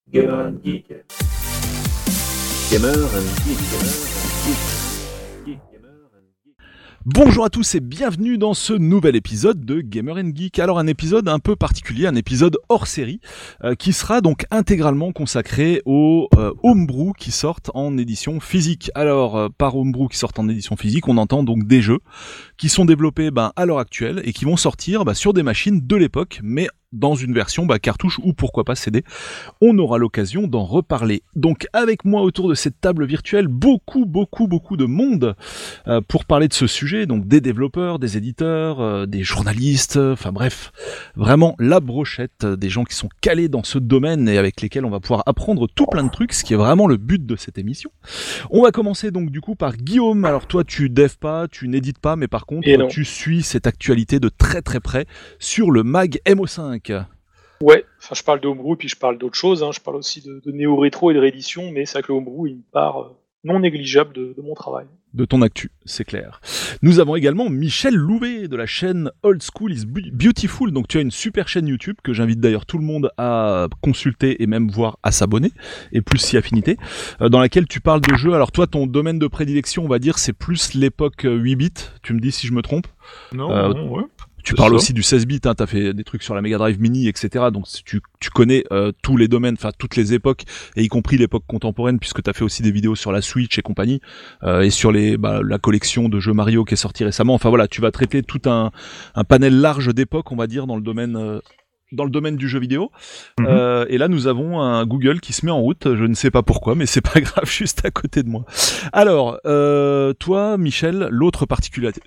Gamer and Geek. Gamer and Geek. Bonjour à tous et bienvenue dans ce nouvel épisode de Gamer and Geek. Alors un épisode un peu particulier, un épisode hors série qui sera donc intégralement consacré aux homebrew qui sortent en édition physique. Alors par homebrew qui sortent en édition physique, on entend donc des jeux qui sont développés à l'heure actuelle et qui vont sortir sur des machines de l'époque, mais dans une version cartouche ou pourquoi pas CD. On aura l'occasion d'en reparler. Donc avec moi autour de cette table virtuelle, beaucoup de monde pour parler de ce sujet, donc des développeurs, des éditeurs, des journalistes, enfin bref, vraiment la brochette, des gens qui sont calés dans ce domaine et avec lesquels on va pouvoir apprendre tout plein de trucs, ce qui est vraiment le but de cette émission. On va commencer donc du coup par Guillaume. Alors toi tu devs pas, tu n'édites pas, mais par contre tu suis cette actualité de très près sur le mag MO5. Ouais, enfin je parle de homebrew puis je parle d'autres choses, je parle aussi de néo-rétro et de réédition, mais c'est vrai que le homebrew est une part non négligeable de mon travail. De ton actu, c'est clair. Nous avons également Michel Louvet de la chaîne Old School is Beautiful. Donc tu as une super chaîne YouTube que j'invite d'ailleurs tout le monde à consulter et même voir à s'abonner, et plus si affinité, dans laquelle tu parles de jeux. Alors toi, ton domaine de prédilection, on va dire, c'est plus l'époque 8 bits. Tu me dis si je me trompe. Non, ouais. Tu parles aussi du 16 bits, t'as fait des trucs sur la Mega Drive Mini, etc. Donc tu connais tous les domaines, enfin toutes les époques, et y compris l'époque contemporaine, puisque t'as fait aussi des vidéos sur la Switch et compagnie, et sur la collection de jeux Mario qui est sortie récemment. Enfin voilà, tu vas traiter tout un panel large d'époques, on va dire, dans le domaine du jeu vidéo. Et là nous avons un Google qui se met en route, je ne sais pas pourquoi, mais c'est pas grave, juste à côté de moi. Alors toi Michel, autre particularité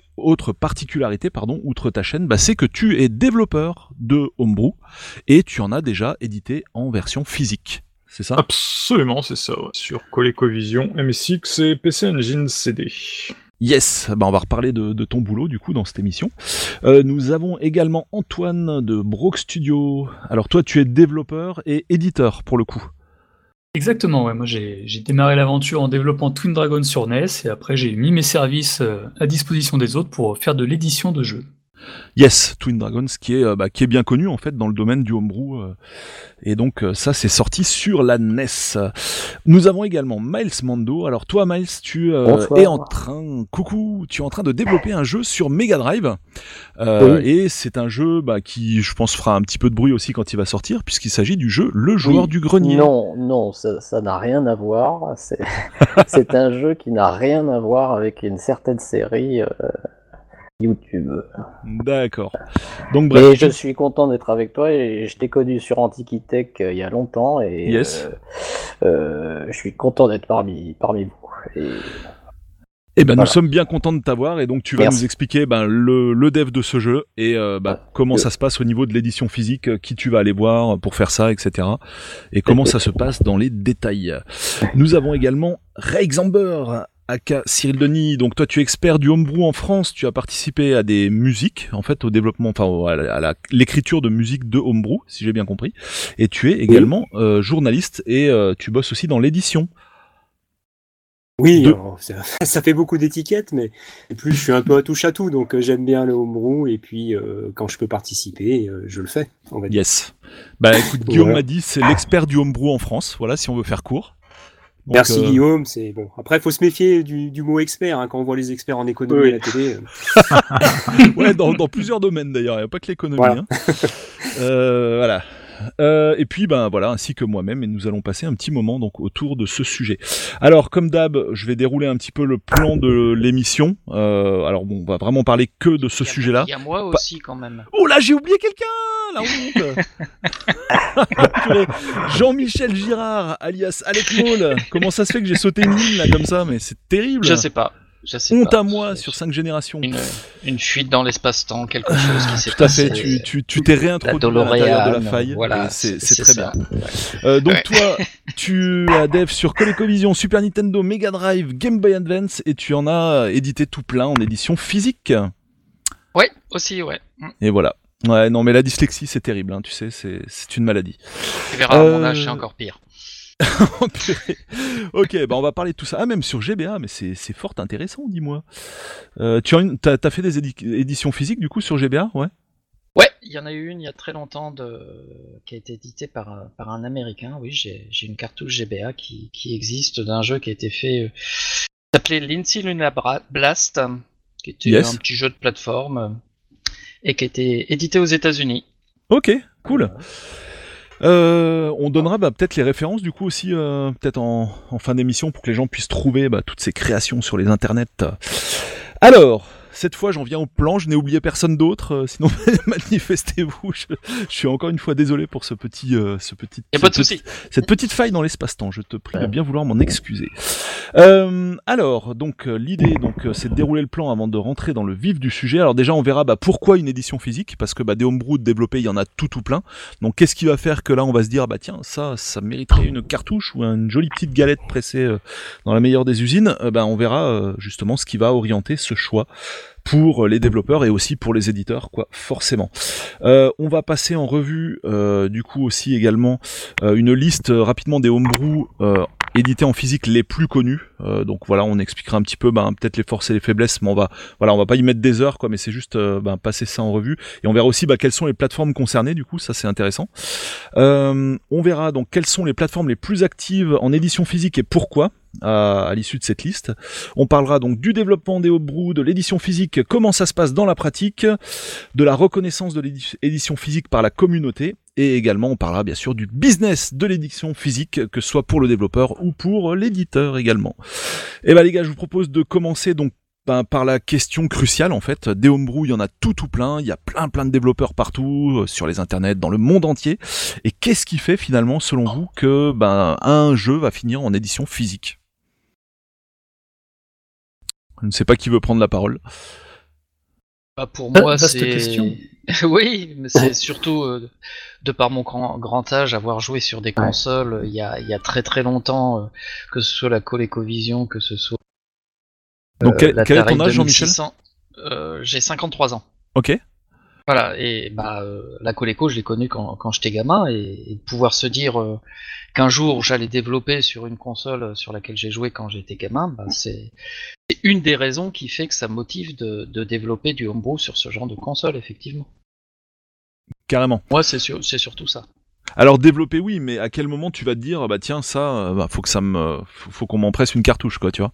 outre ta chaîne, c'est que tu es développeur de homebrew et tu en as déjà édité en version physique, c'est ça ? Absolument, c'est ça, ouais. Sur ColecoVision, MSX et PC Engine CD. Yes, on va reparler de ton boulot du coup dans cette émission. Nous avons également Antoine de Brock Studio. Alors toi tu es développeur et éditeur pour le coup. Exactement, ouais. Moi j'ai démarré l'aventure en développant Twin Dragon sur NES et après j'ai mis mes services à disposition des autres pour faire de l'édition de jeux. Yes, Twin Dragons qui est bien connu en fait dans le domaine du homebrew et donc ça c'est sorti sur la NES. Nous avons également Miles Mando. Alors toi Miles, tu es en train de développer un jeu sur Mega Drive oui. Et c'est un jeu qui je pense fera un petit peu de bruit aussi quand il va sortir puisqu'il s'agit du jeu Le Joueur du Grenier. Non, ça n'a rien à voir. C'est un jeu qui n'a rien à voir avec une certaine série YouTube. D'accord. Donc bref. Et je suis content d'être avec toi et je t'ai connu sur Antiquitech il y a longtemps et yes. Je suis content d'être parmi vous. Et voilà. Nous sommes bien contents de t'avoir et donc tu vas nous expliquer le dev de ce jeu et comment ça se passe au niveau de l'édition physique, qui tu vas aller voir pour faire ça, etc. Et comment ça se passe dans les détails. Nous avons également Rexamber aka Cyril Denis. Donc toi tu es expert du homebrew en France, tu as participé à des musiques, en fait au développement, à l'écriture de musique de homebrew, si j'ai bien compris, et tu es également journaliste et tu bosses aussi dans l'édition. Oui, alors, ça fait beaucoup d'étiquettes, mais plus je suis un peu à touche à tout, donc j'aime bien le homebrew et puis quand je peux participer, je le fais, on va dire. Yes. Écoute, Guillaume m'a dit c'est l'expert du homebrew en France, voilà si on veut faire court. Donc, merci Guillaume, c'est bon. Après, faut se méfier du mot expert quand on voit les experts en économie à la télé. Ouais, dans plusieurs domaines d'ailleurs, il n'y a pas que l'économie. Voilà. Voilà. Et puis ainsi que moi-même, et nous allons passer un petit moment donc autour de ce sujet. Alors comme d'hab, je vais dérouler un petit peu le plan de l'émission. Alors on va vraiment parler que de ce sujet-là. Il y a moi aussi quand même. Oh là, j'ai oublié quelqu'un, la honte. Jean-Michel Girard, alias Alec Maul. Comment ça se fait que j'ai sauté une ligne là comme ça, mais c'est terrible. Je sais pas. Honte à moi sur 5 générations. Une fuite dans l'espace-temps, quelque chose qui s'est tout passé. Tout à fait, tu t'es réintroduit à l'intérieur de la faille. Voilà, c'est très bien. Donc toi, tu as dev sur ColecoVision, Super Nintendo, Mega Drive, Game Boy Advance et tu en as édité tout plein en édition physique. Ouais, aussi, ouais. Et voilà. Ouais, non mais la dyslexie c'est terrible, tu sais, c'est une maladie. Tu verras, à mon âge c'est encore pire. Ok, on va parler de tout ça. Ah, même sur GBA, mais c'est fort intéressant, dis-moi. T'as fait des éditions physiques du coup sur GBA, ouais ? Ouais, il y en a eu une il y a très longtemps qui a été éditée par un Américain. Oui, j'ai une cartouche GBA qui existe d'un jeu qui a été fait, qui s'appelait Lindsay Luna Blast, qui était un petit jeu de plateforme et qui a été édité aux États-Unis. Ok, cool. On donnera peut-être les références du coup aussi peut-être en fin d'émission pour que les gens puissent trouver toutes ces créations sur les internets. Alors, cette fois j'en viens au plan, je n'ai oublié personne d'autre, sinon manifestez-vous, je suis encore une fois désolé pour cette petite faille dans l'espace-temps, je te prie de bien vouloir m'en excuser. Alors, donc l'idée c'est de dérouler le plan avant de rentrer dans le vif du sujet. Alors déjà on verra pourquoi une édition physique, parce que des homebrew développés il y en a tout plein, donc qu'est-ce qui va faire que là on va se dire tiens ça mériterait une cartouche ou une jolie petite galette pressée dans la meilleure des usines. On verra justement ce qui va orienter ce choix pour les développeurs et aussi pour les éditeurs, forcément. On va passer en revue du coup aussi également une liste rapidement des homebrew édités en physique les plus connus. Donc voilà, on expliquera un petit peu peut-être les forces et les faiblesses, mais on va pas y mettre des heures mais c'est juste passer ça en revue, et on verra aussi quelles sont les plateformes concernées, du coup ça c'est intéressant. On verra donc quelles sont les plateformes les plus actives en édition physique et pourquoi à l'issue de cette liste. On parlera donc du développement des homebrew, de l'édition physique, comment ça se passe dans la pratique, de la reconnaissance de l'édition physique par la communauté, et également on parlera bien sûr du business de l'édition physique, que ce soit pour le développeur ou pour l'éditeur également. Et les gars, je vous propose de commencer donc par la question cruciale en fait. Des homebrew, il y en a tout plein, il y a plein de développeurs partout, sur les internets, dans le monde entier. Et qu'est-ce qui fait finalement, selon vous, que un jeu va finir en édition physique ? Je ne sais pas qui veut prendre la parole. Pour moi, vaste c'est... question. Oui, mais c'est surtout de par mon grand âge, avoir joué sur des consoles il y a très longtemps, que ce soit la ColecoVision, que ce soit donc quel est ton âge, Jean-Michel ? J'ai 53 ans. Ok. Voilà, et la Coleco, je l'ai connue quand j'étais gamin, et de pouvoir se dire qu'un jour j'allais développer sur une console sur laquelle j'ai joué quand j'étais gamin, c'est une des raisons qui fait que ça me motive de développer du homebrew sur ce genre de console, effectivement. Carrément. Moi, c'est surtout ça. Alors développer, oui, mais à quel moment tu vas te dire tiens ça, faut qu'on m'en presse une cartouche, tu vois ?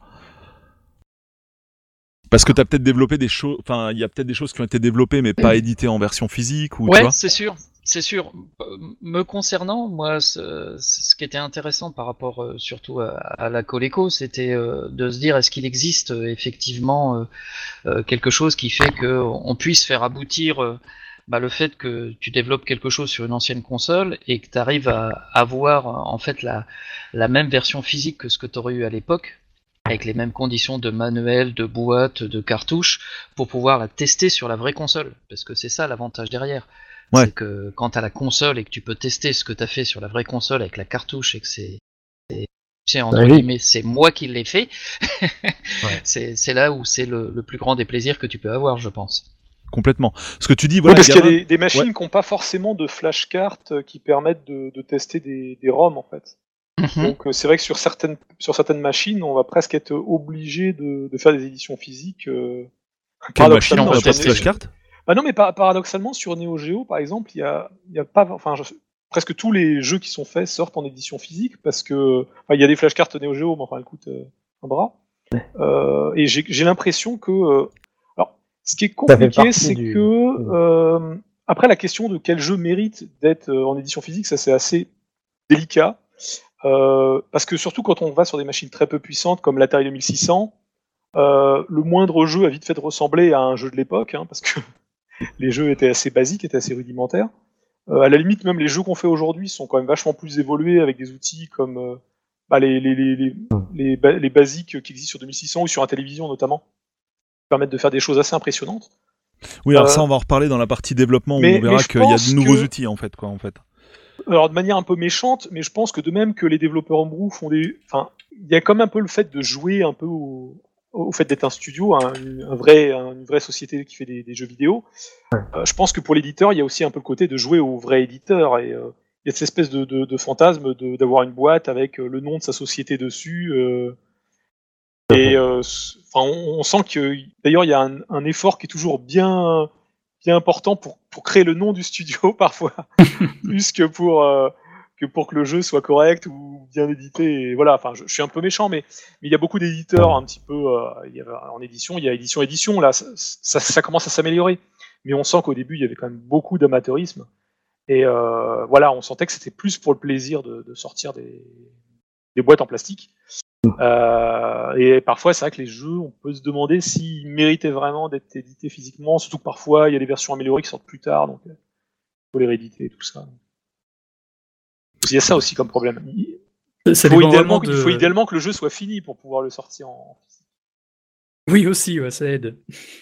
Parce que t'as peut-être développé des choses, il y a peut-être des choses qui ont été développées mais pas éditées en version physique, ou tu vois ? C'est sûr. Me concernant, moi, ce qui était intéressant par rapport surtout à la Coleco, c'était de se dire est-ce qu'il existe effectivement quelque chose qui fait qu'on puisse faire aboutir le fait que tu développes quelque chose sur une ancienne console et que tu arrives à avoir en fait la même version physique que ce que tu aurais eu à l'époque, avec les mêmes conditions de manuel, de boîte, de cartouche, pour pouvoir la tester sur la vraie console. Parce que c'est ça l'avantage derrière. Ouais. C'est que quand t'as la console et que tu peux tester ce que t'as fait sur la vraie console avec la cartouche, et que c'est entre guillemets, c'est moi qui l'ai fait, c'est là où c'est le plus grand des plaisirs que tu peux avoir, je pense. Complètement. Ce que tu dis, parce qu'il y a des machines qui n'ont pas forcément de flashcards qui permettent de tester des ROM, en fait. Donc c'est vrai que sur certaines machines, on va presque être obligé de faire des éditions physiques. Quelle machine on n'a pas de flashcard ? Non, mais paradoxalement, sur Neo Geo, par exemple, il y a pas, presque tous les jeux qui sont faits sortent en édition physique, parce que il y a des flashcards Neo Geo, mais elles coûtent un bras. Et j'ai l'impression que alors, ce qui est compliqué, c'est que après la question de quel jeu mérite d'être en édition physique, ça c'est assez délicat. Parce que surtout quand on va sur des machines très peu puissantes comme l'Atari 2600, le moindre jeu a vite fait de ressembler à un jeu de l'époque, parce que les jeux étaient assez basiques, étaient assez rudimentaires. À la limite, même les jeux qu'on fait aujourd'hui sont quand même vachement plus évolués avec des outils comme les basiques qui existent sur 2600 ou sur Intellivision notamment, qui permettent de faire des choses assez impressionnantes. Oui, alors ça on va en reparler dans la partie développement où on verra qu'il y a de nouveaux outils en fait. Alors de manière un peu méchante, mais je pense que de même que les développeurs homebrew font il y a comme un peu le fait de jouer un peu au fait d'être un studio, une vraie société qui fait des jeux vidéo. Je pense que pour l'éditeur, il y a aussi un peu le côté de jouer au vrai éditeur, et il y a cette espèce de fantasme d'avoir une boîte avec le nom de sa société dessus. On sent que d'ailleurs il y a un effort qui est toujours bien bien important pour créer le nom du studio parfois, plus que pour que le jeu soit correct ou bien édité. Et voilà, enfin, je suis un peu méchant, mais il y a beaucoup d'éditeurs un petit peu en édition. Il y a édition. Là, ça commence à s'améliorer, mais on sent qu'au début, il y avait quand même beaucoup d'amateurisme. Et voilà, on sentait que c'était plus pour le plaisir de sortir des boîtes en plastique. Et parfois, c'est vrai que les jeux, on peut se demander s'ils méritaient vraiment d'être édités physiquement, surtout que parfois, il y a des versions améliorées qui sortent plus tard, donc il faut les rééditer et tout ça. Il y a ça aussi comme problème. Il faut idéalement que le jeu soit fini pour pouvoir le sortir en physique. Oui, aussi, ça aide.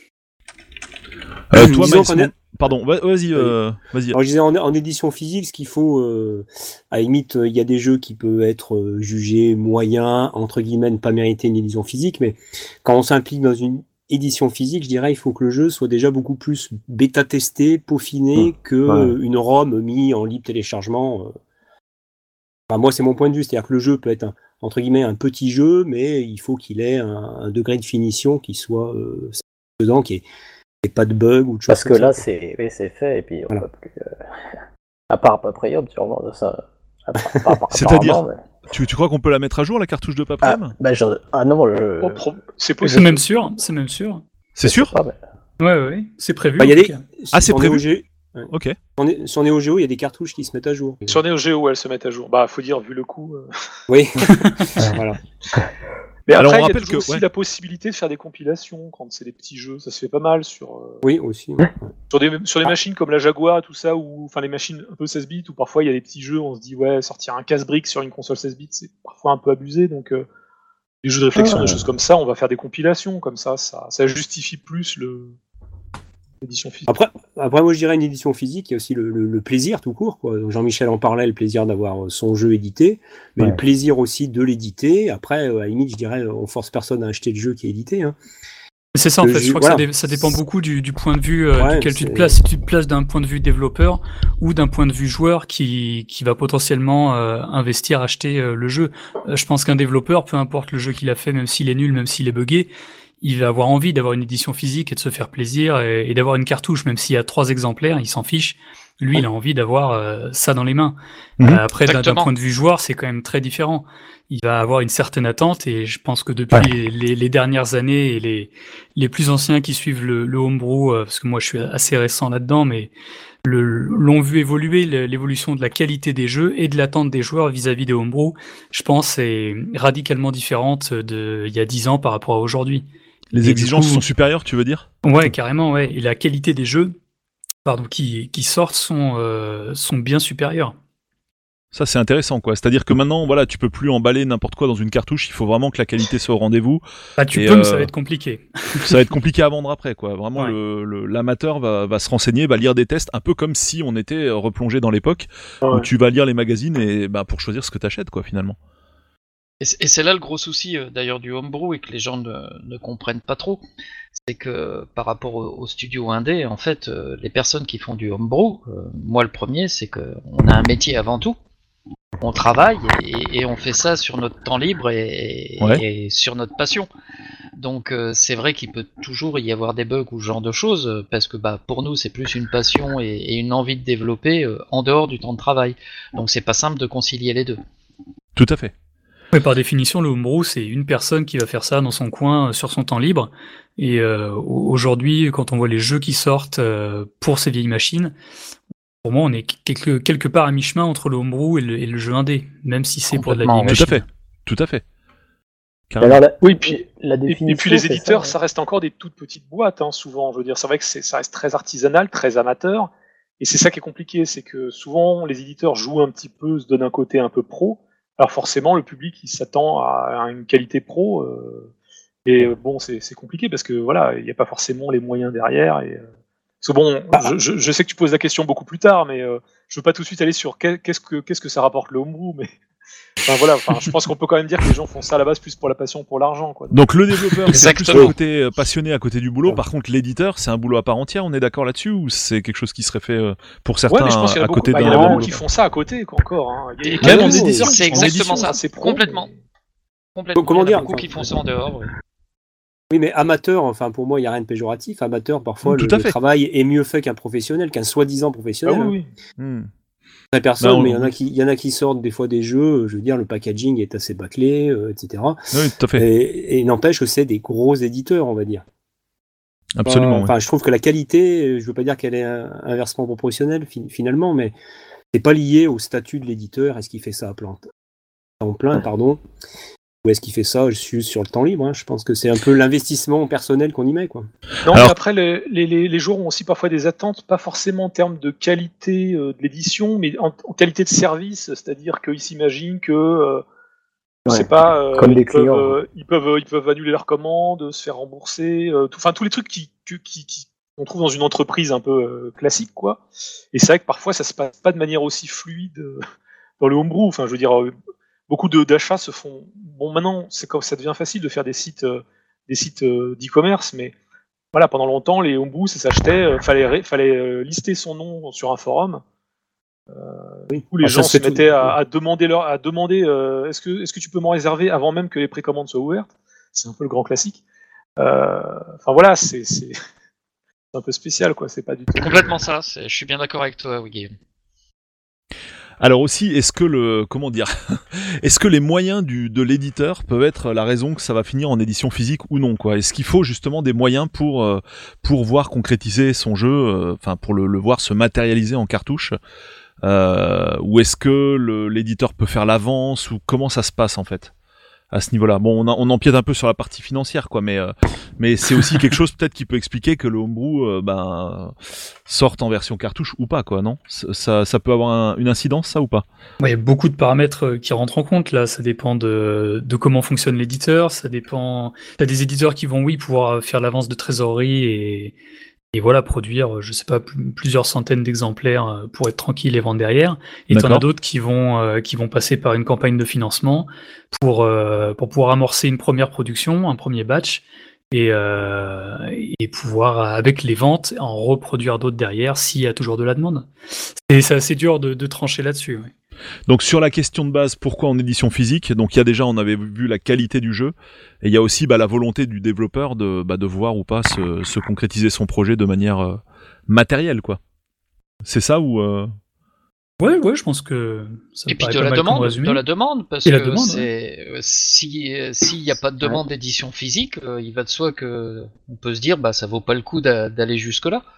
Toi, Maël, pardon, vas-y. Alors, je disais en édition physique, ce qu'il faut, à la limite, il y a des jeux qui peuvent être jugés moyens, entre guillemets, ne pas mériter une édition physique, mais quand on s'implique dans une édition physique, je dirais, il faut que le jeu soit déjà beaucoup plus bêta-testé, peaufiné, que une ROM mise en libre téléchargement. Enfin, moi, c'est mon point de vue, c'est-à-dire que le jeu peut être entre guillemets un petit jeu, mais il faut qu'il ait un degré de finition qui soit dedans, qui ait pas de bug ou de choses. Parce que là, c'est fait, et puis on peut plus. À part Paprium, sûrement de ça. C'est-à-dire, tu crois qu'on peut la mettre à jour, la cartouche de Paprium ? Non, c'est possible. C'est même sûr. C'est sûr ? Ouais, c'est prévu. C'est prévu. Ok. Sur Neo Geo, il y a des cartouches qui se mettent à jour. Sur Neo Geo, elles se mettent à jour. Faut dire, vu le coup. Oui. Voilà. Mais après, il y a toujours aussi la possibilité de faire des compilations quand c'est des petits jeux. Ça se fait pas mal sur. Oui, aussi. Ouais. Sur des machines comme la Jaguar, tout ça, ou enfin les machines un peu 16 bits, où parfois il y a des petits jeux, on se dit sortir un casse-brique sur une console 16 bits, c'est parfois un peu abusé. Donc les jeux de réflexion, des choses comme ça, on va faire des compilations comme ça justifie plus l'édition physique. Après, moi je dirais une édition physique, il y a aussi le plaisir tout court, quoi. Jean-Michel en parlait, le plaisir d'avoir son jeu édité, mais le plaisir aussi de l'éditer. Après, à la limite, je dirais, on force personne à acheter le jeu qui est édité. Hein. C'est ça, en fait. Je crois que ça dépend beaucoup du point de vue duquel tu te places. Si tu te places d'un point de vue développeur ou d'un point de vue joueur qui va potentiellement investir, acheter le jeu. Je pense qu'un développeur, peu importe le jeu qu'il a fait, même s'il est nul, même s'il est buggé, il va avoir envie d'avoir une édition physique et de se faire plaisir et d'avoir une cartouche, même s'il y a 3 exemplaires, il s'en fiche. Lui, il a envie d'avoir ça dans les mains. Après, d'un point de vue joueur, c'est quand même très différent. Il va avoir une certaine attente et je pense que depuis les dernières années et les plus anciens qui suivent le homebrew, parce que moi je suis assez récent là-dedans, mais l'ont vu évoluer l'évolution de la qualité des jeux et de l'attente des joueurs vis-à-vis des homebrew, je pense, est radicalement différente il y a 10 ans par rapport à aujourd'hui. Les exigences sont supérieures, tu veux dire ? Ouais, carrément, ouais. Et la qualité des jeux qui sortent sont bien supérieures. Ça, c'est intéressant, quoi. C'est-à-dire que maintenant, voilà, tu peux plus emballer n'importe quoi dans une cartouche. Il faut vraiment que la qualité soit au rendez-vous. Tu peux, mais ça va être compliqué. Ça va être compliqué à vendre après, quoi. Vraiment, l'amateur va se renseigner, va lire des tests, un peu comme si on était replongé dans l'époque où tu vas lire les magazines et pour choisir ce que t'achètes, quoi, finalement. Et c'est là le gros souci d'ailleurs du homebrew et que les gens ne comprennent pas trop, c'est que par rapport au studio indé, en fait, les personnes qui font du homebrew, moi le premier, c'est qu'on a un métier avant tout, on travaille et on fait ça sur notre temps libre et sur notre passion. Donc c'est vrai qu'il peut toujours y avoir des bugs ou ce genre de choses, parce que pour nous c'est plus une passion et une envie de développer en dehors du temps de travail. Donc c'est pas simple de concilier les deux. Tout à fait. Oui, par définition, le homebrew, c'est une personne qui va faire ça dans son coin, sur son temps libre. Et aujourd'hui, quand on voit les jeux qui sortent pour ces vieilles machines, pour moi, on est quelque part à mi-chemin entre le homebrew et le jeu indé, même si c'est pour de la vieille machine. Tout à fait. Alors, et puis les éditeurs, ça reste encore des toutes petites boîtes, hein, souvent. Je veux dire, c'est vrai que ça reste très artisanal, très amateur. Et c'est ça qui est compliqué, c'est que souvent, les éditeurs jouent un petit peu, se donnent un côté un peu pro. Alors forcément, le public, il s'attend à une qualité pro, et bon, c'est compliqué parce que voilà, il n'y a pas forcément les moyens derrière. Et parce que bon, je sais que tu poses la question beaucoup plus tard, mais je veux pas tout de suite aller sur qu'est-ce que ça rapporte le homebrew, mais je pense qu'on peut quand même dire que les gens font ça à la base plus pour la passion, pour l'argent, quoi. Donc le développeur, c'est plus le côté passionné à côté du boulot. Par contre, l'éditeur, c'est un boulot à part entière. On est d'accord là-dessus, ou c'est quelque chose qui serait fait pour certains à côté d'un boulot ? Il y en a beaucoup qui font ça à côté, quoi, encore. Hein. Il y a même des éditeurs, c'est exactement ça. C'est complètement. Comment dire, beaucoup qui font ça en dehors. Oui, mais amateur, enfin pour moi, il n'y a rien de péjoratif. Amateur, parfois, le travail est mieux fait qu'un professionnel, qu'un soi-disant professionnel. Ah oui. Très personne, mais il y en a qui sortent des fois des jeux. Je veux dire, le packaging est assez bâclé, etc. Oui, tout à fait. Et n'empêche que c'est des gros éditeurs, on va dire. Absolument. Enfin, je trouve que la qualité, je veux pas dire qu'elle est inversement proportionnelle finalement, mais c'est pas lié au statut de l'éditeur. Est-ce qu'il fait ça à temps plein, pardon, ou est-ce qu'il fait ça juste sur le temps libre, hein. Je pense que c'est un peu l'investissement personnel qu'on y met, quoi. Non, mais après, les joueurs ont aussi parfois des attentes, pas forcément en termes de qualité de l'édition, mais en qualité de service, c'est-à-dire qu'ils s'imaginent que c'est pas comme des clients. Ils peuvent annuler leur commande, se faire rembourser, tous les trucs qu'on trouve dans une entreprise un peu classique, quoi. Et c'est vrai que parfois ça se passe pas de manière aussi fluide dans le homebrew. Enfin, je veux dire, beaucoup d'achats se font. Bon, maintenant c'est comme ça devient facile de faire des sites d'e-commerce, mais voilà, pendant longtemps les homebrew ça s'achetait, fallait lister son nom sur un forum. Du coup, les gens se mettaient à demander est-ce que tu peux m'en réserver avant même que les précommandes soient ouvertes. C'est un peu le grand classique. Enfin voilà, c'est un peu spécial, quoi. C'est pas du tout. C'est complètement ça. Je suis bien d'accord avec toi, Guillaume. Alors aussi, est-ce que est-ce que les moyens de l'éditeur peuvent être la raison que ça va finir en édition physique ou non, quoi? Est-ce qu'il faut justement des moyens pour voir concrétiser son jeu, enfin pour le voir se matérialiser en cartouche? Ou est-ce que l'éditeur peut faire l'avance, ou comment ça se passe en fait à ce niveau-là? Bon, on empiète un peu sur la partie financière, quoi, mais c'est aussi quelque chose peut-être qui peut expliquer que le homebrew sorte en version cartouche ou pas, quoi, non? Ça peut avoir une incidence, ça, ou pas? Il y a beaucoup de paramètres qui rentrent en compte là. Ça dépend de comment fonctionne l'éditeur. Ça dépend. T'as des éditeurs qui vont pouvoir faire l'avance de trésorerie et voilà, produire, je sais pas, plusieurs centaines d'exemplaires pour être tranquille et vendre derrière. Et t'en as d'autres qui vont passer par une campagne de financement pour pouvoir amorcer une première production, un premier batch, et pouvoir, avec les ventes, en reproduire d'autres derrière s'il y a toujours de la demande. C'est assez dur de trancher là-dessus. Ouais. Donc sur la question de base, pourquoi en édition physique? Donc il y a déjà, on avait vu la qualité du jeu, et il y a aussi la volonté du développeur de voir ou pas se concrétiser son projet de manière matérielle, quoi. C'est ça ou Ouais, je pense que ça et puis de la demande, parce que s'il n'y a pas de demande d'édition physique, il va de soi que on peut se dire ça vaut pas le coup d'aller jusque là.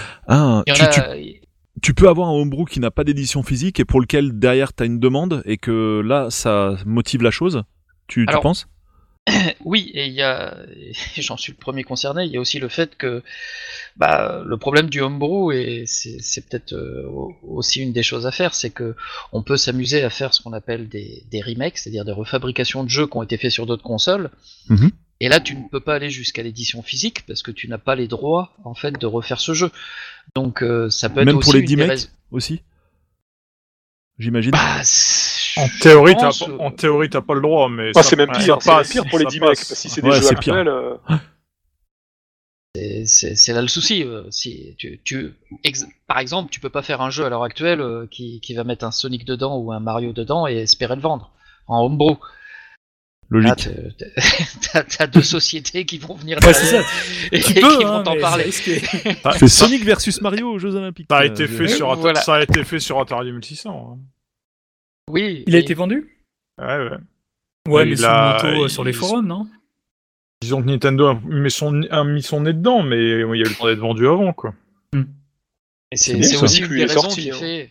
Tu peux avoir un homebrew qui n'a pas d'édition physique et pour lequel derrière t'as une demande et que là ça motive la chose. Tu penses? Oui, et j'en suis le premier concerné, il y a aussi le fait que le problème du homebrew, et c'est peut-être aussi une des choses à faire, c'est que on peut s'amuser à faire ce qu'on appelle des remakes, c'est-à-dire des refabrications de jeux qui ont été faits sur d'autres consoles. Mm-hmm. Et là, tu ne peux pas aller jusqu'à l'édition physique parce que tu n'as pas les droits en fait de refaire ce jeu. Donc ça peut être même aussi pour les D-Make aussi, j'imagine. En théorie, t'as pas le droit, mais c'est même pire. C'est pire pour les D-Make, parce que si c'est des jeux actuels. C'est là le souci. Si par exemple, tu peux pas faire un jeu à l'heure actuelle qui va mettre un Sonic dedans ou un Mario dedans et espérer le vendre en homebrew. Logique. T'as deux sociétés qui vont venir et qui vont t'en parler. Tu fais Sonic versus Mario aux Jeux Olympiques. Ça a été fait sur Atari 2600. Hein. Oui. Il a été vendu? Ouais. Ouais, mais sur les forums, non? Disons que Nintendo a mis son nez dedans, mais il y a eu le temps d'être vendu avant, quoi. Et c'est aussi une des raisons qui fait...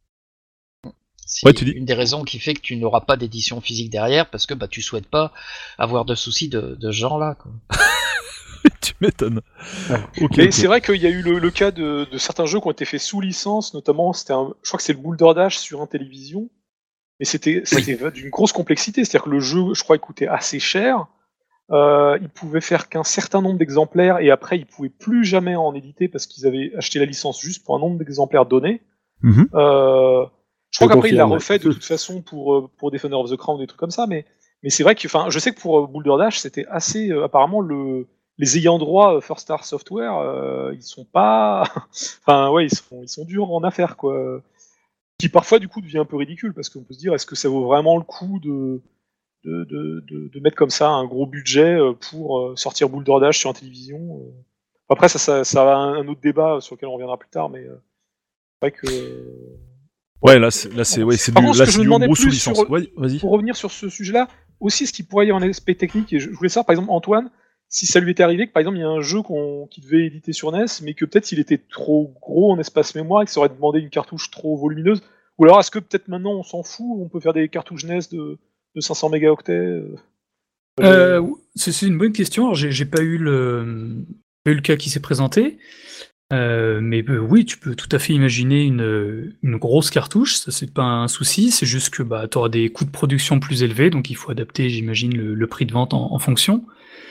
une des raisons qui fait que tu n'auras pas d'édition physique derrière, parce que tu souhaites pas avoir de soucis de ce genre-là, quoi. Tu m'étonnes. Mais c'est vrai qu'il y a eu le cas de certains jeux qui ont été faits sous licence, notamment, je crois que c'est le Boulder Dash sur Intellivision, mais c'était d'une grosse complexité, c'est-à-dire que le jeu, je crois, il coûtait assez cher, il pouvait faire qu'un certain nombre d'exemplaires, et après, ils pouvaient plus jamais en éditer, parce qu'ils avaient acheté la licence juste pour un nombre d'exemplaires donné. Mm-hmm. Je crois qu'après il l'a refait de toute façon pour Defender of the Crown, des trucs comme ça, mais c'est vrai que, je sais que pour Boulder Dash, c'était assez apparemment les ayants droit First Star Software, ils sont pas, ils sont durs en affaires, quoi. Qui parfois du coup devient un peu ridicule parce qu'on peut se dire est-ce que ça vaut vraiment le coup de de mettre comme ça un gros budget pour sortir Boule d'Ordage sur la télévision. Après, ça a un autre débat sur lequel on reviendra plus tard, mais c'est vrai que. Ouais, là, c'est du gros sous licence. Ouais, vas-y. Pour revenir sur ce sujet-là, aussi, ce qui pourrait y avoir un aspect technique, et je voulais savoir, par exemple, Antoine, si ça lui était arrivé que, par exemple, il y a un jeu qui devait éditer sur NES, mais que peut-être il était trop gros en espace mémoire et que ça aurait demandé une cartouche trop volumineuse. Ou alors, est-ce que peut-être maintenant on s'en fout, on peut faire des cartouches NES de 500 mégaoctets C'est une bonne question. Alors, j'ai pas eu le cas qui s'est présenté. Mais oui, tu peux tout à fait imaginer une grosse cartouche, ça c'est pas un souci, c'est juste que tu auras des coûts de production plus élevés, donc il faut adapter, j'imagine, le prix de vente en fonction.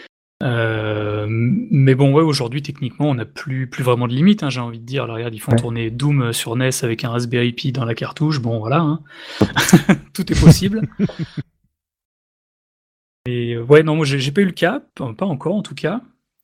Mais bon, ouais, aujourd'hui, techniquement, on n'a plus vraiment de limite, hein, j'ai envie de dire. Alors, regarde, ils font tourner Doom sur NES avec un Raspberry Pi dans la cartouche, bon, voilà, hein. Tout est possible. Et ouais, non, moi j'ai pas eu le cas, pas encore en tout cas.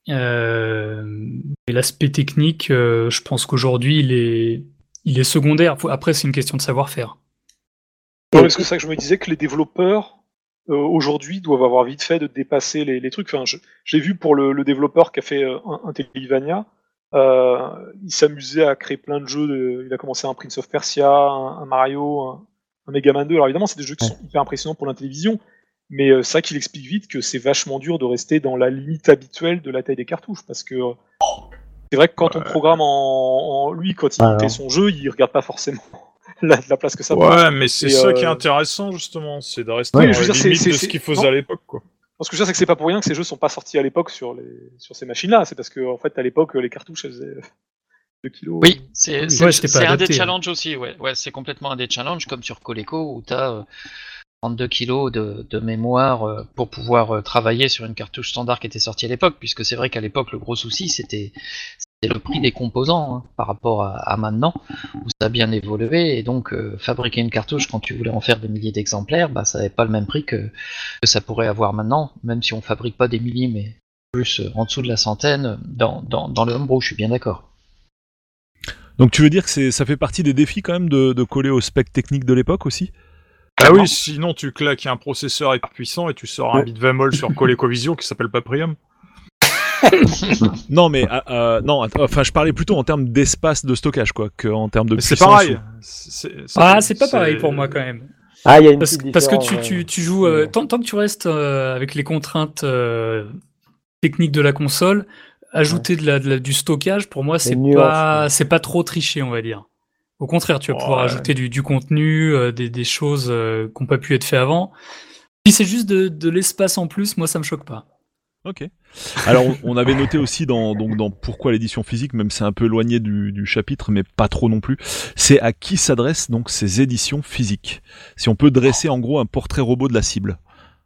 Et l'aspect technique, je pense qu'aujourd'hui il est secondaire. Après, c'est une question de savoir-faire. Ouais, parce que c'est ça que je me disais que les développeurs aujourd'hui doivent avoir vite fait de dépasser les trucs. Enfin, j'ai vu pour le développeur qui a fait un Televania, il s'amusait à créer plein de jeux. Il a commencé un Prince of Persia, un Mario, un Mega Man 2. Alors évidemment, c'est des jeux qui sont hyper impressionnants pour la télévision. Mais ça qu'il explique vite que c'est vachement dur de rester dans la limite habituelle de la taille des cartouches, parce que c'est vrai que quand on programme lui, quand il fait son jeu, il regarde pas forcément la place que ça prend. Ouais, mais c'est ça qui est intéressant justement, c'est de rester dans la limite de ce qu'il faisait à l'époque, quoi. Ce que je veux dire, c'est que c'est pas pour rien que ces jeux sont pas sortis à l'époque sur ces machines-là. C'est parce que en fait, à l'époque, les cartouches elles faisaient 2 kilos. Oui, c'est un des challenges aussi. Ouais, c'est complètement un des challenges, comme sur Coleco où t'as 32 kilos de mémoire pour pouvoir travailler sur une cartouche standard qui était sortie à l'époque, puisque c'est vrai qu'à l'époque le gros souci c'était le prix des composants, hein, par rapport à maintenant où ça a bien évolué, et donc fabriquer une cartouche quand tu voulais en faire des milliers d'exemplaires, ça n'avait pas le même prix que ça pourrait avoir maintenant, même si on fabrique pas des milliers mais plus en dessous de la centaine dans le homebrew, je suis bien d'accord. Donc tu veux dire que ça fait partie des défis quand même de coller au spec technique de l'époque aussi? Ah oui, sinon tu claques un processeur hyper puissant et tu sors un bit 20 mol sur ColecoVision qui s'appelle Paprium. Non, mais non, enfin je parlais plutôt en termes d'espace de stockage, quoi, qu'en termes de puissance. C'est pareil. C'est pas pareil pour moi quand même. Ah, il y a une parce que tu joues tant que tu restes avec les contraintes techniques de la console, ajouter du stockage pour moi c'est pas trop triché, on va dire. Au contraire, tu vas pouvoir ajouter du contenu, des choses qui n'ont pas pu être faites avant. Si c'est juste de l'espace en plus, moi ça me choque pas. Ok. Alors on avait noté aussi dans pourquoi l'édition physique, même c'est un peu éloigné du chapitre, mais pas trop non plus, c'est à qui s'adressent donc ces éditions physiques. Si on peut dresser en gros un portrait robot de la cible.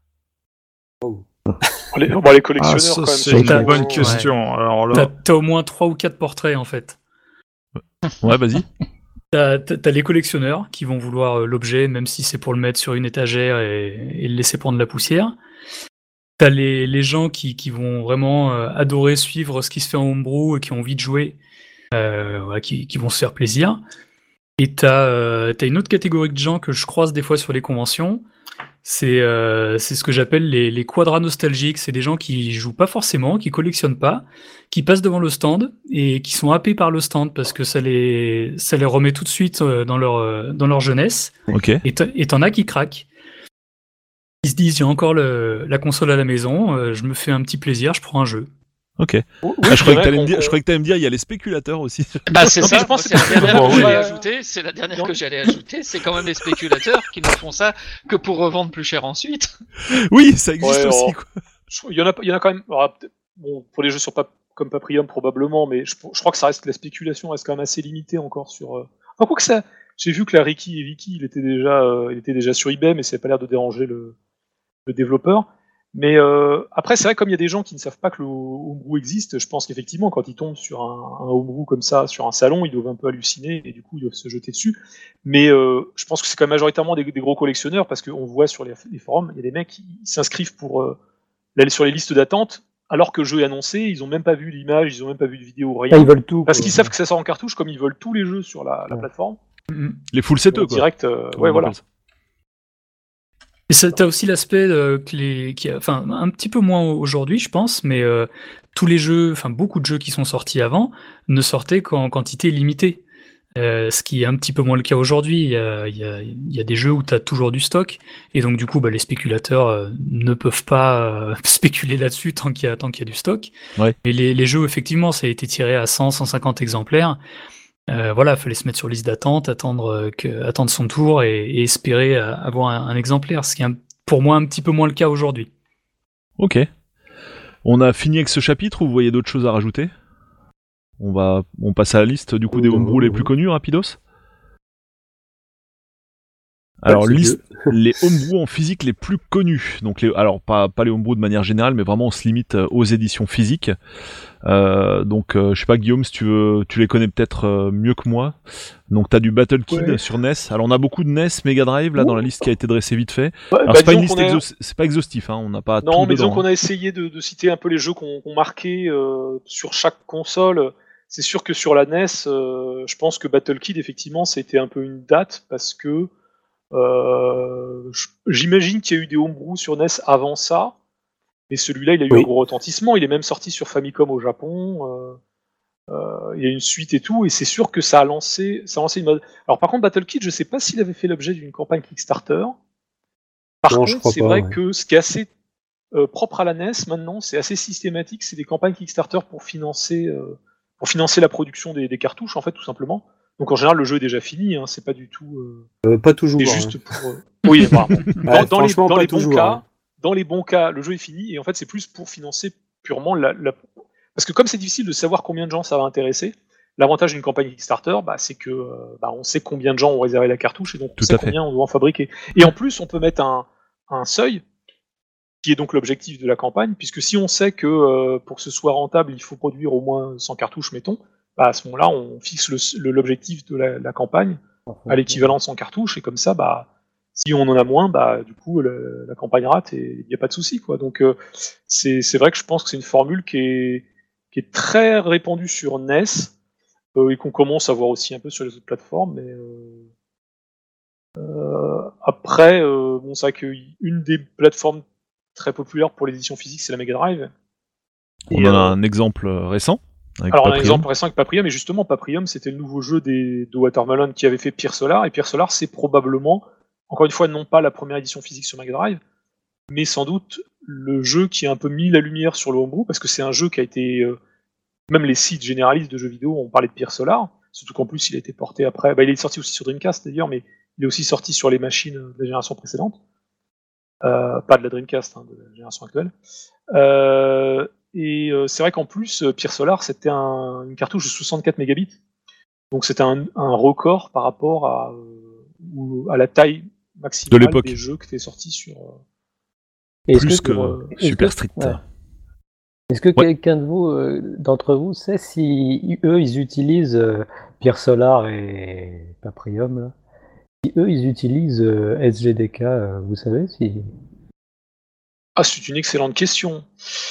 Les collectionneurs, quand même. C'est une bonne question. Ouais. Alors là... T'as au moins 3 ou 4 portraits en fait. Ouais, vas-y. T'as les collectionneurs qui vont vouloir l'objet, même si c'est pour le mettre sur une étagère et le laisser prendre la poussière. T'as les gens qui vont vraiment adorer suivre ce qui se fait en homebrew et qui ont envie de jouer, qui vont se faire plaisir. Et t'as une autre catégorie de gens que je croise des fois sur les conventions. C'est ce que j'appelle les quadras nostalgiques. C'est des gens qui jouent pas forcément, qui collectionnent pas, qui passent devant le stand et qui sont happés par le stand parce que ça les remet tout de suite dans leur jeunesse. Okay. Et t'en as qui craquent. Ils se disent j'ai encore la console à la maison, je me fais un petit plaisir, je prends un jeu. Ok. Oui, je croyais que t'allais me dire il y a les spéculateurs aussi. C'est ça, je pense que c'est la dernière que j'allais ajouter. C'est la dernière que j'allais ajouter. C'est quand même les spéculateurs qui ne font ça que pour revendre plus cher ensuite. Oui, ça existe aussi. Quoi. Il y en a quand même. Alors, bon, pour les jeux sur comme Paprium probablement, mais je crois que ça reste, la spéculation reste quand même assez limitée encore sur. Enfin, quoi que ça, j'ai vu que la Ricky et Vicky, il était déjà sur eBay, mais ça n'a pas l'air de déranger le développeur. Mais après, c'est vrai, comme il y a des gens qui ne savent pas que le homebrew existe, je pense qu'effectivement, quand ils tombent sur un homebrew comme ça, sur un salon, ils doivent un peu halluciner et du coup, ils doivent se jeter dessus. Mais je pense que c'est quand même majoritairement des gros collectionneurs parce qu'on voit sur les forums, il y a des mecs qui s'inscrivent pour sur les listes d'attente, alors que le jeu est annoncé, ils n'ont même pas vu l'image, ils n'ont même pas vu de vidéo, rien. Ils veulent tout. Parce qu'ils savent que ça sort en cartouche, comme ils veulent tous les jeux sur la plateforme. Les full seteux, quoi. Direct, ouais, voilà. Et ça, t'as aussi l'aspect enfin un petit peu moins aujourd'hui, je pense, mais tous les jeux, enfin beaucoup de jeux qui sont sortis avant ne sortaient qu'en quantité limitée. Ce qui est un petit peu moins le cas aujourd'hui. Il y a des jeux où tu as toujours du stock, et donc du coup, les spéculateurs ne peuvent pas spéculer là-dessus tant qu'il y a du stock. Ouais. Mais les jeux, effectivement, ça a été tiré à 100, 150 exemplaires. Voilà, fallait se mettre sur liste d'attente, attendre son tour et espérer avoir un exemplaire, ce qui est pour moi un petit peu moins le cas aujourd'hui. Ok. On a fini avec ce chapitre ou vous voyez d'autres choses à rajouter ? On passe à la liste du coup des homebrew les plus connus, rapidos. Alors liste les homebrew en physique les plus connus. Donc alors pas les homebrew de manière générale, mais vraiment on se limite aux éditions physiques. Donc je sais pas Guillaume, si tu les connais peut-être mieux que moi. Donc t'as du Battle Kid sur NES. Alors on a beaucoup de NES, Mega Drive là dans la liste qui a été dressée vite fait. Alors c'est pas une liste c'est pas exhaustif, hein, on n'a pas non, tout mais dedans, disons qu'on a essayé de citer un peu les jeux qu'on marqué sur chaque console. C'est sûr que sur la NES, je pense que Battle Kid effectivement c'était un peu une date parce que j'imagine qu'il y a eu des homebrew sur NES avant ça, mais celui-là il a eu un gros retentissement. Il est même sorti sur Famicom au Japon. Il y a une suite et tout, et c'est sûr que ça a lancé une mode. Alors par contre, Battle Kid, je sais pas s'il avait fait l'objet d'une campagne Kickstarter. Par contre, c'est vrai que ce qui est assez propre à la NES maintenant, c'est assez systématique, c'est des campagnes Kickstarter pour financer la production des cartouches, en fait, tout simplement. Donc en général, le jeu est déjà fini, hein, c'est pas du tout. Pas toujours. C'est juste pour. Oui, vraiment. Dans les bons cas, le jeu est fini, et en fait, c'est plus pour financer purement parce que comme c'est difficile de savoir combien de gens ça va intéresser, l'avantage d'une campagne Kickstarter, c'est que on sait combien de gens ont réservé la cartouche, et donc on sait combien on doit en fabriquer. Et en plus, on peut mettre un seuil, qui est donc l'objectif de la campagne, puisque si on sait que pour que ce soit rentable, il faut produire au moins 100 cartouches, mettons, à ce moment-là, on fixe l'objectif de la campagne à l'équivalent de 100 cartouches, et comme ça, si on en a moins, du coup, la campagne rate et il n'y a pas de souci, quoi. Donc, c'est vrai que je pense que c'est une formule qui est très répandue sur NES et qu'on commence à voir aussi un peu sur les autres plateformes. Mais après, c'est vrai qu'une des plateformes très populaires pour l'édition physique, c'est la Mega Drive. On a un exemple récent. Alors, on a un exemple récent avec Paprium, et justement, Paprium, c'était le nouveau jeu de Watermelon qui avait fait Pierre Solar, et Pierre Solar, c'est probablement, encore une fois, non pas la première édition physique sur Mega Drive, mais sans doute le jeu qui a un peu mis la lumière sur le homebrew, parce que c'est un jeu qui a été... même les sites généralistes de jeux vidéo ont parlé de Pierre Solar, surtout qu'en plus il a été porté après... il est sorti aussi sur Dreamcast d'ailleurs, mais il est aussi sorti sur les machines de la génération précédente. Pas de la Dreamcast, de la génération actuelle. C'est vrai qu'en plus, Pierre Solar, c'était une cartouche de 64 mégabits. Donc c'était un record par rapport à la taille maximale de l'époque des jeux qui étaient sortis sur... plus que Super Street. Ouais. Est-ce que quelqu'un d'entre vous sait si eux, ils utilisent Pierre Solar et Paprium, là, si eux, ils utilisent SGDK, vous savez si... Ah, c'est une excellente question.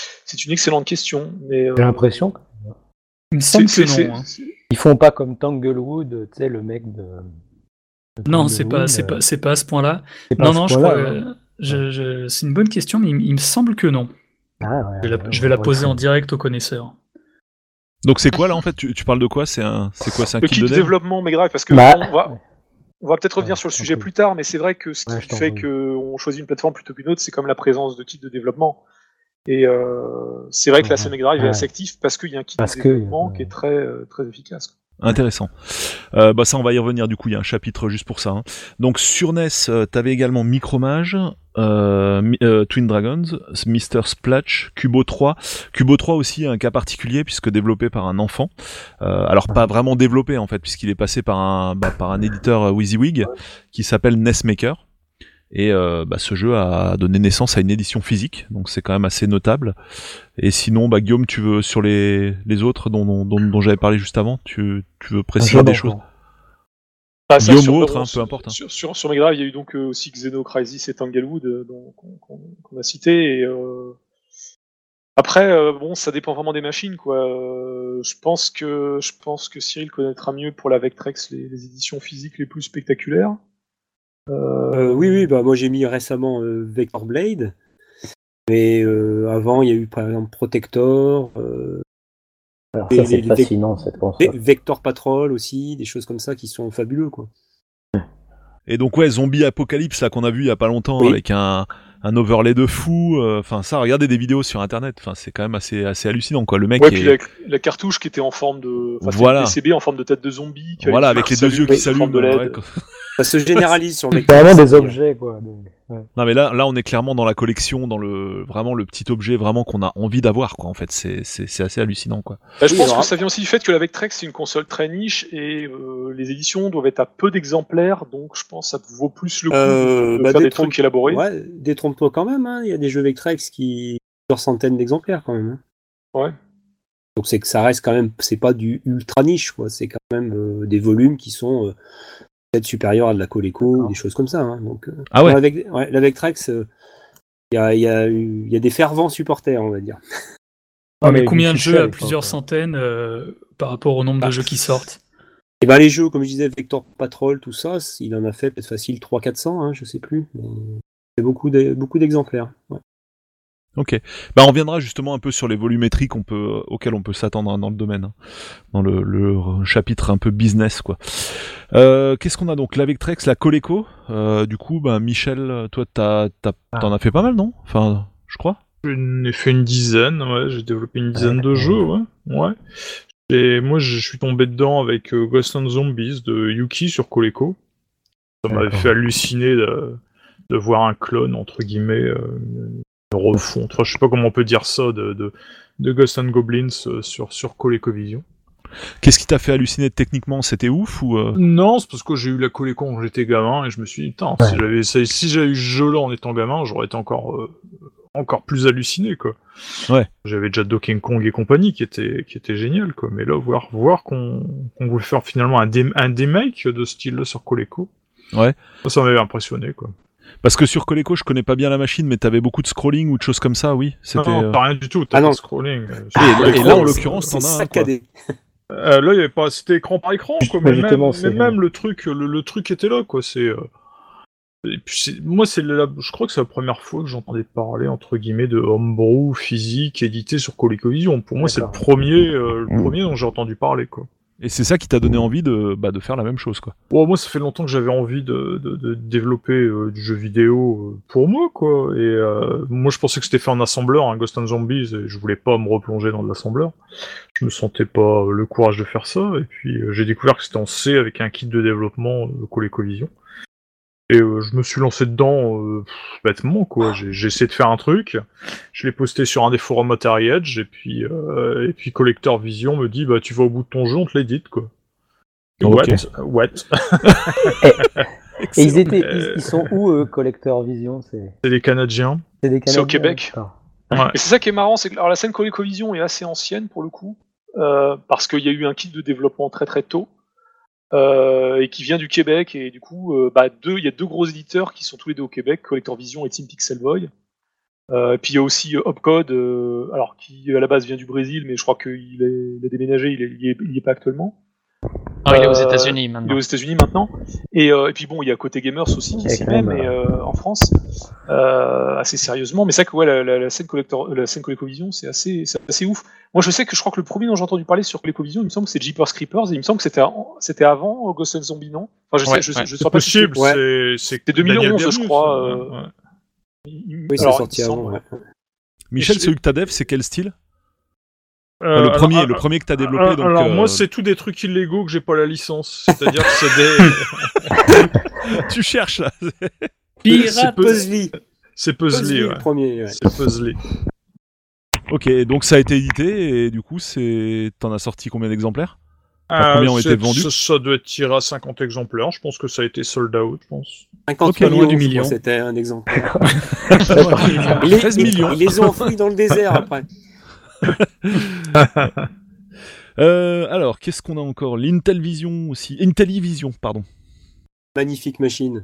Mais j'ai l'impression que... Il me semble que non. Ils font pas comme Tanglewood, tu sais, le mec de... Non, c'est pas à ce point-là. Non, je crois... c'est une bonne question, mais il me semble que non. Je vais la poser en direct aux connaisseurs. Donc c'est quoi là en fait tu parles de quoi? C'est un le kit de développement Mega Drive, parce que on va peut-être revenir sur le sujet plus tard, mais c'est vrai que ce qui fait qu'on choisit une plateforme plutôt qu'une autre, c'est comme la présence de kits de développement. Et c'est vrai que la Mega Drive est assez actif parce qu'il y a un kit de développement qui est très, très efficace. Intéressant. Ça, on va y revenir, du coup, il y a un chapitre juste pour ça. Hein. Donc, sur NES, t'avais également Micromage, Twin Dragons, Mr. Splash, Cubo 3. Cubo 3 aussi, un cas particulier, puisque développé par un enfant. Alors, pas vraiment développé, en fait, puisqu'il est passé par un éditeur WYSIWYG, qui s'appelle NES Maker. Et ce jeu a donné naissance à une édition physique, donc c'est quand même assez notable. Et sinon, Guillaume, tu veux sur les autres dont j'avais parlé juste avant, tu veux préciser des choses? Guillaume ou autre, peu importe. Sur Mega Drive, il y a eu donc aussi Xeno Crisis et Tanglewood qu'on a cité. Et, après, ça dépend vraiment des machines, quoi. Je pense que Cyril connaîtra mieux pour la Vectrex les éditions physiques les plus spectaculaires. Oui, bah moi j'ai mis récemment Vector Blade, mais avant il y a eu par exemple Protector. Alors ça c'est fascinant cette console. Vector Patrol aussi, des choses comme ça qui sont fabuleux quoi. Et donc ouais, Zombie Apocalypse là qu'on a vu il y a pas longtemps avec un overlay de fou. Enfin ça, regardez des vidéos sur internet. Enfin c'est quand même assez hallucinant quoi. Le mec. Ouais, puis la cartouche qui était en forme de. Voilà. PCB en forme de tête de zombie. Voilà, avec les deux yeux qui s'allument. Ça se généralise sur les. C'est vraiment des objets quoi. Ouais. Non mais là on est clairement dans la collection, dans vraiment le petit objet vraiment qu'on a envie d'avoir quoi. En fait c'est assez hallucinant quoi. Bah, je pense que ça vient aussi du fait que la Vectrex c'est une console très niche et les éditions doivent être à peu d'exemplaires, donc je pense que ça vaut plus le coup de faire des trucs élaborés. Ouais, détrompe-toi quand même, hein. Il y a des jeux Vectrex qui plusieurs centaines d'exemplaires quand même. Hein. Ouais. Donc c'est que ça reste quand même, c'est pas du ultra niche quoi. C'est quand même des volumes qui sont peut-être supérieurs à de la Coleco, des choses comme ça. Hein. Donc ah ouais. La Vectrex, il y a des fervents supporters, on va dire. Ah, mais combien de jeux à plusieurs centaines par rapport au nombre de jeux qui sortent? Et ben les jeux, comme je disais, Vector Patrol, tout ça, il en a fait peut-être facile 300-400, hein, je sais plus. Mais c'est beaucoup d'exemplaires. Ouais. Ok. Bah on reviendra justement un peu sur les volumétries auxquelles on peut s'attendre dans le domaine, hein, dans le chapitre un peu business quoi. Qu'est-ce qu'on a donc? La Vectrex, la Coleco. Du coup, bah Michel, toi t'en as fait pas mal, non? Enfin, je crois. J'en ai fait une dizaine, ouais. J'ai développé une dizaine de jeux, ouais. Et moi, je suis tombé dedans avec Ghosts and Zombies de Yuki sur Coleco. Ça m'avait fait halluciner de voir un clone, entre guillemets, une refonte. Enfin, je sais pas comment on peut dire ça, de Ghosts and Goblins sur ColecoVision. Qu'est-ce qui t'a fait halluciner techniquement? C'était ouf ou Non, c'est parce que j'ai eu la Coleco quand j'étais gamin et je me suis dit, putain, si j'avais eu ce jeu-là en étant gamin, j'aurais été encore plus halluciné quoi. Ouais. J'avais déjà Donkey Kong et compagnie qui était génial quoi, mais là voir qu'on voulait faire finalement un remake de ce style-là sur Coleco. Ouais. Ça m'avait impressionné quoi. Parce que sur Coleco, je connais pas bien la machine, mais t'avais beaucoup de scrolling ou de choses comme ça, oui. Non, t'as rien du tout, t'as pas de scrolling. Et là, en l'occurrence, t'en as un quoi. Là, il y avait pas, c'était écran par écran quoi, mais même le truc était là quoi. Et puis je crois que c'est la première fois que j'entendais parler entre guillemets de homebrew physique édité sur ColecoVision. Pour moi, c'est le premier dont j'ai entendu parler quoi. Et c'est ça qui t'a donné envie de faire la même chose quoi. Bon, moi, ça fait longtemps que j'avais envie de développer du jeu vidéo pour moi quoi. Et moi, je pensais que c'était fait en assembleur, un Ghosts and Zombies, et je voulais pas me replonger dans de l'assembleur. Je me sentais pas le courage de faire ça. Et puis j'ai découvert que c'était en C avec un kit de développement ColecoVision. Et je me suis lancé dedans bêtement quoi. J'ai essayé de faire un truc, je l'ai posté sur un des forums Atari Edge et puis Collector Vision me dit bah tu vas au bout de ton jeu, on te l'édite quoi. Okay. What? Et ils sont où Collector Vision? C'est des Canadiens. C'est au Québec. Ouais. Et c'est ça qui est marrant, c'est que la scène ColecoVision est assez ancienne pour le coup, parce qu'il y a eu un kit de développement très très tôt. Et qui vient du Québec, et du coup, il y a deux gros éditeurs qui sont tous les deux au Québec, Collector Vision et Team Pixel Boy. Puis il y a aussi Opcode, alors qui à la base vient du Brésil, mais je crois qu'il a déménagé, il y est pas actuellement. Non, il est aux États-Unis maintenant. Il est aux États-Unis maintenant. Et puis bon, il y a Côté Gamers aussi ici même, et en France, assez sérieusement. Mais c'est vrai que la scène ColecoVision, c'est assez ouf. Moi, je sais que je crois que le premier dont j'ai entendu parler sur ColecoVision, il me semble que c'est Jeepers Creepers, et il me semble que c'était avant Ghosts and Zombies, non? Enfin, je sais pas possible. C'est 2011, je crois. Oui, c'est sorti avant. Ouais. Michel, celui que t'as dev, c'est quel style? Le premier que t'as développé. Donc, alors moi, c'est tout des trucs illégaux que j'ai pas la licence. C'est-à-dire que c'est des. Tu cherches là. C'est Puzzly. C'est Puzzly, ouais. Le premier. Ouais. C'est Puzzly. Ok, donc ça a été édité et du coup, t'en as sorti combien d'exemplaires? Combien ont été vendus? Ça doit être tiré à 50 exemplaires. Je pense que ça a été sold out, je pense. 50 millions du million. C'était un exemplaire. 13 millions. Ils les ont enfouis dans le désert après. Alors, qu'est-ce qu'on a encore? L'Intellivision aussi. Intellivision, pardon. Magnifique machine.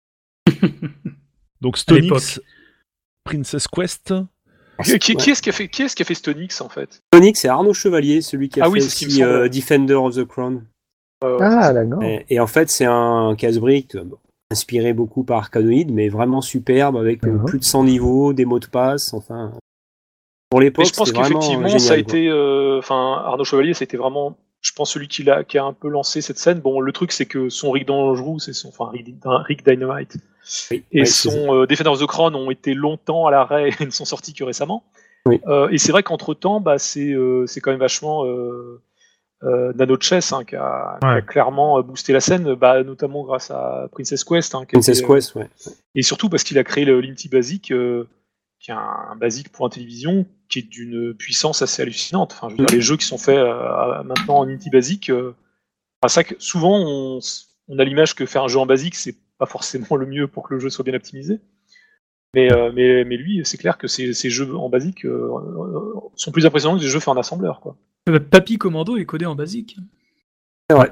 Donc Stonix, Princess Quest. Qui est-ce qui a fait Stonix en fait? Stonix, c'est Arnaud Chevalier, celui qui a fait aussi Defender of the Crown. Ah, d'accord. Et en fait, c'est un casse-brique inspiré beaucoup par Arkanoid, mais vraiment superbe, avec plus de 100 niveaux, des mots de passe, enfin... Pour l'époque, je pense qu'effectivement, ça a été... Arnaud Chevalier, c'était vraiment... Je pense celui qui a un peu lancé cette scène. Bon, le truc, c'est que son Rick Dangerous, Rick Dynamite, et son Defender of the Crown ont été longtemps à l'arrêt et ne sont sortis que récemment. Oui. Et c'est vrai qu'entre-temps, c'est quand même vachement Nano Chess qui a clairement boosté la scène, notamment grâce à Princess Quest. Quest, ouais. Et surtout parce qu'il a créé le Linty Basic, qui est un basique pour Intellivision, qui est d'une puissance assez hallucinante. Enfin, je veux dire, les jeux qui sont faits maintenant en Linty Basic, ça, souvent on a l'image que faire un jeu en basique, c'est pas forcément le mieux pour que le jeu soit bien optimisé. Mais lui, c'est clair que ces jeux en basique sont plus impressionnants que des jeux faits en assembleur, quoi. Papy Commando est codé en basique. C'est vrai.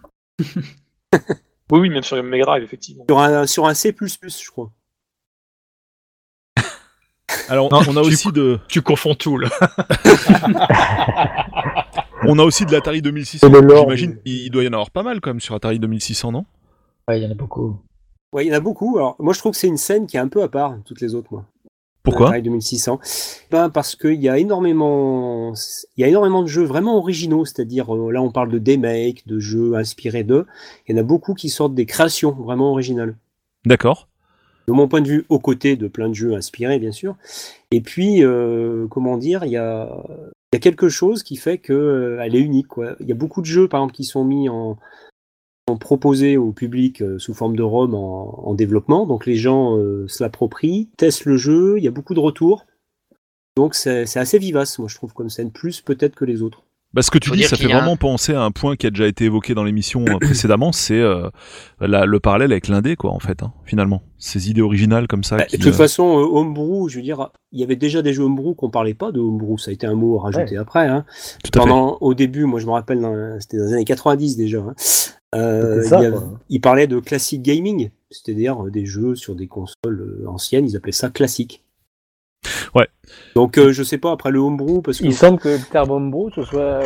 Oui, même sur Mega Drive, effectivement. Sur un C++, je crois. Alors, on a aussi de... Tu confonds tout, là. On a aussi de l'Atari 2600. J'imagine, il doit y en avoir pas mal, quand même, sur Atari 2600, non ? Ouais, il y en a beaucoup. Ouais, il y en a beaucoup. Alors, moi, je trouve que c'est une scène qui est un peu à part de toutes les autres, moi. Pourquoi ? Atari 2600. Parce qu'il y a énormément de jeux vraiment originaux, c'est-à-dire, là, on parle de demake, de jeux inspirés d'eux. Il y en a beaucoup qui sortent des créations vraiment originales. D'accord. De mon point de vue, aux côtés de plein de jeux inspirés, bien sûr. Et puis, il y a quelque chose qui fait qu'elle est unique, quoi. Il y a beaucoup de jeux, par exemple, qui sont proposés au public sous forme de ROM en développement. Donc, les gens se l'approprient, testent le jeu, il y a beaucoup de retours. Donc, c'est assez vivace, moi, je trouve, comme scène, plus peut-être que les autres. Ce que tu dis, ça fait vraiment penser à un point qui a déjà été évoqué dans l'émission précédemment, c'est le parallèle avec l'indé, quoi, en fait, finalement. Ces idées originales comme ça. De toute façon, homebrew, je veux dire, il y avait déjà des jeux homebrew qu'on parlait pas de homebrew, ça a été un mot rajouté après. Hein. Tout à fait. Au début, moi je me rappelle, c'était dans les années 90 déjà. Il parlait de classic gaming, c'est-à-dire des jeux sur des consoles anciennes, ils appelaient ça classique. Ouais. Donc je sais pas, après le homebrew, parce que... Il semble que le terme homebrew, ce soit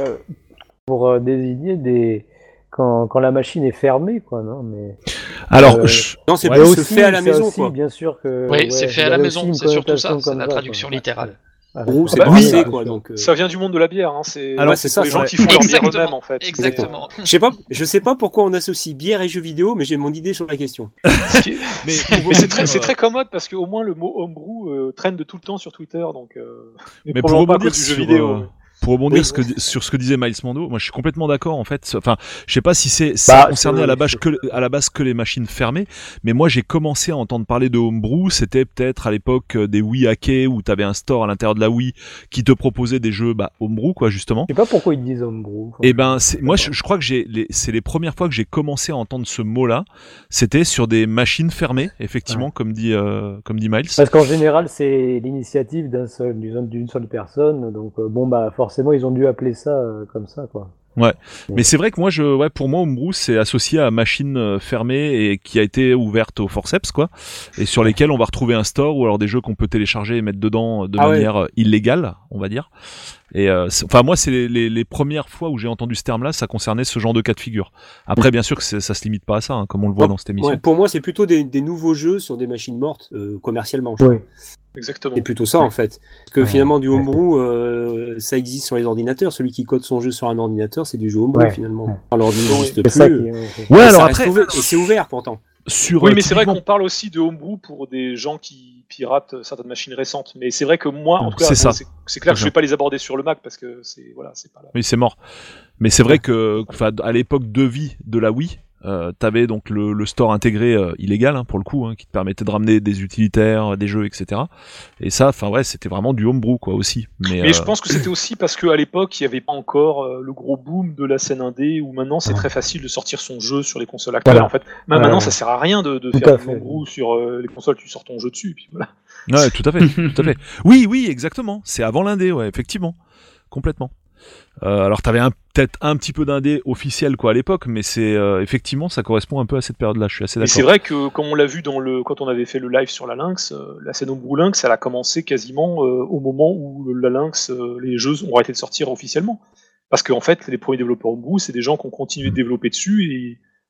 pour désigner quand la machine est fermée, quoi, non, mais... Alors, non, c'est plus se fait à la maison, aussi, quoi. Bien sûr que... Oui, c'est fait à la maison, c'est surtout ça, c'est la traduction littérale. C'est brassé, quoi, donc... Ça vient du monde de la bière, hein, c'est ça, les gens qui font leur bière eux-mêmes, en fait. Exactement. Je sais pas pourquoi on associe bière et jeux vidéo, mais j'ai mon idée sur la question. mais c'est très commode, parce qu'au moins le mot homebrew traîne de tout le temps sur Twitter, donc... mais pour rebondir du jeu vidéo... Pour rebondir sur ce que disait Miles Mando, moi je suis complètement d'accord en fait. Enfin, je sais pas si ça concernait à la base que les machines fermées, mais moi j'ai commencé à entendre parler de homebrew. C'était peut-être à l'époque des Wii hackés où t'avais un store à l'intérieur de la Wii qui te proposait des jeux homebrew, quoi, justement. Je sais pas pourquoi ils disent homebrew. Et moi je crois que c'est les premières fois que j'ai commencé à entendre ce mot-là. C'était sur des machines fermées, effectivement, comme dit Miles. Parce qu'en général c'est l'initiative d'une seule personne, donc forcément ils ont dû appeler ça comme ça, quoi. Ouais, mais c'est vrai que moi, pour moi, homebrew, c'est associé à machine fermée et qui a été ouverte au forceps, quoi, et sur lesquelles on va retrouver un store ou alors des jeux qu'on peut télécharger et mettre dedans de manière illégale, on va dire. Et moi, c'est les premières fois où j'ai entendu ce terme-là, ça concernait ce genre de cas de figure. Après, bien sûr que ça se limite pas à ça, comme on le voit dans cette émission. Ouais, pour moi, c'est plutôt des nouveaux jeux sur des machines mortes commercialement. Exactement. C'est plutôt ça en fait. Parce que finalement du homebrew, ça existe sur les ordinateurs. Celui qui code son jeu sur un ordinateur, c'est du jeu homebrew finalement. Alors il n'existe plus. Alors après, et c'est ouvert pourtant. Oui, mais c'est vrai qu'on parle aussi de homebrew pour des gens qui piratent certaines machines récentes. Mais c'est vrai que moi, en tout cas, c'est clair que je vais pas les aborder sur le Mac parce que c'est pas là. Oui, c'est mort. Mais c'est vrai que, à l'époque de vie de la Wii, t'avais donc le store intégré illégal, pour le coup, qui te permettait de ramener des utilitaires, des jeux, etc. Et ça, c'était vraiment du homebrew, quoi, aussi. Mais je pense que c'était aussi parce qu'à l'époque, il n'y avait pas encore le gros boom de la scène indé, où maintenant c'est très facile de sortir son jeu sur les consoles actuelles. En fait, maintenant, ça sert à rien de faire du homebrew sur les consoles, tu sors ton jeu dessus, et puis voilà. Ouais, tout à fait, tout à fait. Oui, exactement. C'est avant l'indé, ouais, effectivement, complètement. Alors t'avais peut-être un petit peu d'indé officiel, quoi, à l'époque, mais c'est effectivement ça correspond un peu à cette période-là. Je suis assez d'accord. Et c'est vrai que comme on l'a vu quand on avait fait le live sur la Lynx, la scène homebrew Lynx, elle a commencé quasiment au moment où la Lynx, les jeux ont arrêté de sortir officiellement, parce qu'en fait les premiers développeurs homebrew, c'est des gens qui ont continué de développer dessus et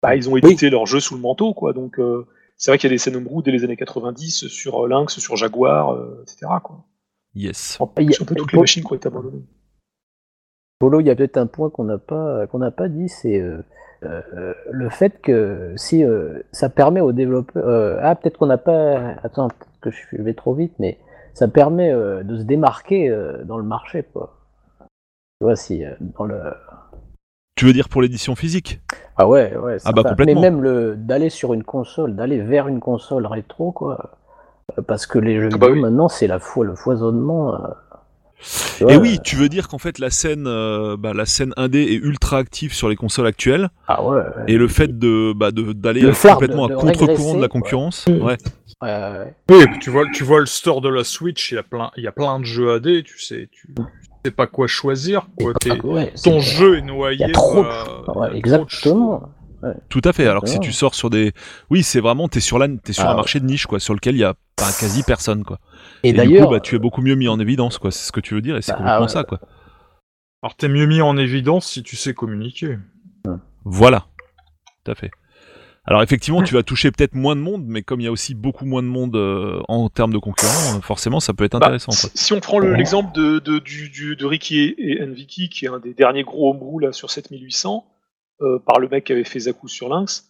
ils ont édité leur jeu sous le manteau, quoi. Donc c'est vrai qu'il y a des scènes homebrew dès les années 90 sur Lynx, sur Jaguar, etc. Quoi. Yes. C'est un peu toutes les machines qui ont été abandonnées. Polo, il y a peut-être un point qu'on n'a pas dit, c'est le fait que si ça permet aux développeurs... peut-être qu'on n'a pas... Attends, peut-être que je vais trop vite, mais ça permet de se démarquer dans le marché, quoi. Tu vois, si dans le... Tu veux dire pour l'édition physique ? Ah ouais, complètement. Mais même d'aller sur une console, d'aller vers une console rétro, quoi. Parce que les jeux vidéo, maintenant, c'est le foisonnement... Et oui, tu veux dire qu'en fait la scène indé est ultra active sur les consoles actuelles. Ah ouais. Et le fait d'aller complètement à contre-courant de la concurrence. Ouais. Oui, et puis tu vois le store de la Switch, il y a plein de jeux AD, tu sais pas quoi choisir, quoi. Ton jeu est noyé. Il y a trop. Exactement. Ouais. Tout à fait. Alors que si tu sors sur des, c'est vraiment t'es sur un marché de niche, quoi, sur lequel il y a quasi personne, quoi. Et d'ailleurs, du coup, tu es beaucoup mieux mis en évidence, quoi. C'est ce que tu veux dire, et c'est complètement ça, quoi. Alors t'es mieux mis en évidence si tu sais communiquer. Voilà. Tout à fait. Alors effectivement, tu vas toucher peut-être moins de monde, mais comme il y a aussi beaucoup moins de monde en termes de concurrents, forcément, ça peut être intéressant. Quoi. Si on prend l'exemple de Ricky et Enviki, qui est un des derniers gros homebrew là sur 7800. Par le mec qui avait fait Zaku sur Lynx.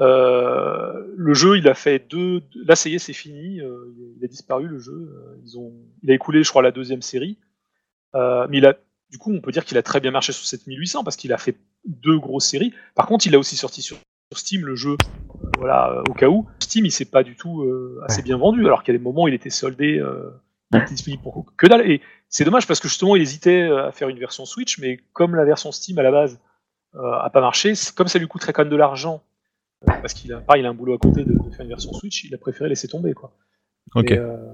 Le jeu, il a fait là, ça y est, c'est fini. Il a disparu, le jeu. Il a écoulé, je crois, la deuxième série. Mais du coup, on peut dire qu'il a très bien marché sur 7800 parce qu'il a fait 2 grosses séries. Par contre, il a aussi sorti sur Steam le jeu. Au cas où. Steam, il s'est pas du tout assez bien vendu, alors qu'à des moments, il était soldé. Il était disponible pour que dalle. Et c'est dommage parce que justement, il hésitait à faire une version Switch, mais comme la version Steam à la base a pas marché, comme ça lui coûterait quand même de l'argent, parce qu'il a un boulot à côté de faire une version Switch, il a préféré laisser tomber, quoi. Ok.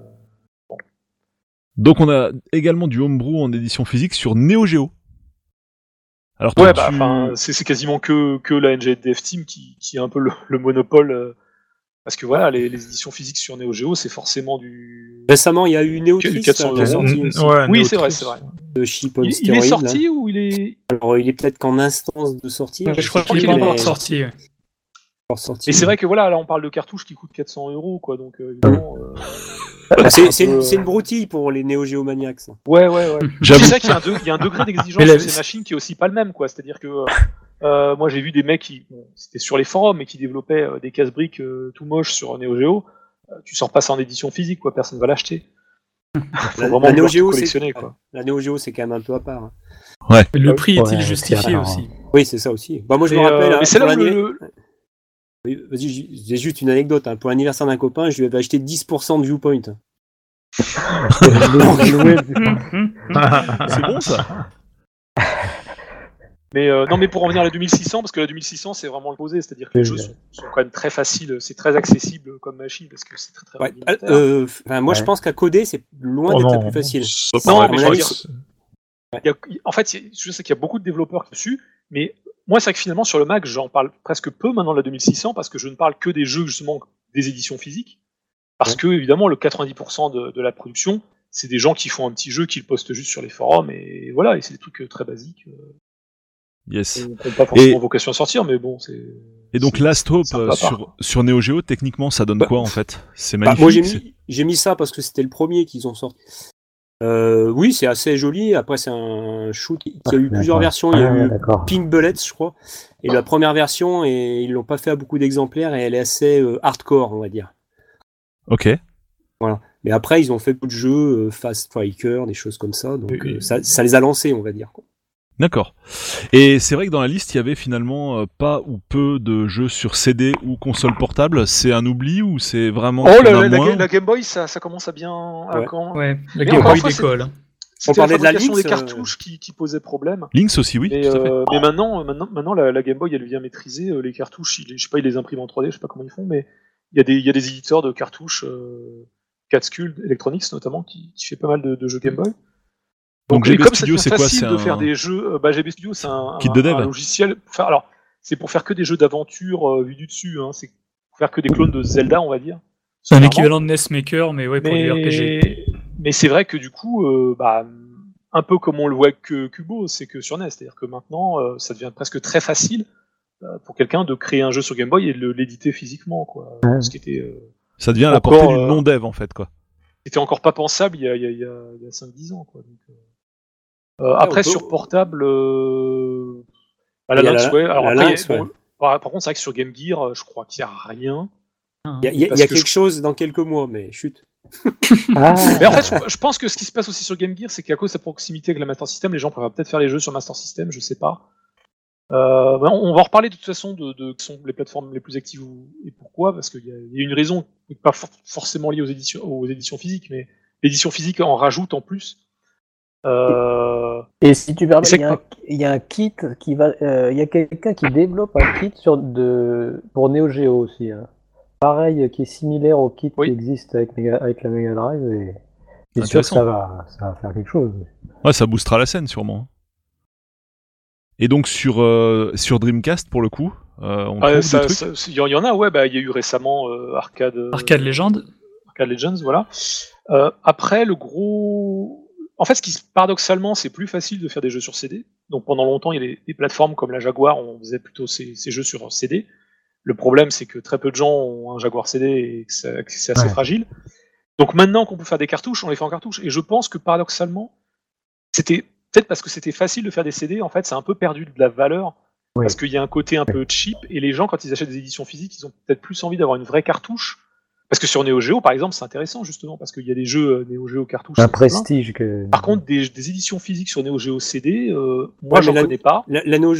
Donc on a également du homebrew en édition physique sur Neo Geo. Alors c'est quasiment que la NG Dev Team qui a un peu le monopole, parce que voilà, les éditions physiques sur Neo Geo, c'est forcément du... Récemment, il y a eu Neotrix. 400 €. Oui, c'est vrai. De Chip on il Steroid, est sorti ou il est... Alors, il est peut-être qu'en instance de sortie. Je crois qu'il est pas encore sorti. Et c'est vrai que voilà, là on parle de cartouches qui coûtent 400 €, quoi, donc évidemment... c'est une broutille pour les Neo Geo maniacs. Ouais. C'est ça qu'il y a un degré d'exigence sur ces machines qui est aussi pas le même, quoi. C'est-à-dire que moi j'ai vu des mecs c'était sur les forums, mais qui développaient des casse-briques tout moches sur Neo Geo. Tu sors pas ça en édition physique, quoi. Personne va l'acheter. La Neo Geo, quoi. La Neo Geo, c'est quand même un peu à part. Hein. Ouais. Le prix est-il justifié aussi? Oui, c'est ça aussi. Moi, je me rappelle. Mais c'est là Oui, vas-y, j'ai juste une anecdote. Pour l'anniversaire d'un copain, je lui avais acheté 10% de Viewpoint. C'est bon, ça. Mais non, mais pour en venir à la 2600, parce que la 2600 c'est vraiment le posé, c'est-à-dire que les jeux sont quand même très faciles, c'est très accessible comme machine parce que c'est très rudimentaire. Moi je pense qu'à coder c'est loin d'être la plus facile. Non, mais en fait, je sais qu'il y a beaucoup de développeurs dessus, mais moi c'est vrai que finalement sur le Mac j'en parle presque peu maintenant de la 2600 parce que je ne parle que des jeux justement des éditions physiques, parce que évidemment le 90% de la production c'est des gens qui font un petit jeu, qui le postent juste sur les forums et voilà, et c'est des trucs très basiques. Yes. Qui n'ont pas forcément vocation à sortir, mais bon, c'est... Et donc Last Hope sur Neo Geo, techniquement, ça donne quoi en fait? C'est magnifique. Moi j'ai mis ça parce que c'était le premier qu'ils ont sorti. Oui, c'est assez joli. Après, c'est un shoot qui a eu plusieurs versions. Il y a eu Pink Bullets, je crois. Et la première version, et ils l'ont pas fait à beaucoup d'exemplaires, et elle est assez hardcore, on va dire. Ok. Voilà. Mais après, ils ont fait beaucoup de jeux, Fast Striker, des choses comme ça. Donc ça les a lancés, on va dire, quoi. D'accord. Et c'est vrai que dans la liste, il y avait finalement pas ou peu de jeux sur CD ou console portable. C'est un oubli ou c'est vraiment... la Game Boy, ça commence à bien... Ouais, la Game Boy décolle. C'était la fabrication des cartouches qui posait problème. Lynx aussi, oui. Tout à fait. Mais maintenant la Game Boy, elle vient maîtriser les cartouches. Je sais pas, ils les impriment en 3D, je sais pas comment ils font, mais il y a des éditeurs de cartouches, Catskill Electronics notamment, qui fait pas mal de jeux Game Boy. Donc GB Studio, c'est quoi? C'est de faire des jeux. GB Studio, c'est un logiciel. Alors, c'est pour faire que des jeux d'aventure vus du dessus. Hein. C'est pour faire que des clones de Zelda, on va dire. C'est un équivalent de NES Maker, mais ouais, pour du RPG. Mais c'est vrai que du coup, un peu comme on le voit que Kubo, c'est que sur NES, c'est-à-dire que maintenant, ça devient presque très facile pour quelqu'un de créer un jeu sur Game Boy et de l'éditer physiquement, quoi. Ce qui était ça devient à la portée du non-dev en fait, quoi. C'était encore pas pensable il y a 5-10 ans, quoi. Donc, après sur portable, la Lynx, ouais. Alors après, par contre, c'est vrai que sur Game Gear, je crois qu'il y a rien. Il y a quelque chose dans quelques mois, mais chut. Mais en fait, je pense que ce qui se passe aussi sur Game Gear, c'est qu'à cause de sa proximité avec la Master System, les gens préfèrent peut-être faire les jeux sur Master System, je sais pas. On va en reparler de toute façon de sont les plateformes les plus actives et pourquoi, parce qu'il y a une raison pas forcément liée aux éditions physiques, mais l'édition physique en rajoute en plus. Et si tu permets, il y a un kit qui va, il y a quelqu'un qui développe un kit pour Neo Geo aussi. Hein. Pareil, qui est similaire au kit qui existe avec la Mega Drive. Et c'est sûr que ça va faire quelque chose. Ouais, ça boostera la scène sûrement. Et donc sur Dreamcast pour le coup, on trouve des trucs. Il y en a, ouais, il y a eu récemment Arcade Legends. Arcade Legends, voilà. Après le gros. En fait, paradoxalement, c'est plus facile de faire des jeux sur CD. Donc pendant longtemps, il y a des plateformes comme la Jaguar, on faisait plutôt ces jeux sur CD. Le problème, c'est que très peu de gens ont un Jaguar CD et que c'est assez fragile. Donc maintenant qu'on peut faire des cartouches, on les fait en cartouches. Et je pense que paradoxalement, c'était peut-être parce que c'était facile de faire des CD, en fait, ça a un peu perdu de la valeur. Parce qu'il y a un côté un peu cheap. Et les gens, quand ils achètent des éditions physiques, ils ont peut-être plus envie d'avoir une vraie cartouche. Parce que sur Neo Geo, par exemple, c'est intéressant justement, parce qu'il y a des jeux Neo Geo cartouches. Un prestige. Par contre, des éditions physiques sur Neo Geo CD, moi j'en connais pas. La Neo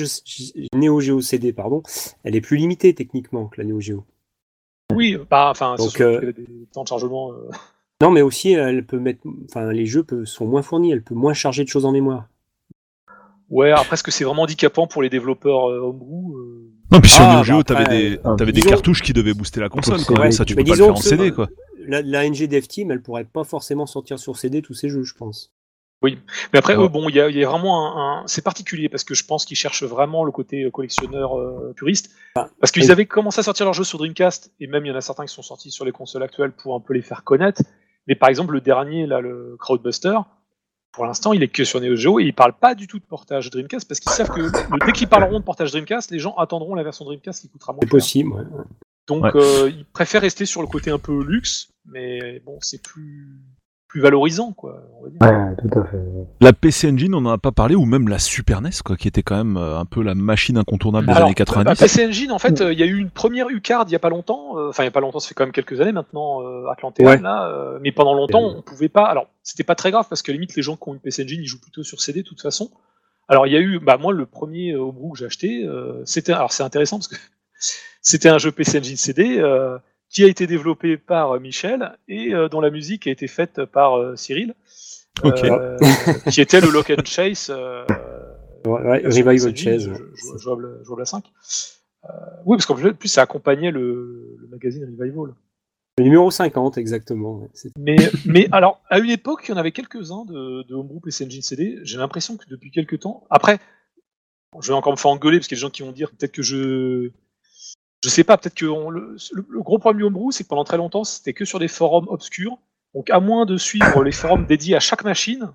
Geo CD, pardon, elle est plus limitée techniquement que la Neo Geo. Oui, enfin, donc des temps de chargement. Non, mais aussi, elle peut les jeux sont moins fournis, elle peut moins charger de choses en mémoire. Ouais, après, est-ce que c'est vraiment handicapant pour les développeurs homebrew Non, puis sur Neo Geo, t'avais des cartouches qui devaient booster la console, quoi. Ça, tu peux pas le faire en CD, quoi. La NG Dev Team, elle pourrait pas forcément sortir sur CD tous ces jeux, je pense. Oui, mais après, il y a vraiment c'est particulier, parce que je pense qu'ils cherchent vraiment le côté collectionneur puriste. Parce qu'ils avaient commencé à sortir leurs jeux sur Dreamcast, et même il y en a certains qui sont sortis sur les consoles actuelles pour un peu les faire connaître. Mais par exemple, le dernier, là, le Crowdbuster, pour l'instant, il est que sur Neo Geo et il parle pas du tout de portage Dreamcast parce qu'ils savent que dès qu'ils parleront de portage Dreamcast, les gens attendront la version Dreamcast qui coûtera moins cher. C'est possible, ouais. Donc, ils préfèrent rester sur le côté un peu luxe, mais bon, c'est plus valorisant, quoi. On va dire. Ouais, tout à fait. La PC Engine, on en a pas parlé, ou même la Super NES, quoi, qui était quand même un peu la machine incontournable des années 90. La PC Engine, en fait, il y a eu une première U-Card il y a pas longtemps. Enfin, il y a pas longtemps, ça fait quand même quelques années maintenant, Atlantean, là. Mais pendant longtemps, on pouvait pas. Alors, c'était pas très grave parce que limite, les gens qui ont une PC Engine, ils jouent plutôt sur CD, de toute façon. Alors, il y a eu, moi, le premier homebrew que j'ai acheté, c'est intéressant parce que c'était un jeu PC Engine CD. Qui a été développé par Michel et dont la musique a été faite par Cyril, qui était le Lock and Chase, Revival Chase, jouable à 5. Oui, parce qu'en plus ça accompagnait le magazine Revival. Le numéro 50, exactement. Ouais. Mais alors, à une époque, il y en avait quelques-uns de homebrew PC Engine CD. J'ai l'impression que depuis quelques temps, après, je vais encore me faire engueuler parce qu'il y a des gens qui vont dire peut-être que je sais pas, peut-être que le gros problème du homebrew, c'est que pendant très longtemps, c'était que sur des forums obscurs. Donc, à moins de suivre les forums dédiés à chaque machine,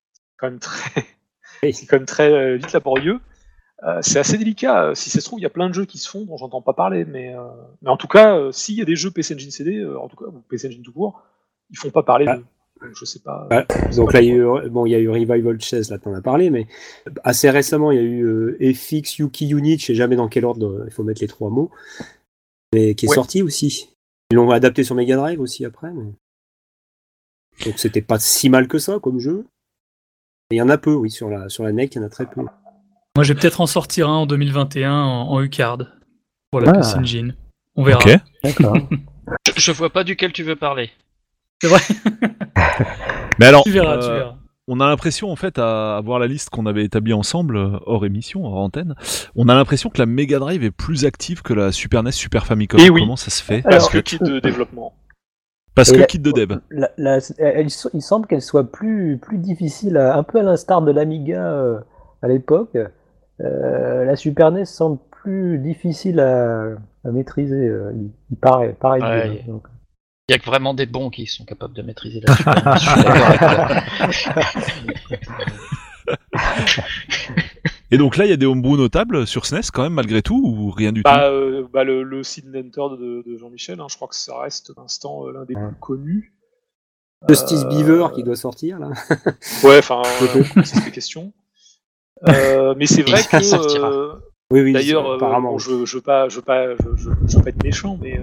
c'est quand même très vite laborieux. C'est assez délicat. Si ça se trouve, il y a plein de jeux qui se font dont j'entends pas parler. Mais en tout cas, s'il y a des jeux PC Engine CD, en tout cas, ou PC Engine tout court, ils font pas parler de. Je sais pas. Donc là, il y a eu Revival Chess, là, t'en as parlé, mais assez récemment, il y a eu FX Yuki Unit, je sais jamais dans quel ordre il faut mettre les trois mots, mais qui est sorti aussi. Ils l'ont adapté sur Mega Drive aussi après. Mais... Donc c'était pas si mal que ça comme jeu. Il y en a peu, oui, sur la NEC, il y en a très peu. Moi, je vais peut-être en sortir un en 2021 en U-Card pour la PC Engine. On verra. Ok. D'accord. Je vois pas duquel tu veux parler. C'est vrai. Mais alors, tu verras. On a l'impression, en fait, à voir la liste qu'on avait établie ensemble, hors émission, hors antenne, on a l'impression que la Mega Drive est plus active que la Super NES, Super Famicom. Et oui. Comment ça se fait? Parce que kit de développement. Parce que kit de dev. Il semble qu'elle soit plus difficile, un peu à l'instar de l'Amiga à l'époque. La Super NES semble plus difficile à maîtriser. Il paraît. Ouais. Donc. Il n'y a que vraiment des bons qui sont capables de maîtriser la Super NES. Je suis d'accord avec toi. Et donc là, il y a des homebrew notables sur SNES quand même, malgré tout, ou rien du tout? Le Sid Enter de Jean-Michel, je crois que ça reste pour l'instant l'un des plus connus. Justice Beaver qui doit sortir là. Ouais, enfin, c'est des questions. Mais c'est vrai que. Oui, d'ailleurs, apparemment. Je veux pas être méchant, mais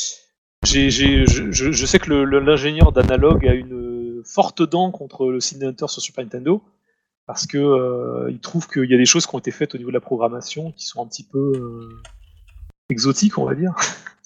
je sais que l'ingénieur d'Analog a une forte dent contre le Sid Hunter sur Super Nintendo, parce que il trouve qu'il y a des choses qui ont été faites au niveau de la programmation qui sont un petit peu exotiques, on va dire.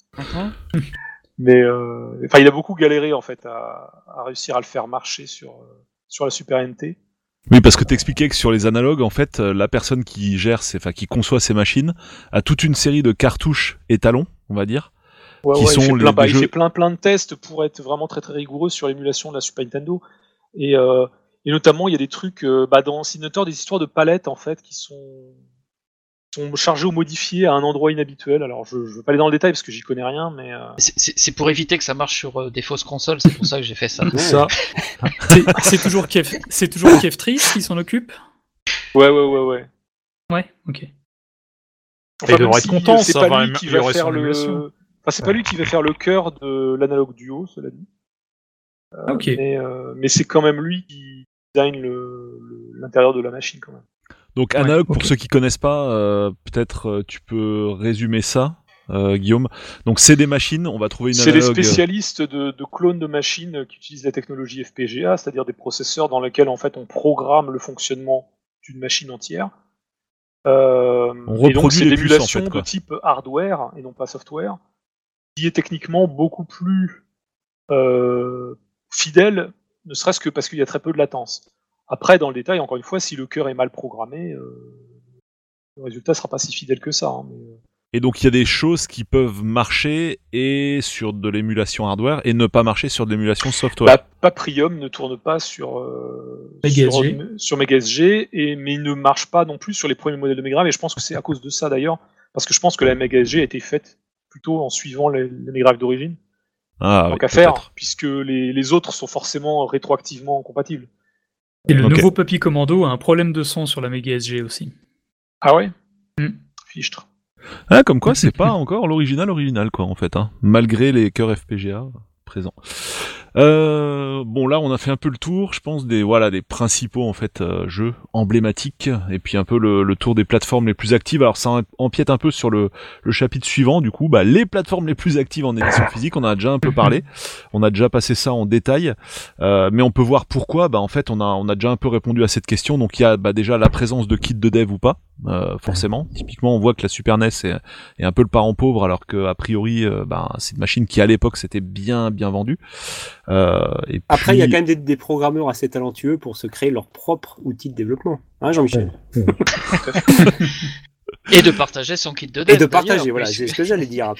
Mais il a beaucoup galéré en fait à réussir à le faire marcher sur la Super NT. Oui, parce que t'expliquais que sur les analogues, en fait, la personne qui gère, qui conçoit ces machines, a toute une série de cartouches étalons, on va dire. Il fait plein de tests pour être vraiment très très rigoureux sur l'émulation de la Super Nintendo. Et notamment, il y a des trucs dans Sid Hunter, des histoires de palettes en fait qui sont chargées ou modifiées à un endroit inhabituel. Alors, je veux pas aller dans le détail parce que j'y connais rien, mais c'est pour éviter que ça marche sur des fausses consoles. C'est pour ça que j'ai fait ça. C'est toujours Kev-Tris qui s'en occupe. Ouais. Ouais, ok. Enfin, il devrait être content, c'est pas lui qui va faire c'est pas lui qui va faire le cœur de l'analogue duo, cela dit. Ok. Mais c'est quand même lui qui design l'intérieur de la machine quand même. Donc Analogue, pour ceux qui connaissent pas, peut-être tu peux résumer ça, Guillaume. Donc c'est des machines, on va trouver une Analogue. C'est des spécialistes de clones de machines qui utilisent la technologie FPGA, c'est-à-dire des processeurs dans lesquels en fait on programme le fonctionnement d'une machine entière. Et donc c'est l'émulation de type hardware et non pas software, qui est techniquement beaucoup plus fidèle, ne serait-ce que parce qu'il y a très peu de latence. Après, dans le détail, encore une fois, si le cœur est mal programmé, le résultat sera pas si fidèle que ça. Et donc il y a des choses qui peuvent marcher et sur de l'émulation hardware et ne pas marcher sur de l'émulation software. Paprium ne tourne pas sur Mega SG, mais il ne marche pas non plus sur les premiers modèles de Mega Drive, et je pense que c'est à cause de ça d'ailleurs, parce que je pense que la Mega SG a été faite plutôt en suivant les Mega Drive d'origine. Donc à faire, puisque les autres sont forcément rétroactivement compatibles. Et le nouveau Papy Commando a un problème de son sur la Mega SG aussi. Ah ouais Fichtre. Ah, comme quoi, c'est pas encore l'original, quoi, en fait, malgré les cœurs FPGA présents. Bon, là, on a fait un peu le tour, je pense, des principaux, en fait, jeux emblématiques, et puis un peu le tour des plateformes les plus actives. Alors, ça empiète un peu sur le chapitre suivant, du coup, les plateformes les plus actives en édition physique, on en a déjà un peu parlé, on a déjà passé ça en détail, mais on peut voir pourquoi, en fait, on a déjà un peu répondu à cette question. Donc, il y a déjà la présence de kits de dev ou pas, forcément. Typiquement, on voit que la Super NES est un peu le parent pauvre, alors que a priori, c'est une machine qui, à l'époque, s'était bien vendue. Et après, il y a quand même des programmeurs assez talentueux pour se créer leur propre outil de développement. Hein, Jean-Michel? Et de partager son kit de dev. Et de partager, voilà, c'est ce que j'allais dire.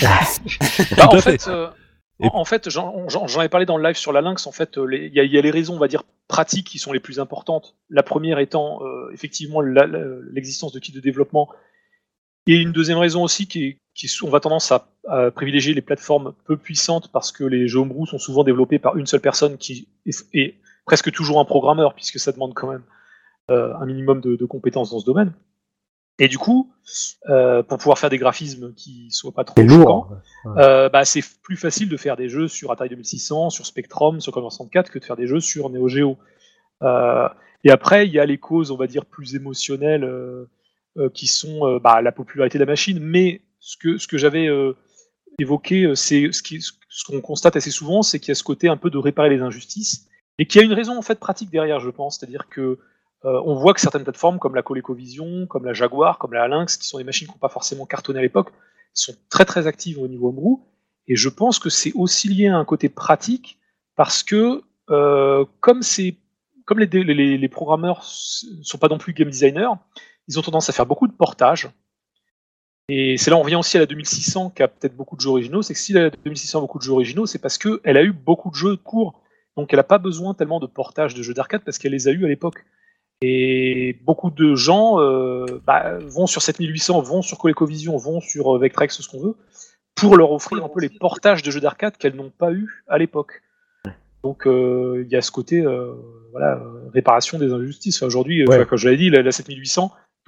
En fait, j'en ai parlé dans le live sur la Lynx. En fait, il y a les raisons, on va dire, pratiques qui sont les plus importantes. La première étant effectivement l'existence de kits de développement. Et une deuxième raison aussi on va tendance à privilégier les plateformes peu puissantes parce que les jeux homebrew sont souvent développés par une seule personne qui est presque toujours un programmeur, puisque ça demande quand même un minimum de compétences dans ce domaine. Et du coup, pour pouvoir faire des graphismes qui soient pas trop choquants, c'est plus facile de faire des jeux sur Atari 2600, sur Spectrum, sur Commodore 64 que de faire des jeux sur Neo Geo. Et après, il y a les causes, on va dire, plus émotionnelles qui sont la popularité de la machine, mais ce que j'avais évoqué, c'est ce qu'on constate assez souvent, c'est qu'il y a ce côté un peu de réparer les injustices, et qu'il y a une raison en fait pratique derrière, je pense, c'est-à-dire que on voit que certaines plateformes comme la ColecoVision, comme la Jaguar, comme la Lynx, qui sont des machines qui n'ont pas forcément cartonné à l'époque, sont très très actives au niveau homebrew, et je pense que c'est aussi lié à un côté pratique, parce que comme les programmeurs ne sont pas non plus game designers, ils ont tendance à faire beaucoup de portages. Et c'est là on revient aussi à la 2600 qui a peut-être beaucoup de jeux originaux. C'est que si la 2600 a beaucoup de jeux originaux, c'est parce qu'elle a eu beaucoup de jeux courts. Donc elle n'a pas besoin tellement de portages de jeux d'arcade parce qu'elle les a eu à l'époque. Et beaucoup de gens vont sur 7800, vont sur ColecoVision, vont sur Vectrex, ce qu'on veut, pour leur offrir un peu les portages de jeux d'arcade qu'elles n'ont pas eu à l'époque. Donc il y a ce côté réparation des injustices. Aujourd'hui, comme je l'avais dit, la 7800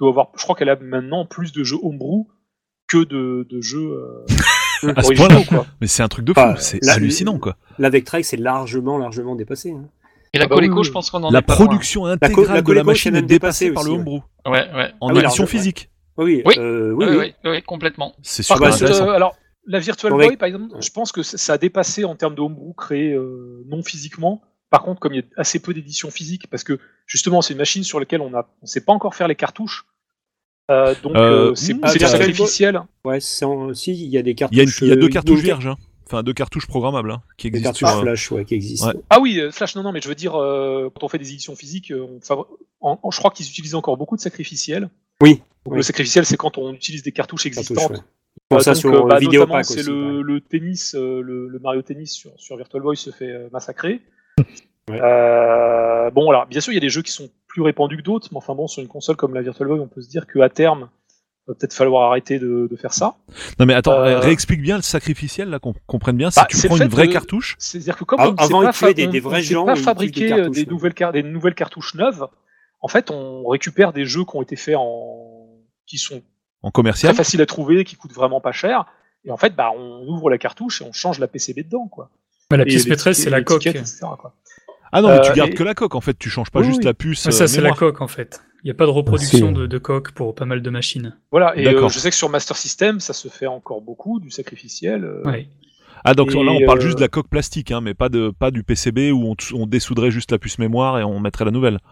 je crois qu'elle a maintenant plus de jeux homebrew que de jeux à ce originaux, point-là. quoi. Mais c'est un truc de fou, c'est hallucinant, quoi. La Vectrex c'est largement dépassé. Hein. Et la Coleco, je pense qu'on en est La pas production intégrale de la machine est dépassée par le aussi, homebrew. Ouais. En édition physique. Oui, complètement. C'est Par super contre, intéressant. alors, la Virtual Boy, par exemple, je pense que ça a dépassé en termes de homebrew créé non physiquement. Par contre, comme il y a assez peu d'éditions physiques, parce que justement, c'est une machine sur laquelle on ne sait pas encore faire les cartouches. Donc, c'est du sacrificiel. Ouais, si, il y a des cartouches. Il y a 2 cartouches vierges, hein. Enfin 2 cartouches programmables qui des existent. Cartouches flash, qui existent. Ouais. Ah oui, flash, non, mais je veux dire, quand on fait des éditions physiques, je crois qu'ils utilisent encore beaucoup de sacrificiel. Oui. Donc, le sacrificiel, c'est quand on utilise des cartouches existantes. Ça, sur Vidéopack c'est aussi. le tennis, le Mario Tennis sur Virtual Boy se fait massacrer. Ouais. Bon, alors, bien sûr, il y a des jeux qui sont plus répandus que d'autres, mais enfin bon, sur une console comme la Virtual Boy, on peut se dire qu'à terme, il va peut-être falloir arrêter de faire ça. Non mais attends, réexplique bien le sacrificiel là, qu'on comprenne bien. Si tu prends une vraie cartouche. C'est-à-dire que comme on ne sait pas fabriquer des nouvelles cartouches neuves, en fait, on récupère des jeux qui ont été faits qui sont en commercial, très faciles à trouver, qui coûtent vraiment pas cher. Et en fait, on ouvre la cartouche et on change la PCB dedans, quoi. La pièce maîtresse, c'est la coque. Etc., quoi. Ah non, mais tu gardes que la coque en fait, tu changes pas juste la puce. Ça, c'est la coque en fait. Il n'y a pas de reproduction de coque pour pas mal de machines. Voilà, et je sais que sur Master System, ça se fait encore beaucoup, du sacrificiel. Ouais. Ah donc là, on parle juste de la coque plastique, mais pas du PCB où on dessoudrait juste la puce mémoire et on mettrait la nouvelle.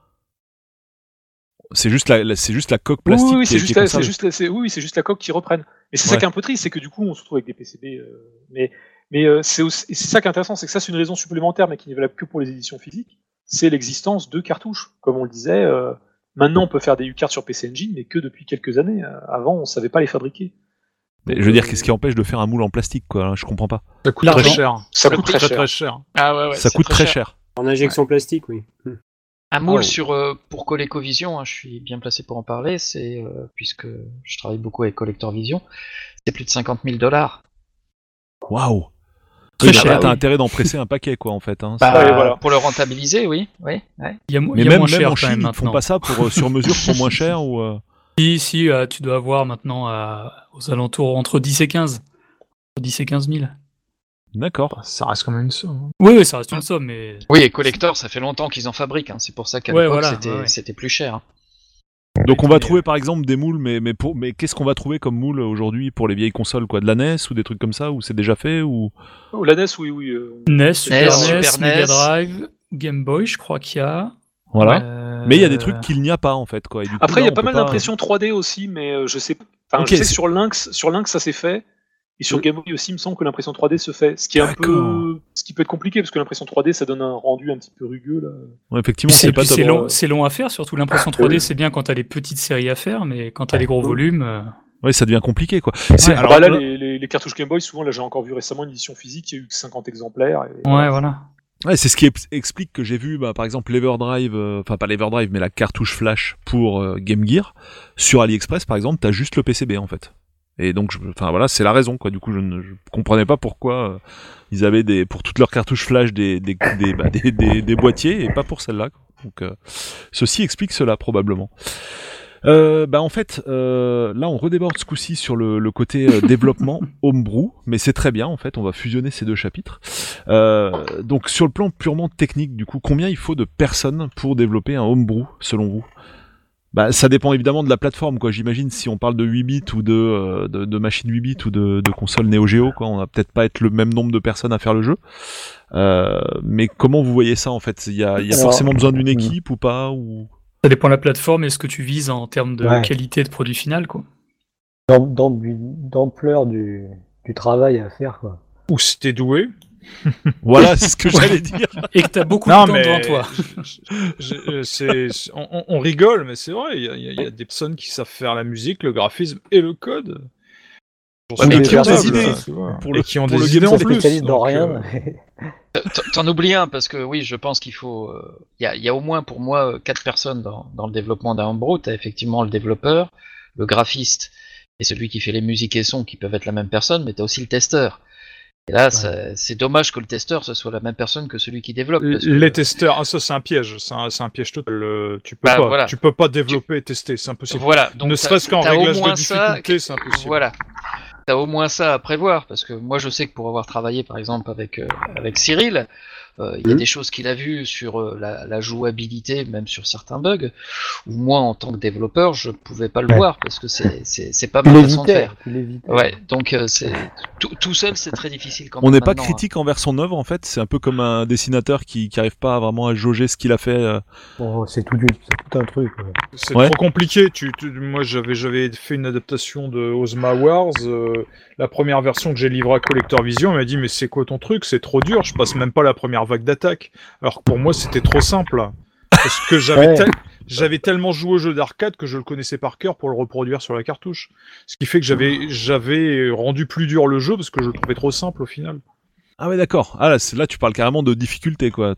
C'est juste la coque plastique. Oui, c'est juste la coque qui reprenne. Mais c'est ça qui est un peu triste, c'est que du coup, on se retrouve avec des PCB. Mais c'est ça qui est intéressant, c'est que ça, c'est une raison supplémentaire, mais qui n'est valable que pour les éditions physiques. C'est l'existence de cartouches. Comme on le disait, maintenant, on peut faire des U-cards sur PC Engine, mais que depuis quelques années. Avant, on savait pas les fabriquer. Mais je veux dire, qu'est-ce qui empêche de faire un moule en plastique, quoi? Je comprends pas. Ça coûte très cher. Ça coûte très cher. Ah ouais. Ça coûte très cher. En injection plastique, oui. Un moule pour ColecoVision, je suis bien placé pour en parler, c'est puisque je travaille beaucoup avec Collector Vision, c'est plus de $50,000. Waouh! Très cher. T'as intérêt d'en presser un paquet, quoi, en fait. Voilà. Pour le rentabiliser, oui. Il y a mais moins même cher en quand même Chine, ils font pas ça pour sur mesure pour moins cher ou. Si, tu dois avoir maintenant aux alentours entre 10 et 15. 10 et 15 000. D'accord. Ça reste quand même une somme. Oui, ça reste une somme, mais. Oui, et Collector, ça fait longtemps qu'ils en fabriquent, c'est pour ça qu'à l'époque c'était plus cher. Donc on va trouver par exemple des moules, mais qu'est-ce qu'on va trouver comme moule aujourd'hui pour les vieilles consoles, quoi? De la NES ou des trucs comme ça, ou c'est déjà fait ou... La NES, oui. NES, Super NES, Mega Drive, Game Boy, je crois qu'il y a. Voilà. Mais il y a des trucs qu'il n'y a pas en fait, quoi. Et du coup, après, il y a pas mal d'impressions 3D aussi, mais je sais. Enfin, je sais que sur Lynx, ça s'est fait. Et sur Game Boy aussi, il me semble que l'impression 3D se fait. Ce qui peut être compliqué, parce que l'impression 3D, ça donne un rendu un petit peu rugueux, là. Ouais, effectivement, c'est pas top. C'est long à faire, surtout l'impression 3D, c'est bien quand t'as des petites séries à faire, mais quand t'as des gros volumes. Ouais, ça devient compliqué, quoi. Alors là, les cartouches Game Boy, souvent, là, j'ai encore vu récemment une édition physique, il y a eu que 50 exemplaires. Ouais, voilà. Ouais, c'est ce qui explique que j'ai vu, par exemple, l'Everdrive, enfin pas l'Everdrive, mais la cartouche flash pour Game Gear. Sur AliExpress, par exemple, t'as juste le PCB, en fait. Et donc, voilà, c'est la raison, quoi. Du coup, je comprenais pas pourquoi ils avaient pour toutes leurs cartouches flash des boîtiers et pas pour celle-là. Donc, ceci explique cela probablement. En fait, là, on redéborde ce coup-ci sur le côté développement homebrew, mais c'est très bien. En fait, on va fusionner ces deux chapitres. Donc, sur le plan purement technique, du coup, combien il faut de personnes pour développer un homebrew, selon vous? Ça dépend évidemment de la plateforme, quoi. J'imagine si on parle de 8 bits ou de machines 8 bits ou de consoles Neo Geo, quoi, on va peut-être pas être le même nombre de personnes à faire le jeu. Mais comment vous voyez ça en fait? Il y a forcément besoin d'une équipe ou pas ou... Ça dépend de la plateforme et ce que tu vises en termes de qualité de produit final, quoi. D'ampleur du travail à faire, quoi. Ou si t'es doué. Voilà, c'est ce que j'allais dire. Et que t'as beaucoup de temps devant toi. On rigole, mais c'est vrai, il y a des personnes qui savent faire la musique, le graphisme et le code. Et qui ont des idées. Qui ont des idées en plus. Dans rien. T'en oublies un, parce que oui, je pense qu'il faut... Il y a au moins pour moi 4 personnes dans le développement d'un homebrew. T'as effectivement le développeur, le graphiste et celui qui fait les musiques et sons qui peuvent être la même personne, mais t'as aussi le testeur. Et là, c'est dommage que le testeur ce soit la même personne que celui qui développe. Les testeurs, ça c'est un piège, c'est un piège total. Tu peux pas développer et tester, c'est impossible. Voilà, donc ne serait-ce qu'en réglage de difficulté, c'est impossible. Voilà. T'as au moins ça à prévoir, parce que moi je sais que pour avoir travaillé par exemple avec Cyril, il y a des choses qu'il a vues sur la jouabilité, même sur certains bugs, où moi en tant que développeur je pouvais pas le voir, parce que c'est pas ma façon de faire. Ouais, donc c'est tout seul c'est très difficile quand même. On n'est pas critique envers son œuvre en fait, c'est un peu comme un dessinateur qui arrive pas vraiment à jauger ce qu'il a fait. Bon, c'est tout un truc. C'est trop compliqué. Moi j'avais fait une adaptation de Ozma Wars. La première version que j'ai livrée à Collector Vision, il m'a dit mais c'est quoi ton truc, c'est trop dur, je passe même pas la première vague d'attaque. Alors que pour moi c'était trop simple. Parce que j'avais tellement joué au jeu d'arcade que je le connaissais par cœur pour le reproduire sur la cartouche. Ce qui fait que j'avais rendu plus dur le jeu parce que je le trouvais trop simple au final. Ah ouais d'accord, là tu parles carrément de difficulté quoi.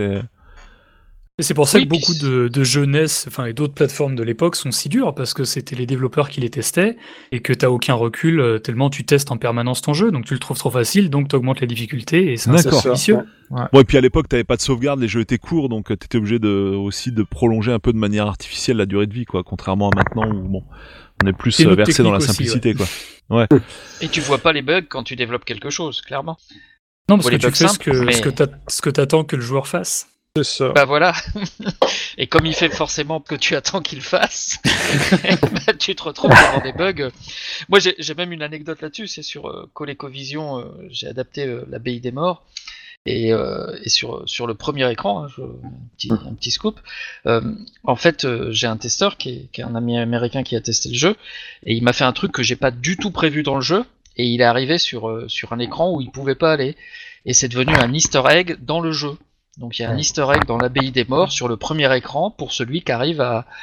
Et c'est pour ça que beaucoup de jeunesse, et d'autres plateformes de l'époque sont si dures, parce que c'était les développeurs qui les testaient, et que t'as aucun recul, tellement tu testes en permanence ton jeu, donc tu le trouves trop facile, donc t'augmentes les difficultés, et c'est un cercle vicieux. Ouais. Bon, et puis à l'époque t'avais pas de sauvegarde, les jeux étaient courts, donc t'étais obligé aussi de prolonger un peu de manière artificielle la durée de vie, quoi, contrairement à maintenant où bon, on est plus versé dans la simplicité, quoi. Ouais. Et tu vois pas les bugs quand tu développes quelque chose, clairement. Non, parce que tu fais ce que t'attends que le joueur fasse. C'est ça. Bah voilà. Et comme il fait forcément que tu attends qu'il fasse, tu te retrouves devant des bugs. Moi, j'ai même une anecdote là-dessus. C'est sur ColecoVision. J'ai adapté l'Abbaye des Morts. Et sur le premier écran, un petit scoop. En fait, j'ai un testeur qui est un ami américain qui a testé le jeu. Et il m'a fait un truc que j'ai pas du tout prévu dans le jeu. Et il est arrivé sur un écran où il pouvait pas aller. Et c'est devenu un easter egg dans le jeu. Donc il y a un easter egg dans l'Abbaye des Morts sur le premier écran pour celui qui arrive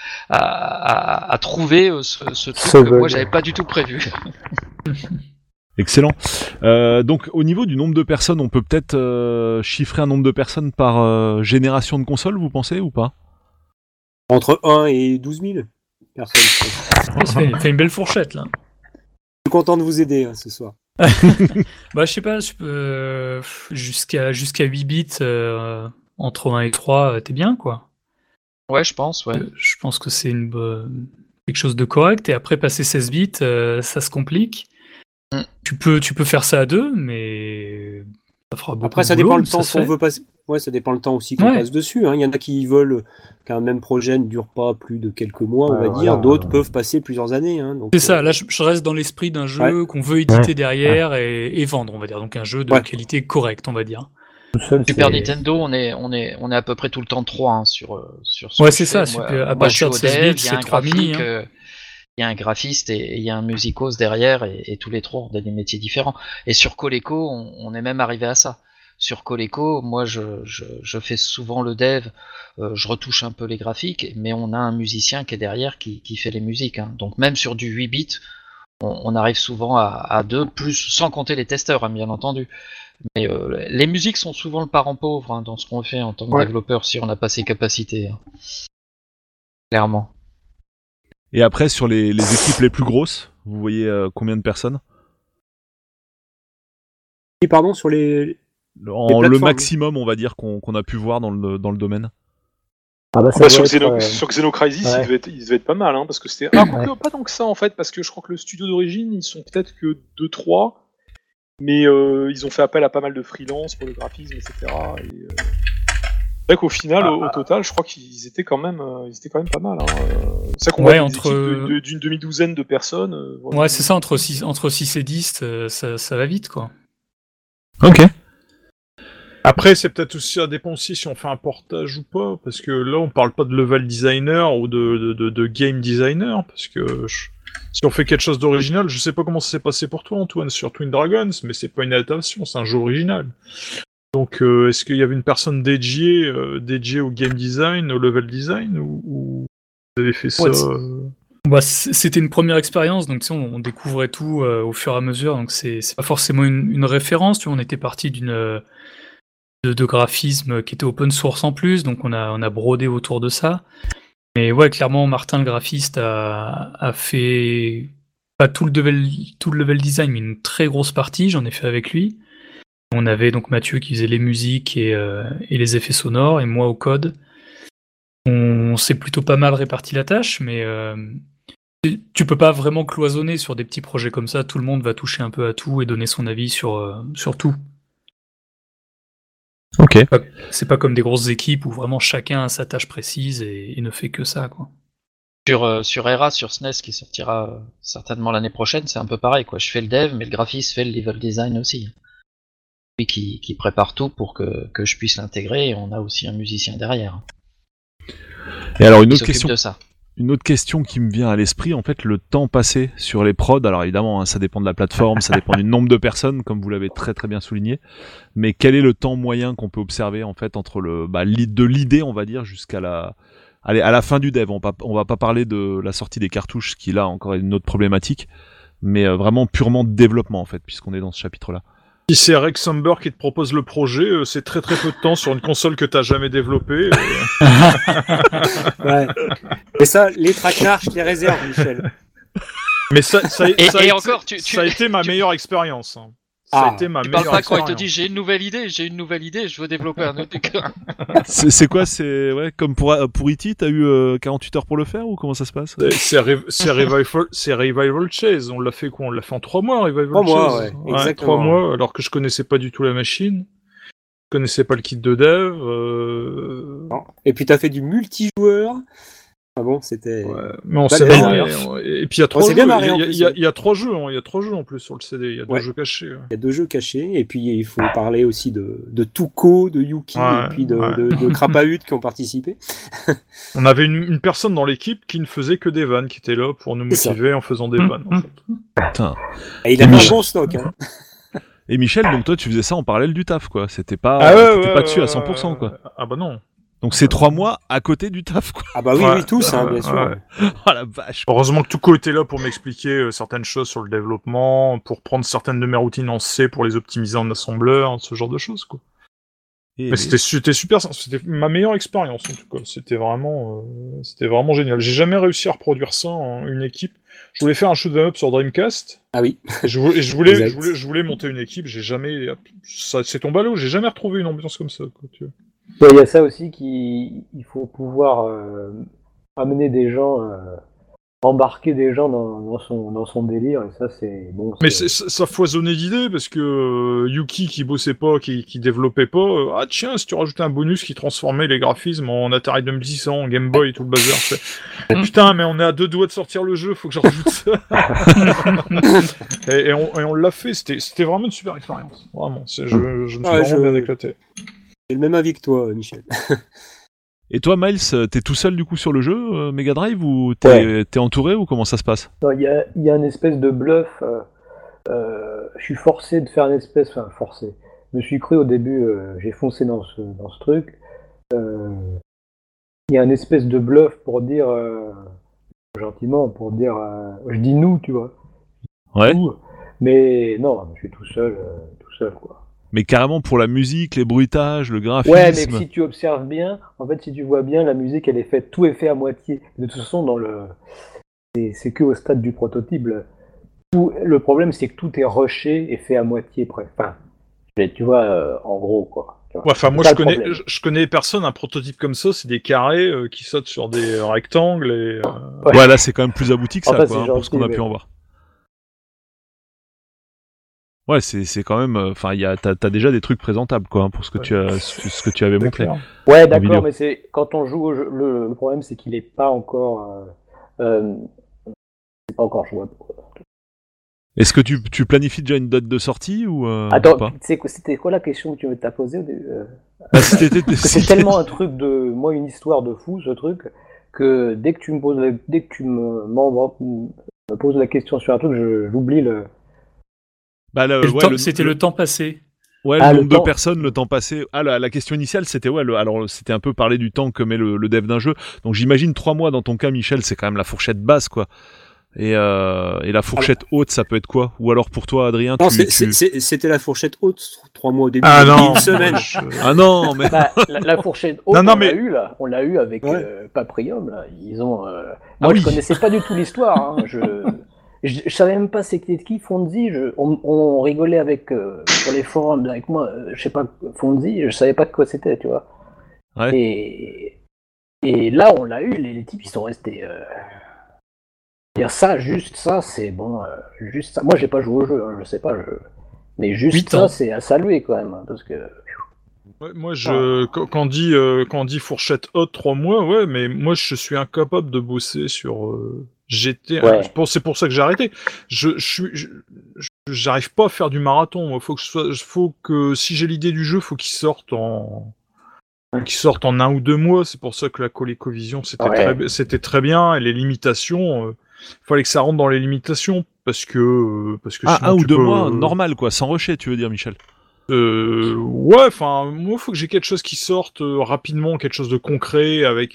à trouver ce truc que moi j'avais pas du tout prévu. Excellent. Donc au niveau du nombre de personnes, on peut peut-être chiffrer un nombre de personnes par génération de console, vous pensez ou pas ? Entre 1 et 12 000 personnes. Ça fait une belle fourchette là. Je suis content de vous aider ce soir. Bah je sais pas, jusqu'à 8 bits entre 1 et 3, t'es bien quoi. Ouais, je pense, ouais. Je pense que c'est quelque chose de correct, et après passer 16 bits, ça se complique. Tu peux faire ça à 2, mais ça fera beaucoup après, ça de boulot, dépend le temps qu'on veut passer. Ouais, ça dépend le temps aussi qu'on passe dessus. Il y en a qui veulent qu'un même projet ne dure pas plus de quelques mois, on va dire. D'autres peuvent passer plusieurs années. Donc, c'est ça, là je reste dans l'esprit d'un jeu qu'on veut éditer derrière et vendre, on va dire. Donc un jeu de qualité correcte, on va dire. Super Nintendo, on est à peu près tout le temps 3 sur ce ouais, c'est ça. À partir de 16 bits, c'est 3 mini. Il y a un graphiste et il y a un musicos derrière, et tous les trois ont des métiers différents. Et sur Coleco, on est même arrivé à ça. Sur Coleco, moi je fais souvent le dev, je retouche un peu les graphiques, mais on a un musicien qui est derrière qui fait les musiques. Donc même sur du 8 bits, on arrive souvent à 2, plus sans compter les testeurs, bien entendu. Mais les musiques sont souvent le parent pauvre dans ce qu'on fait en tant que développeur, si on n'a pas ces capacités. Clairement. Et après, sur les équipes les plus grosses, vous voyez combien de personnes ? Et pardon, sur le maximum, on va dire, qu'on a pu voir dans le domaine. Sur Xenocrisis, il devait être pas mal, parce que c'était... pas tant que ça, en fait, parce que je crois que le studio d'origine, ils sont peut-être que 2-3, mais ils ont fait appel à pas mal de freelance pour le graphisme, etc. C'est vrai qu'au final, au total, je crois qu'ils étaient quand même pas mal. C'est ça qu'on voit d'une demi-douzaine de personnes. Ouais, c'est ça, entre 6 et 10, ça va vite, quoi. Ok. Après, c'est peut-être aussi, ça dépend aussi si on fait un portage ou pas, parce que là, on parle pas de level designer ou de game designer, parce que si on fait quelque chose d'original, je sais pas comment ça s'est passé pour toi, Antoine, sur Twin Dragons, mais c'est pas une adaptation, c'est un jeu original. Donc, est-ce qu'il y avait une personne dédiée au game design, au level design, ou vous avez fait ça c'était une première expérience, donc on découvrait tout au fur et à mesure, donc c'est pas forcément une référence. Tu vois, on était parti de graphisme qui était open source en plus, donc on a brodé autour de ça. Mais ouais, clairement, Martin, le graphiste, a fait pas tout le level design, mais une très grosse partie. J'en ai fait avec lui. On avait donc Mathieu qui faisait les musiques et les effets sonores, et moi au code. On s'est plutôt pas mal réparti la tâche, mais tu peux pas vraiment cloisonner sur des petits projets comme ça. Tout le monde va toucher un peu à tout et donner son avis sur tout. Ok. C'est pas comme des grosses équipes où vraiment chacun a sa tâche précise et ne fait que ça, quoi. Sur Era, sur SNES, qui sortira certainement l'année prochaine, c'est un peu pareil, quoi. Je fais le dev, mais le graphiste fait le level design aussi. Lui qui prépare tout pour que je puisse l'intégrer, et on a aussi un musicien derrière. Et alors une autre question qui me vient à l'esprit, en fait, le temps passé sur les prods. Alors évidemment, ça dépend de la plateforme, ça dépend du nombre de personnes, comme vous l'avez très très bien souligné. Mais quel est le temps moyen qu'on peut observer en fait entre de l'idée, on va dire, jusqu'à à la fin du dev. On va pas parler de la sortie des cartouches, qui là encore est une autre problématique, mais vraiment purement de développement en fait, puisqu'on est dans ce chapitre-là. Si c'est Rex Humber qui te propose le projet, c'est très très peu de temps sur une console que t'as jamais développée. Ouais. Et ça, les traquenards, je les réserve, Michel. Mais ça a été ma tu... meilleure expérience. Hein. Ça a été ma meilleure expérience. Quand il te dit j'ai une nouvelle idée, je veux développer un autre truc. C'est quoi, c'est comme pour E.T., t'as eu 48 heures pour le faire ou comment ça se passe? C'est Revival Chase. On l'a fait quoi? On l'a fait en 3 mois, Revival Chase. 3 mois, ouais. Exactement. 3 mois, alors que je connaissais pas du tout la machine. Je connaissais pas le kit de dev. Non. Et puis t'as fait du multijoueur. Ah bon, c'était. Ouais, mais on s'est marré. Et puis il y a 3 jeux. Il y a 3 jeux. Il y a 3 jeux en plus sur le CD. Il y a 2 jeux cachés. Il y a 2 jeux cachés. Et puis il faut parler aussi de Tuco, de Yuki et puis de Krapahut qui ont participé. On avait une personne dans l'équipe qui ne faisait que des vannes, qui était là pour nous motiver en faisant des vannes. En fait. Putain. Et il a un bon stock. Hein. Et Michel, donc toi tu faisais ça en parallèle du taf, quoi. C'était pas, pas dessus à 100%, quoi. Ah bah non. Donc c'est 3 mois à côté du taf, quoi. Ah bah oui, oui, tous, hein, bien sûr. Ouais. Oh la vache. Heureusement que Tuco était là pour m'expliquer certaines choses sur le développement, pour prendre certaines de mes routines en C pour les optimiser en assembleur, ce genre de choses, quoi. Mais c'était super, c'était ma meilleure expérience en tout cas. C'était vraiment génial. J'ai jamais réussi à reproduire ça en une équipe. Je voulais faire un shoot 'em up sur Dreamcast. Ah oui. Je voulais monter une équipe. J'ai jamais, c'est tombé à l'eau. J'ai jamais retrouvé une ambiance comme ça, quoi, tu vois. Il y a ça aussi qu'il faut pouvoir amener des gens, embarquer des gens dans son délire, et ça c'est bon. Mais ça foisonnait d'idées parce que Yuki qui bossait pas, qui développait pas, ah tiens, si tu rajoutais un bonus qui transformait les graphismes en Atari 2600, en Game Boy et tout le bazar, putain, mais on est à 2 doigts de sortir le jeu, faut que je rajoute ça. et on l'a fait, c'était vraiment une super expérience, vraiment. Je me suis vraiment bien éclaté. J'ai le même avis que toi, Michel. Et toi, Miles, t'es tout seul du coup sur le jeu Mega Drive ou t'es entouré ou comment ça se passe? Il y a une espèce de bluff. Je suis forcé de faire une espèce. Enfin, forcé. Je me suis cru au début, j'ai foncé dans ce truc. Il y a une espèce de bluff pour dire. Gentiment, pour dire. Je dis nous, tu vois. Ouais. Nous, mais non, je suis tout seul, quoi. Mais carrément pour la musique, les bruitages, le graphisme. Ouais, mais si tu observes bien, en fait, si tu vois bien, la musique, elle est faite, tout est fait à moitié. De toute façon, c'est que au stade du prototype. Le problème, c'est que tout est rushé et fait à moitié près. Enfin, tu vois, en gros, quoi. Ouais, enfin, moi, je connais personne, un prototype comme ça, c'est des carrés qui sautent sur des rectangles et. Ouais, là, c'est quand même plus abouti que ça, enfin, quoi, pour ce qu'on a pu en voir. Ouais, c'est quand même. Enfin, t'as déjà des trucs présentables, quoi, pour ce que tu avais montré. Ouais, d'accord, mais c'est quand on joue au jeu, le problème, c'est qu'il est pas encore. C'est pas encore jouable. Est-ce que tu planifies déjà une date de sortie ou Attends, ou pas? c'était quoi la question que tu m'as posée C'est tellement un truc une histoire de fou, ce truc, que dès que tu me poses la question sur un truc, j'oublie le. C'était le temps passé. Ouais, le nombre de personnes, le temps passé. Ah, la question initiale, c'était alors c'était un peu parler du temps que met le dev d'un jeu. Donc j'imagine 3 mois dans ton cas, Michel, c'est quand même la fourchette basse, quoi. Et la fourchette haute, ça peut être quoi? Ou alors pour toi, Adrien, non, c'était la fourchette haute, 3 mois au début. Ah non, une semaine. Ah non, mais la fourchette haute, on l'a eu avec Paprium là. Ils ont. Moi, je connaissais pas du tout l'histoire. Hein. Je savais même pas c'était qui Fonzie. On rigolait avec sur les forums avec moi. Je sais pas Fonzie. Je savais pas de quoi c'était, tu vois. Ouais. Et là, on l'a eu. Les types, ils sont restés. Dire ça, juste ça, c'est bon. Juste ça. Moi, j'ai pas joué au jeu. Hein, je sais pas. Mais juste ça, c'est à saluer quand même, hein, parce que. Ouais, moi, quand on dit fourchette haute 3 mois, ouais, mais moi, je suis incapable de bosser sur GT. Ouais. C'est pour ça que j'ai arrêté. J'arrive pas à faire du marathon. Moi, faut que si j'ai l'idée du jeu, faut qu'il sorte en 1 ou 2 mois. C'est pour ça que la ColecoVision c'était très bien, et les limitations. Fallait que ça rentre dans les limitations parce que sinon 1 ou 2 mois normal quoi, sans rusher, tu veux dire, Michel? Ouais, enfin, moi, faut que j'ai quelque chose qui sorte rapidement, quelque chose de concret avec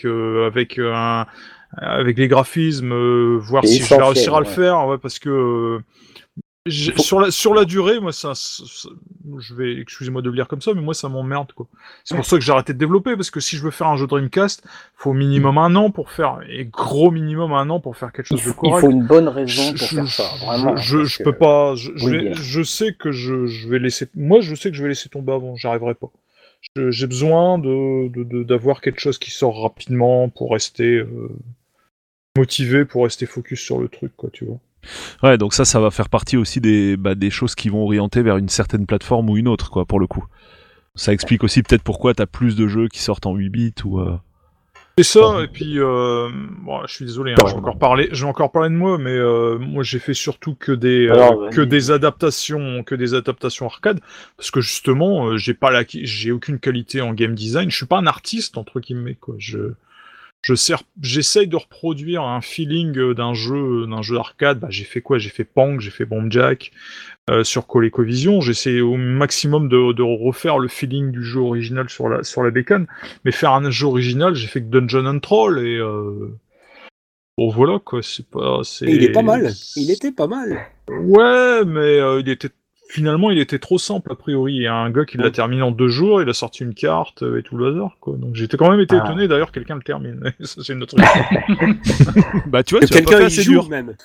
les graphismes, voir si je vais réussir à le faire, ouais, parce que sur la durée, moi, je vais, excusez-moi de le dire comme ça, mais moi, ça m'emmerde, quoi. C'est pour ça que j'ai arrêté de développer, parce que si je veux faire un jeu Dreamcast, faut au minimum 1 an pour faire, et gros minimum 1 an pour faire quelque chose de correct. Il faut une bonne raison pour faire ça, vraiment. Je peux pas, je sais que je vais laisser, moi, je sais que je vais laisser tomber avant, j'arriverai pas. J'ai besoin d'avoir quelque chose qui sort rapidement pour rester motivé, pour rester focus sur le truc, quoi, tu vois. Ouais, donc ça va faire partie aussi des choses qui vont orienter vers une certaine plateforme ou une autre, quoi, pour le coup. Ça explique aussi peut-être pourquoi t'as plus de jeux qui sortent en 8 bits ou... C'est ça, et puis, bon, je suis désolé, hein, je vais encore parler de moi, mais moi j'ai fait surtout que des adaptations arcade, parce que justement, j'ai aucune qualité en game design, je suis pas un artiste, entre guillemets, quoi, j'essaye de reproduire un feeling d'un jeu arcade. J'ai fait quoi? J'ai fait Pong, j'ai fait Bomb Jack sur ColecoVision. J'essaie au maximum de refaire le feeling du jeu original sur la bécane. Mais faire un jeu original, j'ai fait que Dungeon and Troll et bon voilà quoi. Il est pas mal. Il était pas mal. Ouais, mais Finalement, il était trop simple, a priori. Il y a un gars qui l'a terminé en 2 jours, il a sorti une carte et tout le hasard, quoi. Donc j'étais quand même étonné, d'ailleurs, quelqu'un le termine. Ça, c'est une autre histoire. Bah, tu vois, tu as pas fait assez dur. Même.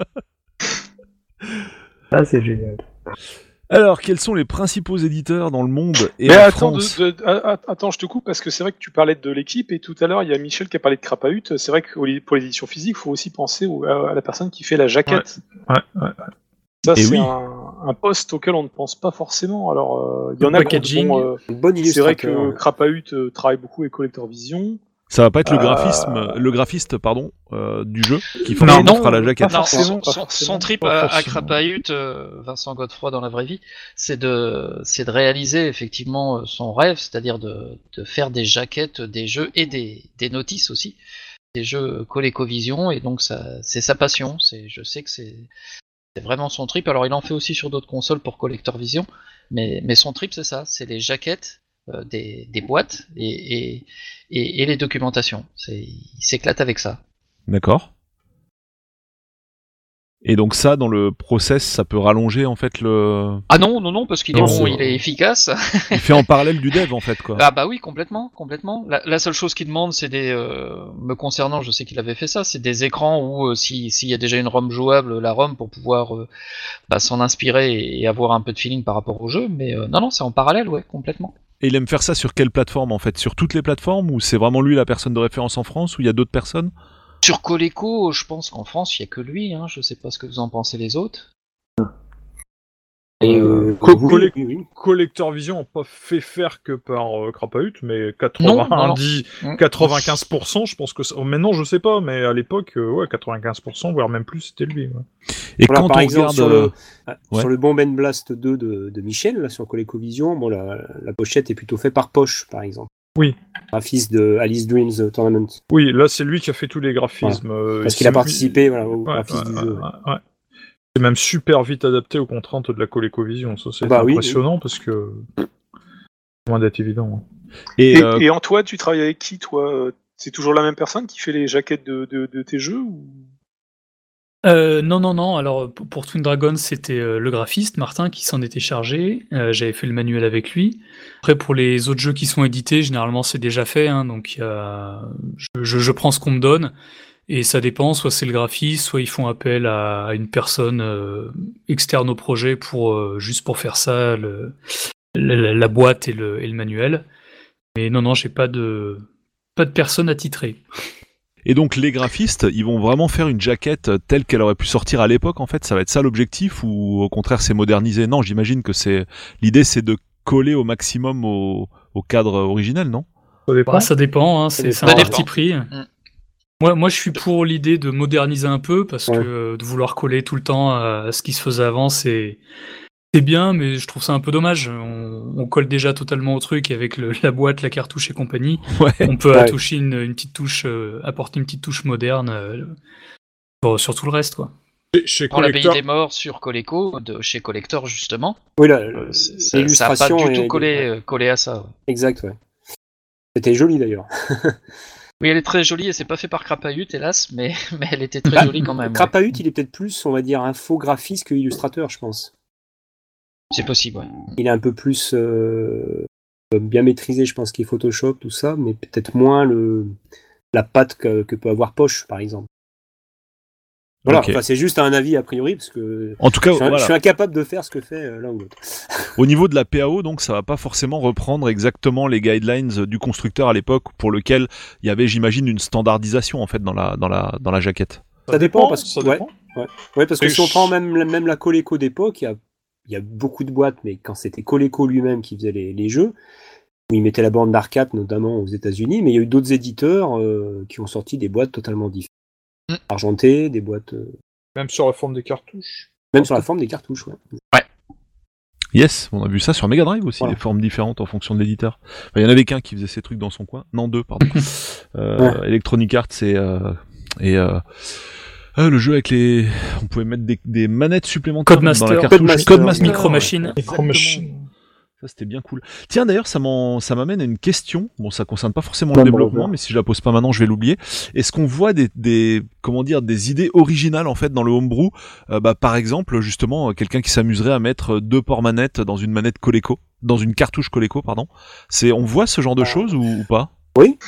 Ah, c'est génial. Alors, quels sont les principaux éditeurs dans le monde et en France? Attends, je te coupe, parce que c'est vrai que tu parlais de l'équipe, et tout à l'heure, il y a Michel qui a parlé de Crapahut. C'est vrai que pour l'édition physique, il faut aussi penser à la personne qui fait la jaquette. Ouais. Ça, c'est un poste auquel on ne pense pas forcément. Alors, il y en a qui font... c'est vrai que Crapahut travaille beaucoup avec Collector Vision. Ça va pas être le graphiste du jeu qui fera la jaquette. Non, son trip à Crapahut, Vincent Godefroy dans la vraie vie, c'est de réaliser effectivement son rêve, c'est-à-dire de faire des jaquettes des jeux et des notices aussi, des jeux ColecoVision, et donc c'est sa passion. Je sais que c'est vraiment son trip. Alors il en fait aussi sur d'autres consoles pour Collector Vision, mais son trip c'est ça, c'est les jaquettes des boîtes et les documentations. Il s'éclate avec ça. D'accord. Et donc ça, dans le process, ça peut rallonger en fait le... Ah non, parce qu'il est bon, il est efficace. Il fait en parallèle du dev en fait, quoi. Ah bah oui, complètement. La seule chose qu'il demande, c'est me concernant, je sais qu'il avait fait ça, c'est des écrans où s'il y a déjà une ROM jouable, la ROM pour pouvoir s'en inspirer et avoir un peu de feeling par rapport au jeu, mais non, c'est en parallèle, ouais, complètement. Et il aime faire ça sur quelle plateforme en fait? Sur toutes les plateformes, ou c'est vraiment lui la personne de référence en France, ou il y a d'autres personnes? Sur Coleco, je pense qu'en France, il n'y a que lui, hein. Je sais pas ce que vous en pensez les autres. Et Collector Vision n'a pas fait faire que par Crapahut, mais 95%, je pense que ça... Maintenant, je sais pas, mais à l'époque, 95%, voire même plus, c'était lui. Ouais. Et voilà, quand par exemple, sur le Bomb & Blast 2 de Michel, là, sur ColecoVision, bon, la pochette est plutôt faite par Poche, par exemple. Oui. Graphiste de Alice Dreams Tournament. Oui, là, c'est lui qui a fait tous les graphismes. Ouais. Parce qu'il a participé au graphisme du jeu. Ouais. C'est même super vite adapté aux contraintes de la ColecoVision. Ça, c'est impressionnant parce que loin d'être évident. Et Antoine, tu travailles avec qui, toi? C'est toujours la même personne qui fait les jaquettes de tes jeux ou... Non. Alors, pour Twin Dragon, c'était le graphiste, Martin, qui s'en était chargé. J'avais fait le manuel avec lui. Après, pour les autres jeux qui sont édités, généralement, c'est déjà fait. Hein, donc, je prends ce qu'on me donne. Et ça dépend, soit c'est le graphiste, soit ils font appel à une personne externe au projet juste pour faire ça, la boîte et le manuel. Mais non, j'ai pas de personne attitrée. Et donc les graphistes, ils vont vraiment faire une jaquette telle qu'elle aurait pu sortir à l'époque, en fait, ça va être ça l'objectif, ou au contraire c'est modernisé? Non, j'imagine que l'idée c'est de coller au maximum au cadre originel, non? Ça dépend, hein, c'est un parti pris. Moi je suis pour l'idée de moderniser un peu, parce que de vouloir coller tout le temps à ce qui se faisait avant, c'est bien, mais je trouve ça un peu dommage. On colle déjà totalement au truc avec la boîte, la cartouche et compagnie. Ouais. On peut toucher une petite touche, apporter une petite touche moderne sur tout le reste, quoi. Pour la Pays des Morts sur Coleco, chez Collector justement. Oui, ça n'a pas du tout collé à ça. Ouais. Exact, ouais. C'était joli d'ailleurs. Oui, elle est très jolie et c'est pas fait par Crapahut, hélas, mais elle était très jolie quand même. Crapahut, il est peut-être plus, on va dire, infographiste que illustrateur, je pense. C'est possible, ouais. Il est un peu plus bien maîtrisé, je pense, qu'il est Photoshop, tout ça, mais peut-être moins la patte que peut avoir Poche, par exemple. Voilà, okay. C'est juste un avis a priori, parce que en tout cas, je suis incapable de faire ce que fait l'un ou l'autre. Au niveau de la PAO, donc, ça va pas forcément reprendre exactement les guidelines du constructeur à l'époque, pour lequel il y avait, j'imagine, une standardisation en fait dans la jaquette. Ça dépend, parce que si on prend même la Coleco d'époque, il y a beaucoup de boîtes, mais quand c'était Coleco lui-même qui faisait les jeux, où il mettait la bande d'arcade notamment aux États-Unis, mais il y a eu d'autres éditeurs qui ont sorti des boîtes totalement différentes. Argentées, des boîtes. Même sur la forme des cartouches. Même sur la forme des cartouches, ouais. Yes, on a vu ça sur Mega Drive aussi, des formes différentes en fonction de l'éditeur. Enfin, il y en avait qu'un qui faisait ces trucs dans son coin. Non, deux, pardon. Electronic Arts et le jeu avec on pouvait mettre des manettes supplémentaires Codemaster, dans la cartouche. Codemaster, Micro Machine. Ça c'était bien cool. Tiens, d'ailleurs, ça m'amène à une question. Bon, ça concerne pas forcément le développement, mais si je la pose pas maintenant, je vais l'oublier. Est-ce qu'on voit des idées originales en fait dans le homebrew? Par exemple, justement, quelqu'un qui s'amuserait à mettre 2 ports manettes dans une manette Coleco, dans une cartouche Coleco, pardon. On voit ce genre de choses ou pas? Oui.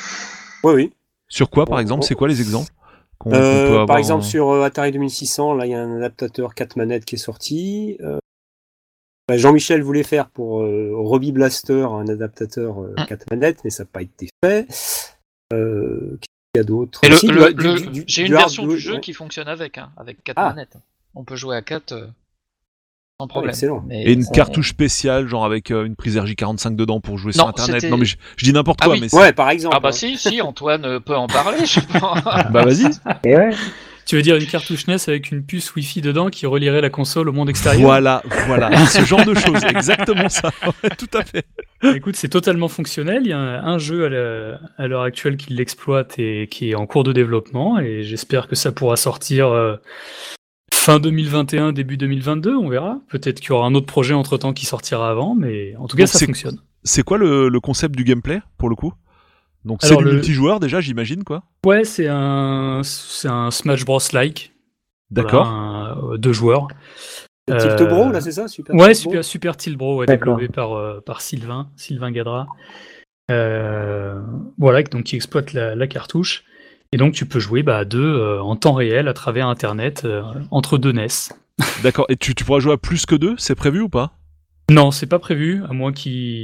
Sur quoi, par exemple? C'est quoi les exemples? Par exemple, sur Atari 2600, là, il y a un adaptateur 4 manettes qui est sorti. Jean-Michel voulait faire pour Robbie Blaster un adaptateur 4 manettes, mais ça n'a pas été fait. Qu'est-ce qu'il y a d'autre? J'ai une version du jeu qui fonctionne avec 4 manettes. On peut jouer à 4 sans problème. Excellent. Et une cartouche spéciale, genre avec une prise RJ45 dedans pour jouer sur Internet. Non, mais je dis n'importe quoi. Oui. Mais ouais, par exemple. Ah bah si, Antoine peut en parler, je pense. Bah vas-y. Et ouais. Tu veux dire une cartouche NES avec une puce Wi-Fi dedans qui relierait la console au monde extérieur? Voilà, ce genre de choses, exactement ça. Ouais, tout à fait. Écoute, c'est totalement fonctionnel. Il y a un jeu à l'heure actuelle qui l'exploite et qui est en cours de développement, et j'espère que ça pourra sortir fin 2021, début 2022, on verra. Peut-être qu'il y aura un autre projet entre-temps qui sortira avant, mais en tout cas, ça fonctionne. C'est quoi le concept du gameplay, pour le coup? Donc c'est du multijoueur déjà, j'imagine, quoi. Ouais, c'est un Smash Bros-like. D'accord. Voilà, 2 joueurs. Tilt Bro, là, c'est ça? Super Tilt Bro, développé par Sylvain Gadra. Voilà, donc qui exploite la cartouche. Et donc tu peux jouer à 2 en temps réel à travers Internet entre 2 NES. D'accord. Et tu pourras jouer à plus que 2? C'est prévu ou pas? Non, c'est pas prévu, à moins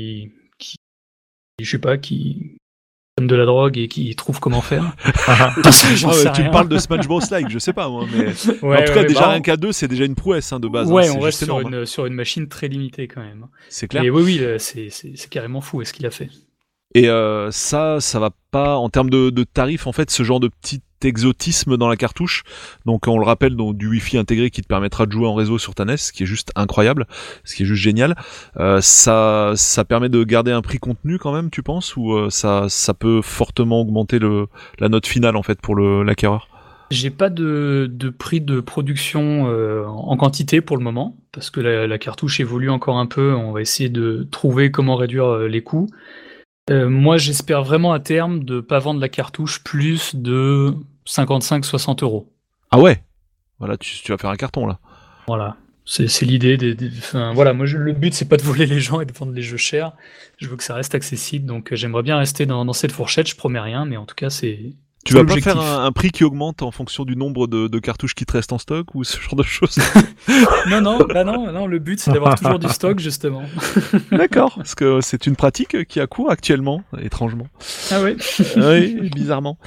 qui de la drogue et qui trouve comment faire. Tu me parles de Smash Bros Like, je sais pas moi, mais en tout cas déjà rien qu'à 2, c'est déjà une prouesse de base. Ouais, on reste sur une machine très limitée quand même. C'est clair. Et oui, c'est carrément fou ce qu'il a fait. Et ça va pas en termes de tarifs en fait, ce genre de petit exotisme dans la cartouche. Donc on le rappelle, donc du Wi-Fi intégré qui te permettra de jouer en réseau sur ta NES, ce qui est juste incroyable, ce qui est juste génial. Ça permet de garder un prix contenu quand même, tu penses, ou ça peut fortement augmenter la note finale en fait pour l'acquéreur? J'ai pas de prix de production en quantité pour le moment, parce que la cartouche évolue encore un peu. On va essayer de trouver comment réduire les coûts. Moi, j'espère vraiment à terme de pas vendre la cartouche plus de 55-60 €. Ah ouais. Voilà, tu vas faire un carton là. Voilà, c'est l'idée. Voilà, moi le but c'est pas de voler les gens et de vendre les jeux chers. Je veux que ça reste accessible, donc j'aimerais bien rester dans cette fourchette. Je promets rien, mais en tout cas c'est Tu vas pas faire un prix qui augmente en fonction du nombre de cartouches qui te restent en stock ou ce genre de choses? Non, le but c'est d'avoir toujours du stock justement. D'accord, parce que c'est une pratique qui a cours actuellement, étrangement. Ah oui. Oui, bizarrement.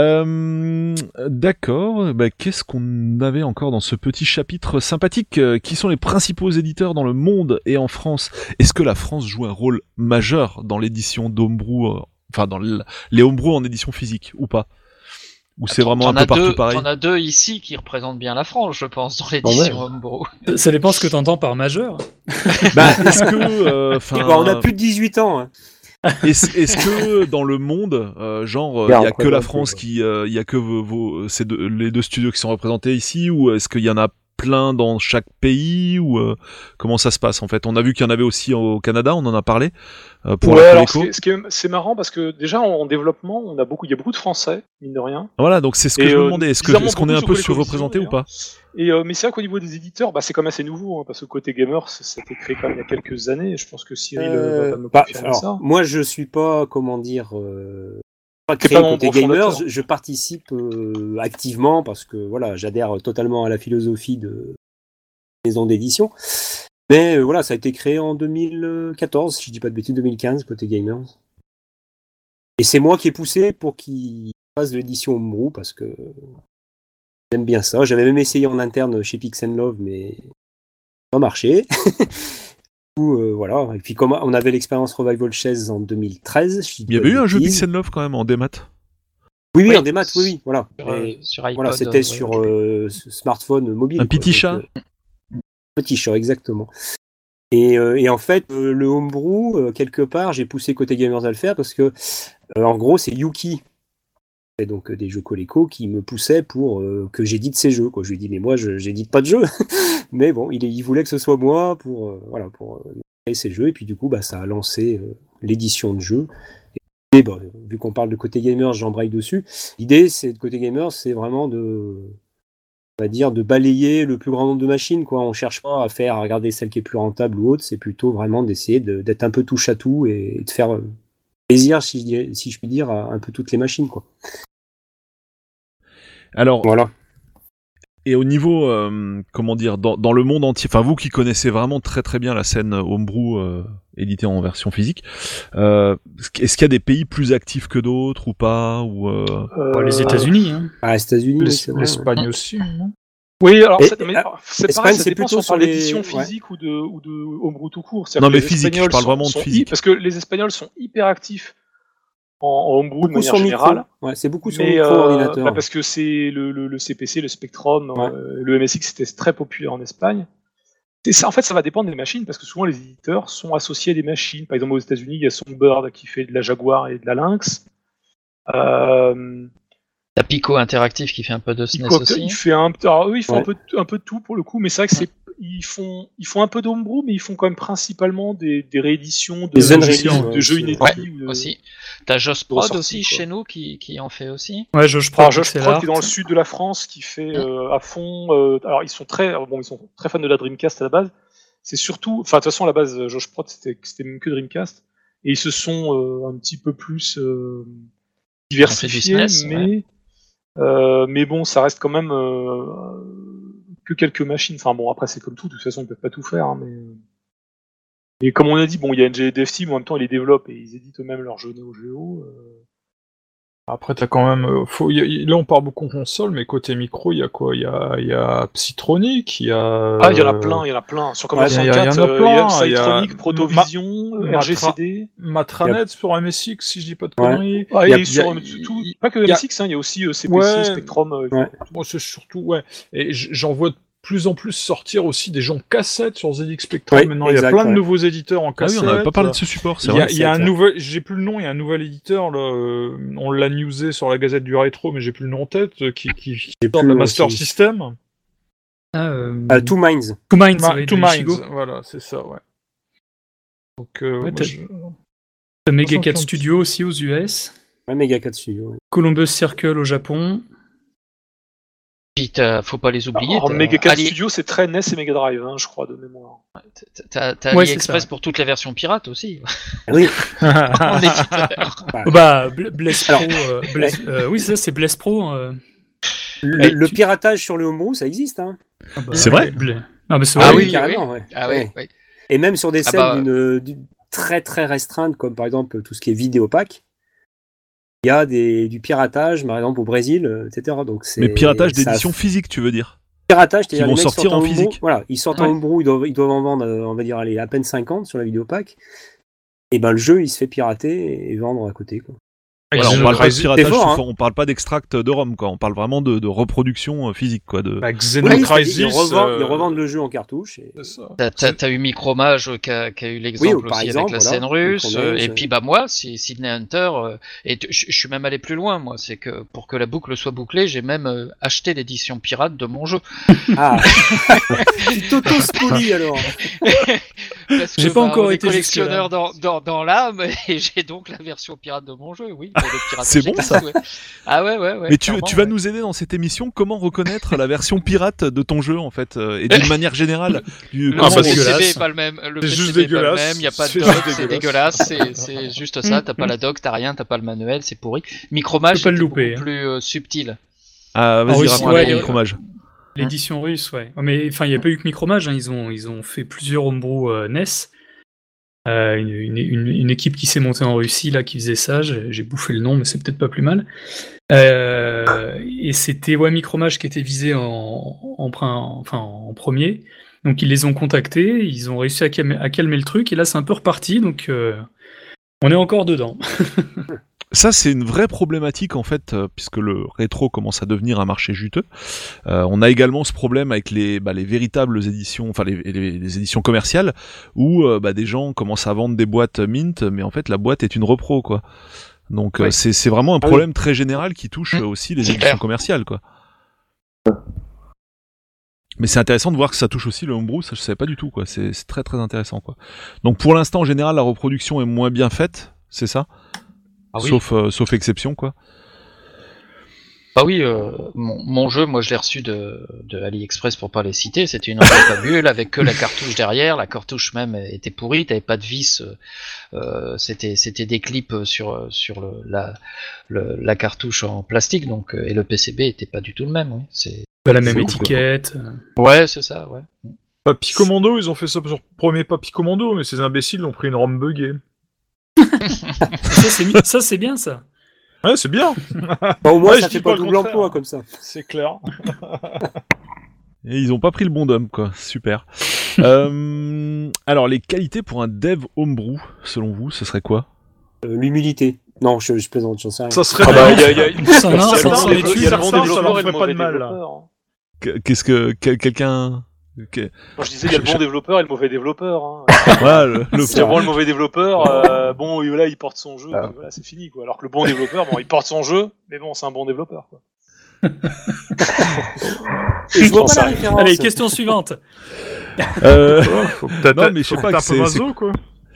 D'accord, qu'est-ce qu'on avait encore dans ce petit chapitre sympathique? Qui sont les principaux éditeurs dans le monde et en France? Est-ce que la France joue un rôle majeur dans l'édition d'Homebrew, dans les Homebrew en édition physique, ou pas? Ou c'est vraiment un peu partout pareil? T'en as deux ici qui représentent bien la France, je pense, dans l'édition Homebrew. Ça dépend ce que t'entends par majeur. Est-ce que... on a plus de 18 ans. Hein. Est-ce que dans le monde, il y a que la France il y a que les deux studios qui sont représentés ici, ou est-ce qu'il y en a plein dans chaque pays, ou comment ça se passe en fait? On a vu qu'il y en avait aussi au Canada, on en a parlé pour la Coleco. C'est marrant parce que déjà en développement, il y a beaucoup de Français, mine de rien. Voilà, donc c'est ce que je me demandais. Est-ce qu'on est un peu surreprésenté ou pas? Mais c'est vrai qu'au niveau des éditeurs, c'est quand même assez nouveau, parce que côté gamer, ça a été créé quand même il y a quelques années. Et je pense que Cyril va me confirmer ça. Moi, je suis pas, pas créé côté gamers, je participe activement parce que voilà, j'adhère totalement à la philosophie de maison d'édition. Mais ça a été créé en 2014, si je dis pas de bêtises, 2015 côté gamers. Et c'est moi qui ai poussé pour qu'il fasse de l'édition Homebrew parce que j'aime bien ça. J'avais même essayé en interne chez Pix & Love, mais ça n'a pas marché. Voilà. Et puis comme on avait l'expérience Revival Chess en 2013, il y avait eu un jeu Pix & Love quand même en démat. Oui, en démat, oui, voilà. Sur iPod, voilà, c'était sur smartphone mobile. Un petit chat. Petit chat, exactement. Et en fait, le homebrew, quelque part, j'ai poussé côté gamers à le faire parce que, en gros, c'est Yuki, donc des jeux Coleco, qui me poussait pour que j'édite ces jeux. Quoi. Je lui ai dit, mais moi, j'édite pas de jeux. Mais bon, il voulait que ce soit moi pour créer ces jeux. Et puis du coup, ça a lancé l'édition de jeux. Et vu qu'on parle de côté gamers, j'embraye dessus. L'idée, c'est de côté gamers, c'est vraiment de balayer le plus grand nombre de machines, quoi. On cherche pas à regarder celle qui est plus rentable ou autre, c'est plutôt vraiment d'essayer d'être un peu touche à tout et de faire plaisir, si je puis dire, à un peu toutes les machines, quoi. Alors, voilà. Et au niveau, dans le monde entier, vous qui connaissez vraiment très très bien la scène Homebrew éditée en version physique, est-ce qu'il y a des pays plus actifs que d'autres ou pas, ou les États-Unis, hein. Les États-Unis, l'Espagne aussi, non? Oui, alors c'est pareil, ça dépend si on parle d'édition physique ou de Homebrew tout court. Non, mais physique, je parle vraiment de physique. Parce que les Espagnols sont hyper actifs en Homebrew de manière générale. Ouais, c'est beaucoup sur micro-ordinateur. Parce que c'est le CPC, le Spectrum, le MSX, c'était très populaire en Espagne. En fait, ça va dépendre des machines, parce que souvent les éditeurs sont associés à des machines. Par exemple, aux États-Unis, il y a Songbird qui fait de la Jaguar et de la Lynx. T'as Pico Interactive qui fait un peu de SNES aussi. Ils font un peu de tout pour le coup, mais c'est vrai que ils font un peu d'Homebrew, mais ils font quand même principalement des rééditions de jeux inédits. Aussi. T'as Josh Prod aussi chez nous qui en fait aussi. Ouais, Josh Prod qui est dans le sud de la France, qui fait à fond. Alors ils sont très fans de la Dreamcast à la base. C'est surtout, de toute façon à la base, Josh Prod c'était même que Dreamcast, et ils se sont un petit peu plus diversifiés, mais bon, ça reste quand même que quelques machines. Enfin bon, après c'est comme tout, de toute façon ils peuvent pas tout faire, hein, mais et comme on a dit, il y a NG Dev Team, en même temps ils les développent et ils éditent eux-mêmes leurs jeux Neo Geo. Après t'as quand même, là on parle beaucoup en console, mais côté micro il y a quoi? Il y a Psytronic, il y a... il y en a plein. Sur Commodore 64, il y a Psytronic, Protovision, RGCD... Matranet pour MSX, si je dis pas de conneries. Pas que MSX, il y a aussi CPC, Spectrum... Moi c'est surtout, et j'en vois de plus en plus sortir aussi des gens cassette sur ZX Spectrum. Maintenant, il y a plein de nouveaux éditeurs en cassette. Ah oui, on n'avait pas parlé de ce support, c'est vrai. Il y a un nouvel, j'ai plus le nom, il y a un nouvel éditeur, là, on l'a newsé sur la Gazette du Rétro, mais j'ai plus le nom en tête, qui sort de la Master System. Two Minds. Two Minds, voilà, c'est ça, ouais. Donc, t'as Mega 4 Studio aussi aux US. Ouais, Mega 4 Studio. Ouais. Columbus Circle au Japon. Puis faut pas les oublier. Alors, Mega Studio, c'est très NES et Mega Drive, je crois, de mémoire. T'as AliExpress pour toutes les versions pirates aussi. Oui. En éditeur. Blaze Pro. Oui, ça c'est Blaze Pro. Le piratage sur le homebrew, ça existe. C'est vrai. Oui, carrément. Oui. Ouais. Et même sur des scènes d'une très très restreinte, comme par exemple tout ce qui est vidéopack. Il y a du piratage, par exemple au Brésil, etc. Donc mais piratage d'édition physique, tu veux dire? Piratage, c'est-à-dire les mecs sortir en physique. Voilà, ils sortent en homebrew, ils doivent en vendre, on va dire, à peine 50 sur la vidéopack. Et le jeu, il se fait pirater et vendre à côté, quoi. Voilà, on parle pas de piratage, on parle pas d'extract de ROM, quoi. On parle vraiment de reproduction physique, quoi. Xenocrisis, ils revendent le jeu en cartouche. Et... T'as eu Micromage qui a eu l'exemple aussi avec la scène russe. Et puis moi, c'est Sydney Hunter. Et je suis même allé plus loin, moi. C'est que pour que la boucle soit bouclée, j'ai même acheté l'édition pirate de mon jeu. Ah, tu t'auto-spolis alors. J'ai pas encore été collectionneur dans l'âme et j'ai donc la version pirate de mon jeu, oui. C'est bon ça. Ah ouais. Mais tu vas nous aider dans cette émission. Comment reconnaître la version pirate de ton jeu en fait et d'une manière générale. Le PCB est pas le même. Le PCB est pas le même. Il y a pas de doc, c'est dégueulasse. C'est juste ça. T'as pas la doc, t'as rien, t'as pas le manuel, c'est pourri. Micromage, c'est beaucoup plus subtil. Ah vas-y, raconte Micromage. L'édition russe, ouais. Mais enfin, il n'y a pas eu que Micromage. Ils ont fait plusieurs homebrew NES. Une équipe qui s'est montée en Russie là, qui faisait ça. J'ai bouffé le nom, mais c'est peut-être pas plus mal. Et c'était Micromage qui était visé en premier. Donc ils les ont contactés, ils ont réussi à calmer le truc. Et là, c'est un peu reparti. Donc on est encore dedans. Ça, c'est une vraie problématique en fait, puisque le rétro commence à devenir un marché juteux. On a également ce problème avec les véritables éditions, enfin les éditions commerciales, où des gens commencent à vendre des boîtes mint, mais en fait la boîte est une repro, quoi. Donc c'est vraiment un problème très général qui touche aussi les éditions commerciales, quoi. Mais c'est intéressant de voir que ça touche aussi le homebrew, ça je savais pas du tout, quoi. C'est très très intéressant, quoi. Donc pour l'instant, en général, la reproduction est moins bien faite, c'est ça ? Ah oui. Sauf exception, quoi. Ah oui, mon jeu, moi je l'ai reçu de AliExpress pour pas les citer, c'était une enveloppe à bulles avec que la cartouche derrière, la cartouche même était pourrie, t'avais pas de vis, c'était des clips sur la cartouche en plastique, donc et le PCB était pas du tout le même, oui. C'est pas la même étiquette. Ouais, c'est ça, ouais. Papy Commando, ils ont fait ça sur le premier Papy Commando, mais ces imbéciles ont pris une ROM buggée. Ça c'est bien ça. Ouais, c'est bien. Au moins ça fait pas double emploi comme ça. C'est clair. Et ils ont pas pris le bon dom, quoi. Super. Alors les qualités pour un dev homebrew, selon vous, ce serait quoi? L'humilité. Non, je plaisante, j'en sais rien. Ça serait il y a le bon développeur et le pas de mauvais mal. développeur. Qu'est-ce que quelqu'un... Moi, je disais, il y a le bon développeur et le mauvais développeur. C'est bon, le mauvais développeur, là, il porte son jeu, puis voilà, c'est fini, quoi. Alors que le bon développeur, il porte son jeu, mais bon, c'est un bon développeur, quoi. Je vois pas la référence. Allez, question suivante. Faut peut-être non, mais je sais pas, un peu maso, quoi.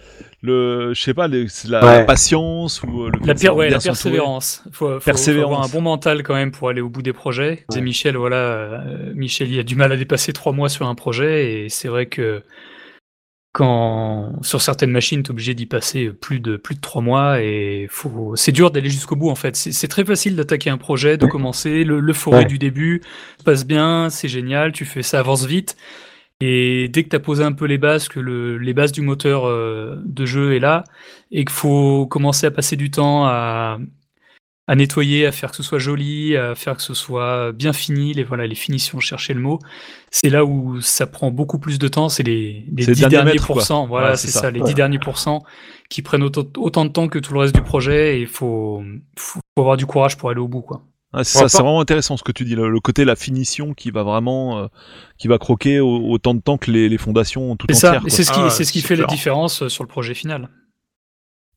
La patience ou la persévérance. Faut avoir un bon mental quand même pour aller au bout des projets. Ouais. Michel, Michel, il a du mal à dépasser 3 mois sur un projet et c'est vrai que quand sur certaines machines, t'es obligé d'y passer plus de 3 mois et c'est dur d'aller jusqu'au bout en fait. C'est très facile d'attaquer un projet, de commencer, le forer du début, ça passe bien, c'est génial, tu fais ça avance vite. Et dès que tu as posé un peu les bases, que les bases du moteur de jeu est là, et qu'il faut commencer à passer du temps à nettoyer, à faire que ce soit joli, à faire que ce soit bien fini, les finitions, chercher le mot, c'est là où ça prend beaucoup plus de temps, c'est les 10 derniers pourcents, voilà, c'est ça, les 10 derniers pourcents qui prennent autant de temps que tout le reste du projet, et il faut avoir du courage pour aller au bout, quoi. Ah, c'est vraiment intéressant ce que tu dis, le côté la finition qui va vraiment qui va croquer autant de temps que les fondations tout entières. C'est ce qui fait la différence sur le projet final.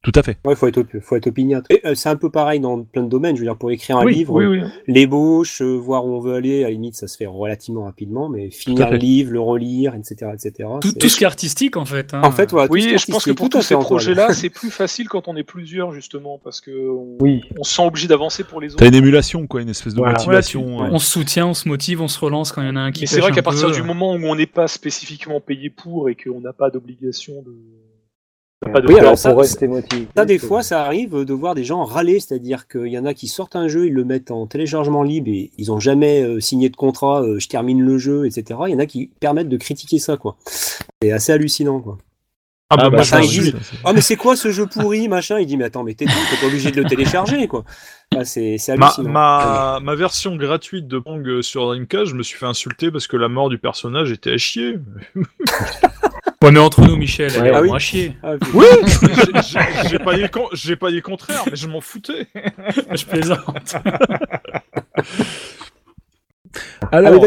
Tout à fait. Ouais, faut être opiniâtre. Et c'est un peu pareil dans plein de domaines. Je veux dire, pour écrire un livre, oui. l'ébauche, voir où on veut aller, à la limite, ça se fait relativement rapidement, mais finir le livre, le relire, etc., etc. Tout ce qui est artistique, en fait. Hein. En fait, voilà. Oui, et je pense que pour tous ces projets-là, c'est plus facile quand on est plusieurs, justement, parce que on se sent obligé d'avancer pour les autres. T'as une émulation, quoi, une espèce de motivation. On se soutient, on se motive, on se relance quand il y en a un qui. Mais c'est vrai qu'à partir du moment où on n'est pas spécifiquement payé pour et qu'on n'a pas d'obligation de. Oui, alors ça, des fois, ça arrive de voir des gens râler, c'est-à-dire qu'il y en a qui sortent un jeu, ils le mettent en téléchargement libre et ils n'ont jamais signé de contrat, je termine le jeu, etc. Il y en a qui permettent de critiquer ça, quoi. C'est assez hallucinant, quoi. Machin, ils disent, mais c'est quoi ce jeu pourri, machin? Il dit, mais attends, mais t'es pas obligé de le télécharger, quoi. C'est hallucinant. Ma version gratuite de Pong sur Dreamcast, je me suis fait insulter parce que la mort du personnage était à chier. Ouais, mais entre nous, Michel, elle est vraiment à chier. Oui, j'ai pas dit le contraire, mais je m'en foutais. Je plaisante. Alors,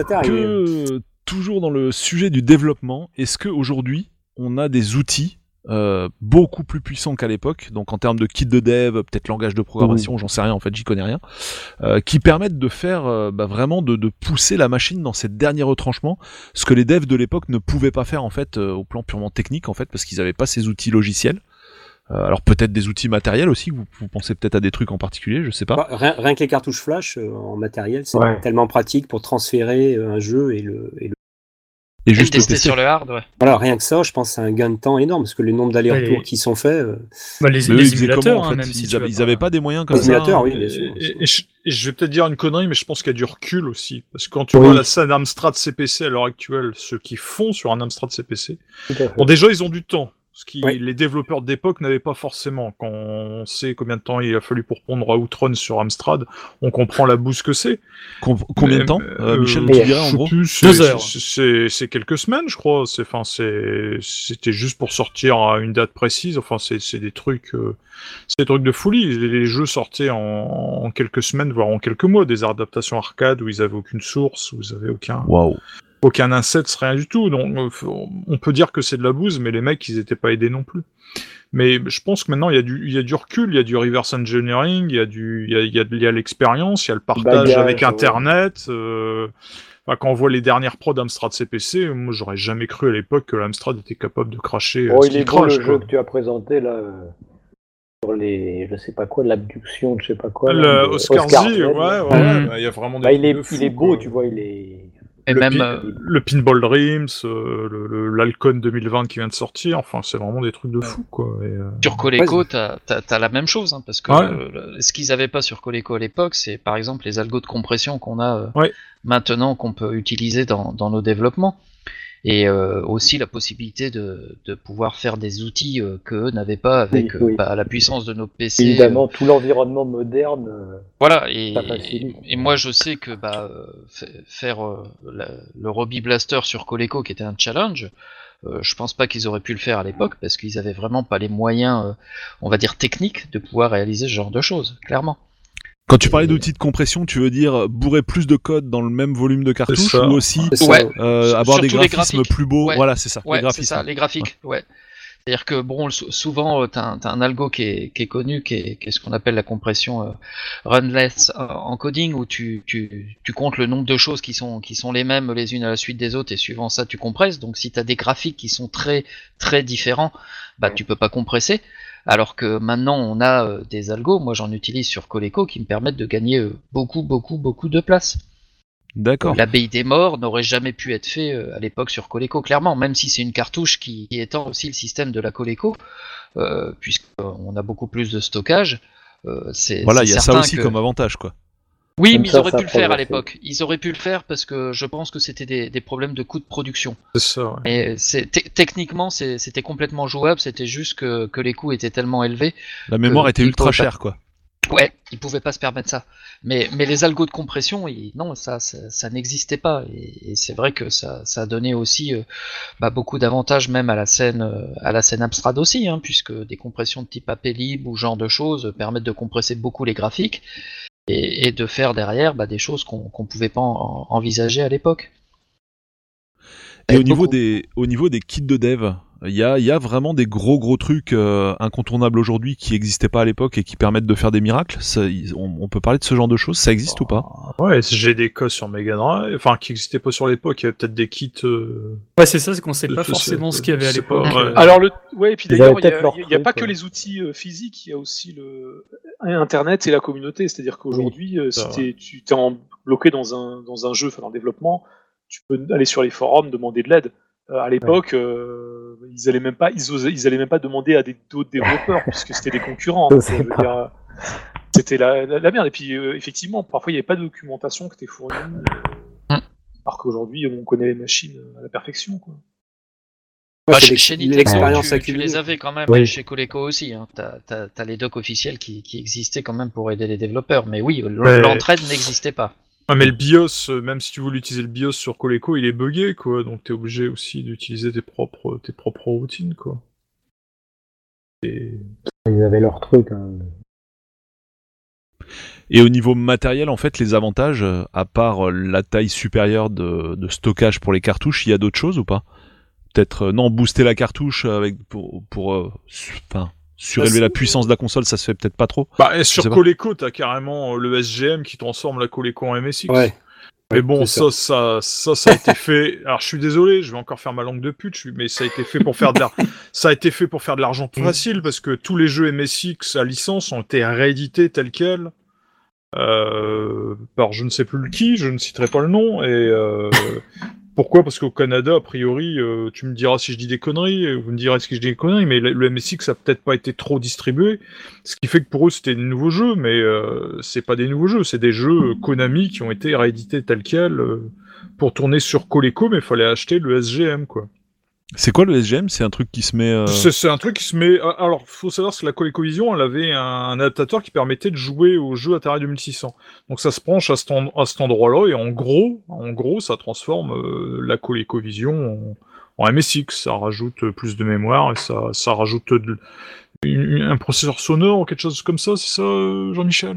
toujours dans le sujet du développement, est-ce qu'aujourd'hui, on a des outils beaucoup plus puissants qu'à l'époque, donc en termes de kit de dev, peut-être langage de programmation, j'en sais rien, en fait, j'y connais rien, qui permettent de faire vraiment de pousser la machine dans ces derniers retranchements, ce que les devs de l'époque ne pouvaient pas faire en fait au plan purement technique en fait, parce qu'ils n'avaient pas ces outils logiciels. Alors peut-être des outils matériels aussi, vous pensez peut-être à des trucs en particulier, je sais pas. Rien que les cartouches flash en matériel, c'est tellement pratique pour transférer un jeu et juste tester sur le hard, Voilà, rien que ça, je pense que c'est un gain de temps énorme, parce que le nombre d'allers-retours qui sont faits... les émulateurs, en fait, même si ils avaient pas des moyens comme ça. Les émulateurs, oui, bien sûr. Et je vais peut-être dire une connerie, mais je pense qu'il y a du recul aussi. Parce que quand tu vois la scène Amstrad CPC à l'heure actuelle, ceux qui font sur un Amstrad CPC, bon, déjà, ils ont du temps. Ce qui les développeurs d'époque n'avaient pas forcément. Quand on sait combien de temps il a fallu pour pondre à Outrun sur Amstrad, on comprend la bouse que c'est. Combien de temps, Michel, tu dirais en gros 2 heures. C'est quelques semaines, je crois. C'était juste pour sortir à une date précise. Enfin, c'est des trucs de folie. Les jeux sortaient en quelques semaines, voire en quelques mois. Des adaptations arcade où ils avaient aucune source, où ils avaient aucun asset, rien du tout. Donc, on peut dire que c'est de la bouse, mais les mecs, ils étaient pas aidés non plus. Mais je pense que maintenant, il y a du recul, il y a du reverse engineering, il y a l'expérience, il y a le partage avec Internet. Quand on voit les dernières prods d'Amstrad CPC, moi, j'aurais jamais cru à l'époque que l'Amstrad était capable de cracher. Il est beau le jeu que tu as présenté, là. Sur les, je sais pas quoi, l'abduction, je sais pas quoi. Le Oscar Z, il y a vraiment des il est beau, tu vois, il est... Et le Pinball Dreams, l'Alcon 2020 qui vient de sortir, enfin c'est vraiment des trucs de fou quoi. Sur Coleco, t'as la même chose, parce que ce qu'ils avaient pas sur Coleco à l'époque, c'est par exemple les algos de compression qu'on a maintenant, qu'on peut utiliser dans nos développements. Et aussi la possibilité de pouvoir faire des outils qu'eux n'avaient pas avec la puissance de nos PC. Évidemment, tout l'environnement moderne. Voilà, et moi je sais que faire le Robbie Blaster sur Coleco, qui était un challenge, je pense pas qu'ils auraient pu le faire à l'époque, parce qu'ils avaient vraiment pas les moyens, on va dire techniques, de pouvoir réaliser ce genre de choses, clairement. Quand tu parlais d'outils de compression, tu veux dire bourrer plus de code dans le même volume de cartouche, ou aussi avoir des graphismes plus beaux. Voilà, c'est ça. Les graphiques. C'est-à-dire que souvent t'as un algo qui est connu, qui est ce qu'on appelle la compression runless encoding, où tu comptes le nombre de choses qui sont les mêmes les unes à la suite des autres, et suivant ça tu compresses. Donc si t'as des graphiques qui sont très très différents, tu peux pas compresser. Alors que maintenant on a des algos, moi j'en utilise sur Coleco, qui me permettent de gagner beaucoup de place. D'accord. L'abbaye des morts n'aurait jamais pu être fait à l'époque sur Coleco, clairement, même si c'est une cartouche qui étend aussi le système de la Coleco, puisqu'on a beaucoup plus de stockage. Il y a ça aussi comme avantage, quoi. Oui, mais ils auraient pu le faire à l'époque. Ils auraient pu le faire parce que je pense que c'était des problèmes de coût de production. C'est ça, ouais. Et techniquement, c'était complètement jouable, c'était juste que les coûts étaient tellement élevés. La mémoire était ultra chère, quoi. Ouais, ils pouvaient pas se permettre ça. Mais les algos de compression, non, ça n'existait pas. Et c'est vrai que ça a donné aussi beaucoup d'avantages même à la scène Amstrad aussi, puisque des compressions de type AP-Lib ou ce genre de choses permettent de compresser beaucoup les graphiques. Et de faire derrière des choses qu'on pouvait pas envisager à l'époque. Et au niveau des kits de dev, Il y a vraiment des gros trucs incontournables aujourd'hui qui n'existaient pas à l'époque et qui permettent de faire des miracles. On peut parler de ce genre de choses, ça existe ou pas? Ouais, j'ai des cas sur Mega Drive, enfin qui n'existaient pas sur l'époque, il y avait peut-être des kits... Ouais, c'est ça, c'est qu'on sait pas forcément ce qu'il y avait à l'époque. Alors, et puis d'ailleurs, il n'y a pas que les outils physiques, il y a aussi Internet et la communauté. C'est-à-dire qu'aujourd'hui, si tu t'es bloqué dans un jeu, dans le développement, tu peux aller sur les forums, demander de l'aide. À l'époque, ils allaient même pas demander à d'autres développeurs puisque c'était des concurrents. Donc, c'était la merde. Et puis effectivement, parfois il n'y avait pas de documentation qui était fournie, alors qu'aujourd'hui on connaît les machines à la perfection, quoi. Chez Nintendo, tu les avais quand même, et chez Coleco aussi. Hein. T'as les docs officiels qui existaient quand même pour aider les développeurs. Mais oui, l'entraide n'existait pas. Ah, mais le BIOS, même si tu voulais utiliser le BIOS sur Coleco, il est buggé, quoi. Donc t'es obligé aussi d'utiliser tes propres routines, quoi. Ils avaient leur truc. Hein. Et au niveau matériel, en fait, les avantages, à part la taille supérieure de stockage pour les cartouches, il y a d'autres choses ou pas? Peut-être booster la cartouche pour surélever la puissance de la console, ça se fait peut-être pas trop. Et sur Coleco, t'as carrément le SGM qui transforme la Coleco en MSX. Ouais. Mais bon, ça a été fait. Alors, je suis désolé, je vais encore faire ma langue de pute, mais ça a été fait pour faire de l'argent facile parce que tous les jeux MSX à licence ont été réédités tels quels par je ne sais plus qui, je ne citerai pas le nom et. Pourquoi ? Parce qu'au Canada, a priori, tu me diras si je dis des conneries, vous me direz si je dis des conneries, mais le MSX a peut-être pas été trop distribué, ce qui fait que pour eux c'était des nouveaux jeux, mais c'est pas des nouveaux jeux, c'est des jeux Konami qui ont été réédités tels quels pour tourner sur Coleco, mais il fallait acheter le SGM, quoi. C'est quoi le SGM ? C'est un truc qui se met... C'est un truc qui se met... Alors, faut savoir que la ColecoVision, elle avait un adaptateur qui permettait de jouer aux jeux Atari 2600. Donc ça se branche à cet endroit-là, et en gros, ça transforme la ColecoVision en MSX. Ça rajoute plus de mémoire, et ça rajoute un processeur sonore ou quelque chose comme ça, c'est ça, Jean-Michel ?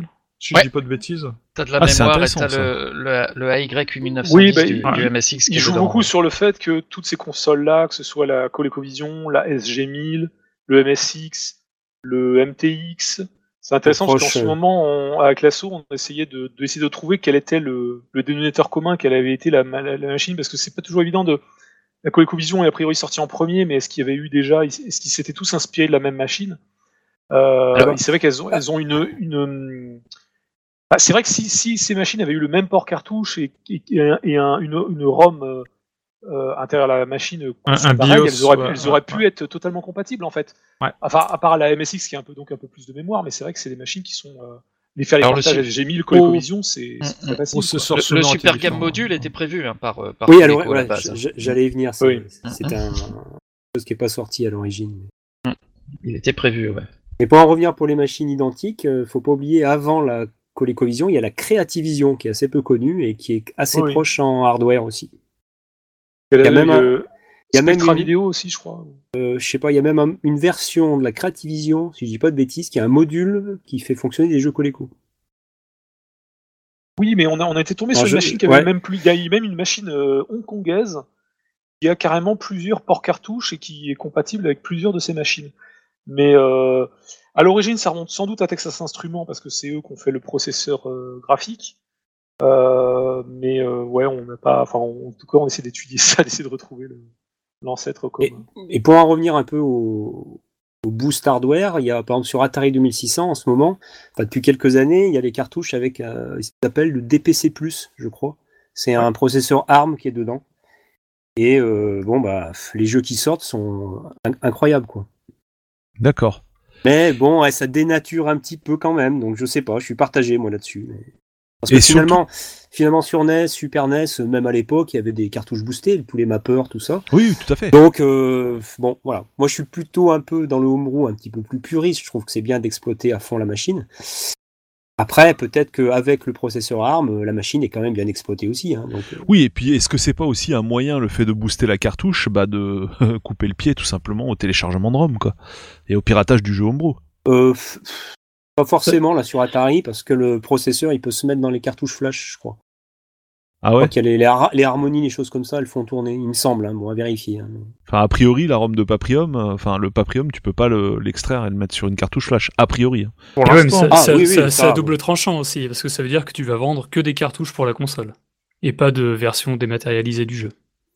Si je dis pas de bêtises. T'as de la mémoire et t'as le AY8910 du MSX. Il joue beaucoup sur le fait que toutes ces consoles-là, que ce soit la ColecoVision, la SG1000, le MSX, le MTX, c'est intéressant parce qu'en ce moment, avec l'assaut, on essayait d'essayer de trouver quel était le dénominateur commun, quelle avait été la machine, parce que c'est pas toujours évident de... La ColecoVision est a priori sortie en premier, mais est-ce qu'il y avait eu déjà... Est-ce qu'ils s'étaient tous inspirés de la même machine ? C'est vrai qu'elles ont une... c'est vrai que si ces machines avaient eu le même port cartouche et une ROM intérieure à la machine, pareil, elles auraient pu être totalement compatibles en fait. Ouais. Enfin, à part la MSX qui a un peu plus de mémoire, mais c'est vrai que c'est des machines qui sont les portages SG1000, ColecoVision, c'est très facile. Le Super Game Module était prévu par oui, Coleco à la alors base. j'allais y venir. Oui. C'était un chose qui n'est pas sorti à l'origine. Il était prévu, ouais. Et pour en revenir pour les machines identiques, faut pas oublier, avant la ColecoVision, il y a la Creativision qui est assez peu connue et qui est assez proche en hardware aussi. Il y a même une vidéo aussi, je crois. Je sais pas, il y a même une version de la Creativision, si je dis pas de bêtises, qui a un module qui fait fonctionner des jeux Coleco. Oui, mais on a été tombé sur une machine qui avait même plus. Il y a même une machine hongkongaise qui a carrément plusieurs ports cartouches et qui est compatible avec plusieurs de ces machines. Mais à l'origine, ça remonte sans doute à Texas Instruments parce que c'est eux qui ont fait le processeur graphique. Mais on n'a pas. Enfin, en tout cas, on essaie d'étudier ça, d'essayer de retrouver l'ancêtre commun. Et pour en revenir un peu au boost hardware, il y a par exemple sur Atari 2600 en ce moment, depuis quelques années, il y a les cartouches avec ce qu'ils appellent le DPC+, je crois. C'est un processeur ARM qui est dedans. Et les jeux qui sortent sont incroyables, quoi. D'accord. Mais bon, ça dénature un petit peu quand même, donc je sais pas, je suis partagé moi là-dessus. Parce que finalement sur NES, Super NES, même à l'époque, il y avait des cartouches boostées, tous les mappeurs, tout ça. Oui, tout à fait. Donc voilà, moi je suis plutôt un peu dans le homebrew, un petit peu plus puriste, je trouve que c'est bien d'exploiter à fond la machine. Après, peut-être qu'avec le processeur ARM, la machine est quand même bien exploitée aussi. Hein, donc, Oui, et puis est-ce que c'est pas aussi un moyen, le fait de booster la cartouche, de couper le pied tout simplement au téléchargement de ROM, quoi, et au piratage du jeu homebrew? Pas forcément là sur Atari, parce que le processeur il peut se mettre dans les cartouches flash, je crois. Ah ouais. Je crois qu'il y a les harmonies, les choses comme ça, elles font tourner, il me semble. Bon, à vérifier. Enfin, a priori, la ROM de Paprium, le Paprium, tu peux pas l'extraire et le mettre sur une cartouche flash, a priori. Pour mais l'instant. c'est à double tranchant aussi, parce que ça veut dire que tu vas vendre que des cartouches pour la console, et pas de version dématérialisée du jeu.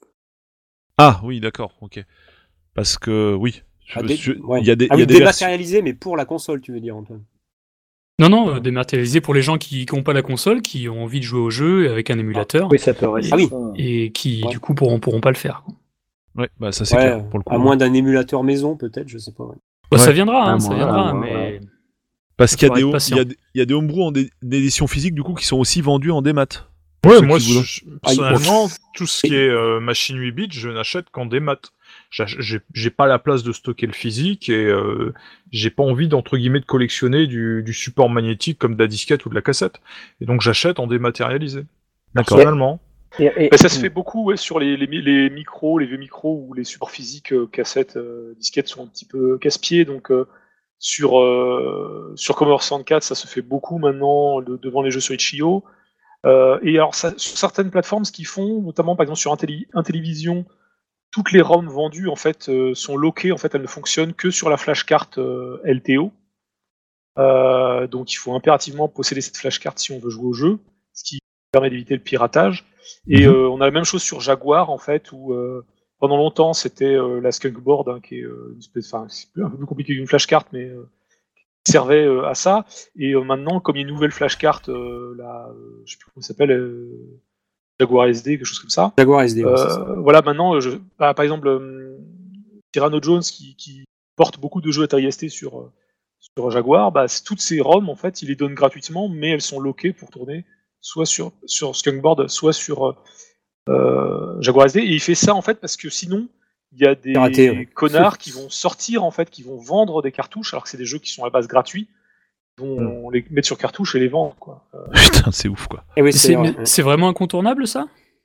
Ah oui, d'accord, ok. Parce que, oui, il y a des dématérialisé, mais pour la console, tu veux dire, Antoine? Non, dématérialisé pour les gens qui n'ont pas la console, qui ont envie de jouer au jeu avec un émulateur. Oui, ça peut rester. Et qui, du coup, pourront pas le faire. Ouais, bah ça c'est clair, pour le coup. À moins d'un émulateur maison, peut-être, je sais pas. Ouais. Bah, ça viendra, ça viendra, mais... Parce qu'il y a des homebrew en édition physique, du coup, qui sont aussi vendus en démat. Ouais, moi, personnellement, tout ce qui est machine 8 bits, je n'achète qu'en démat. J'ai pas la place de stocker le physique et j'ai pas envie d'entre guillemets de collectionner du support magnétique comme de la disquette ou de la cassette. Et donc j'achète en dématérialisé. Personnellement. Ça se fait beaucoup sur les micros, les vieux micros où les supports physiques, cassettes, disquettes sont un petit peu casse-pieds. Donc sur Commodore 64, ça se fait beaucoup maintenant devant les jeux sur Itch.io. Et alors sur certaines plateformes, ce qu'ils font, notamment par exemple sur Intellivision, toutes les ROM vendues en fait sont lockées, en fait elles ne fonctionnent que sur la flashcard LTO. Donc il faut impérativement posséder cette flashcard si on veut jouer au jeu, ce qui permet d'éviter le piratage. Et on a la même chose sur Jaguar en fait, où pendant longtemps c'était la Skunkboard, qui est une espèce, c'est un peu plus compliqué qu'une flashcard, mais qui servait à ça. Et maintenant, comme il y a une nouvelle flashcard, je sais plus comment ça s'appelle. Jaguar SD, quelque chose comme ça. Jaguar SD, voilà, maintenant, par exemple, Cyrano Jones qui porte beaucoup de jeux Atari ST sur Jaguar, toutes ces ROM, en fait, il les donne gratuitement, mais elles sont lockées pour tourner soit sur Skunkboard, soit sur Jaguar SD. Et il fait ça, en fait, parce que sinon, il y a des connards qui vont sortir, en fait, qui vont vendre des cartouches, alors que c'est des jeux qui sont à la base gratuits. On les met sur cartouche et les vend, quoi. Putain, c'est ouf, quoi. Et oui, c'est vraiment incontournable, ça?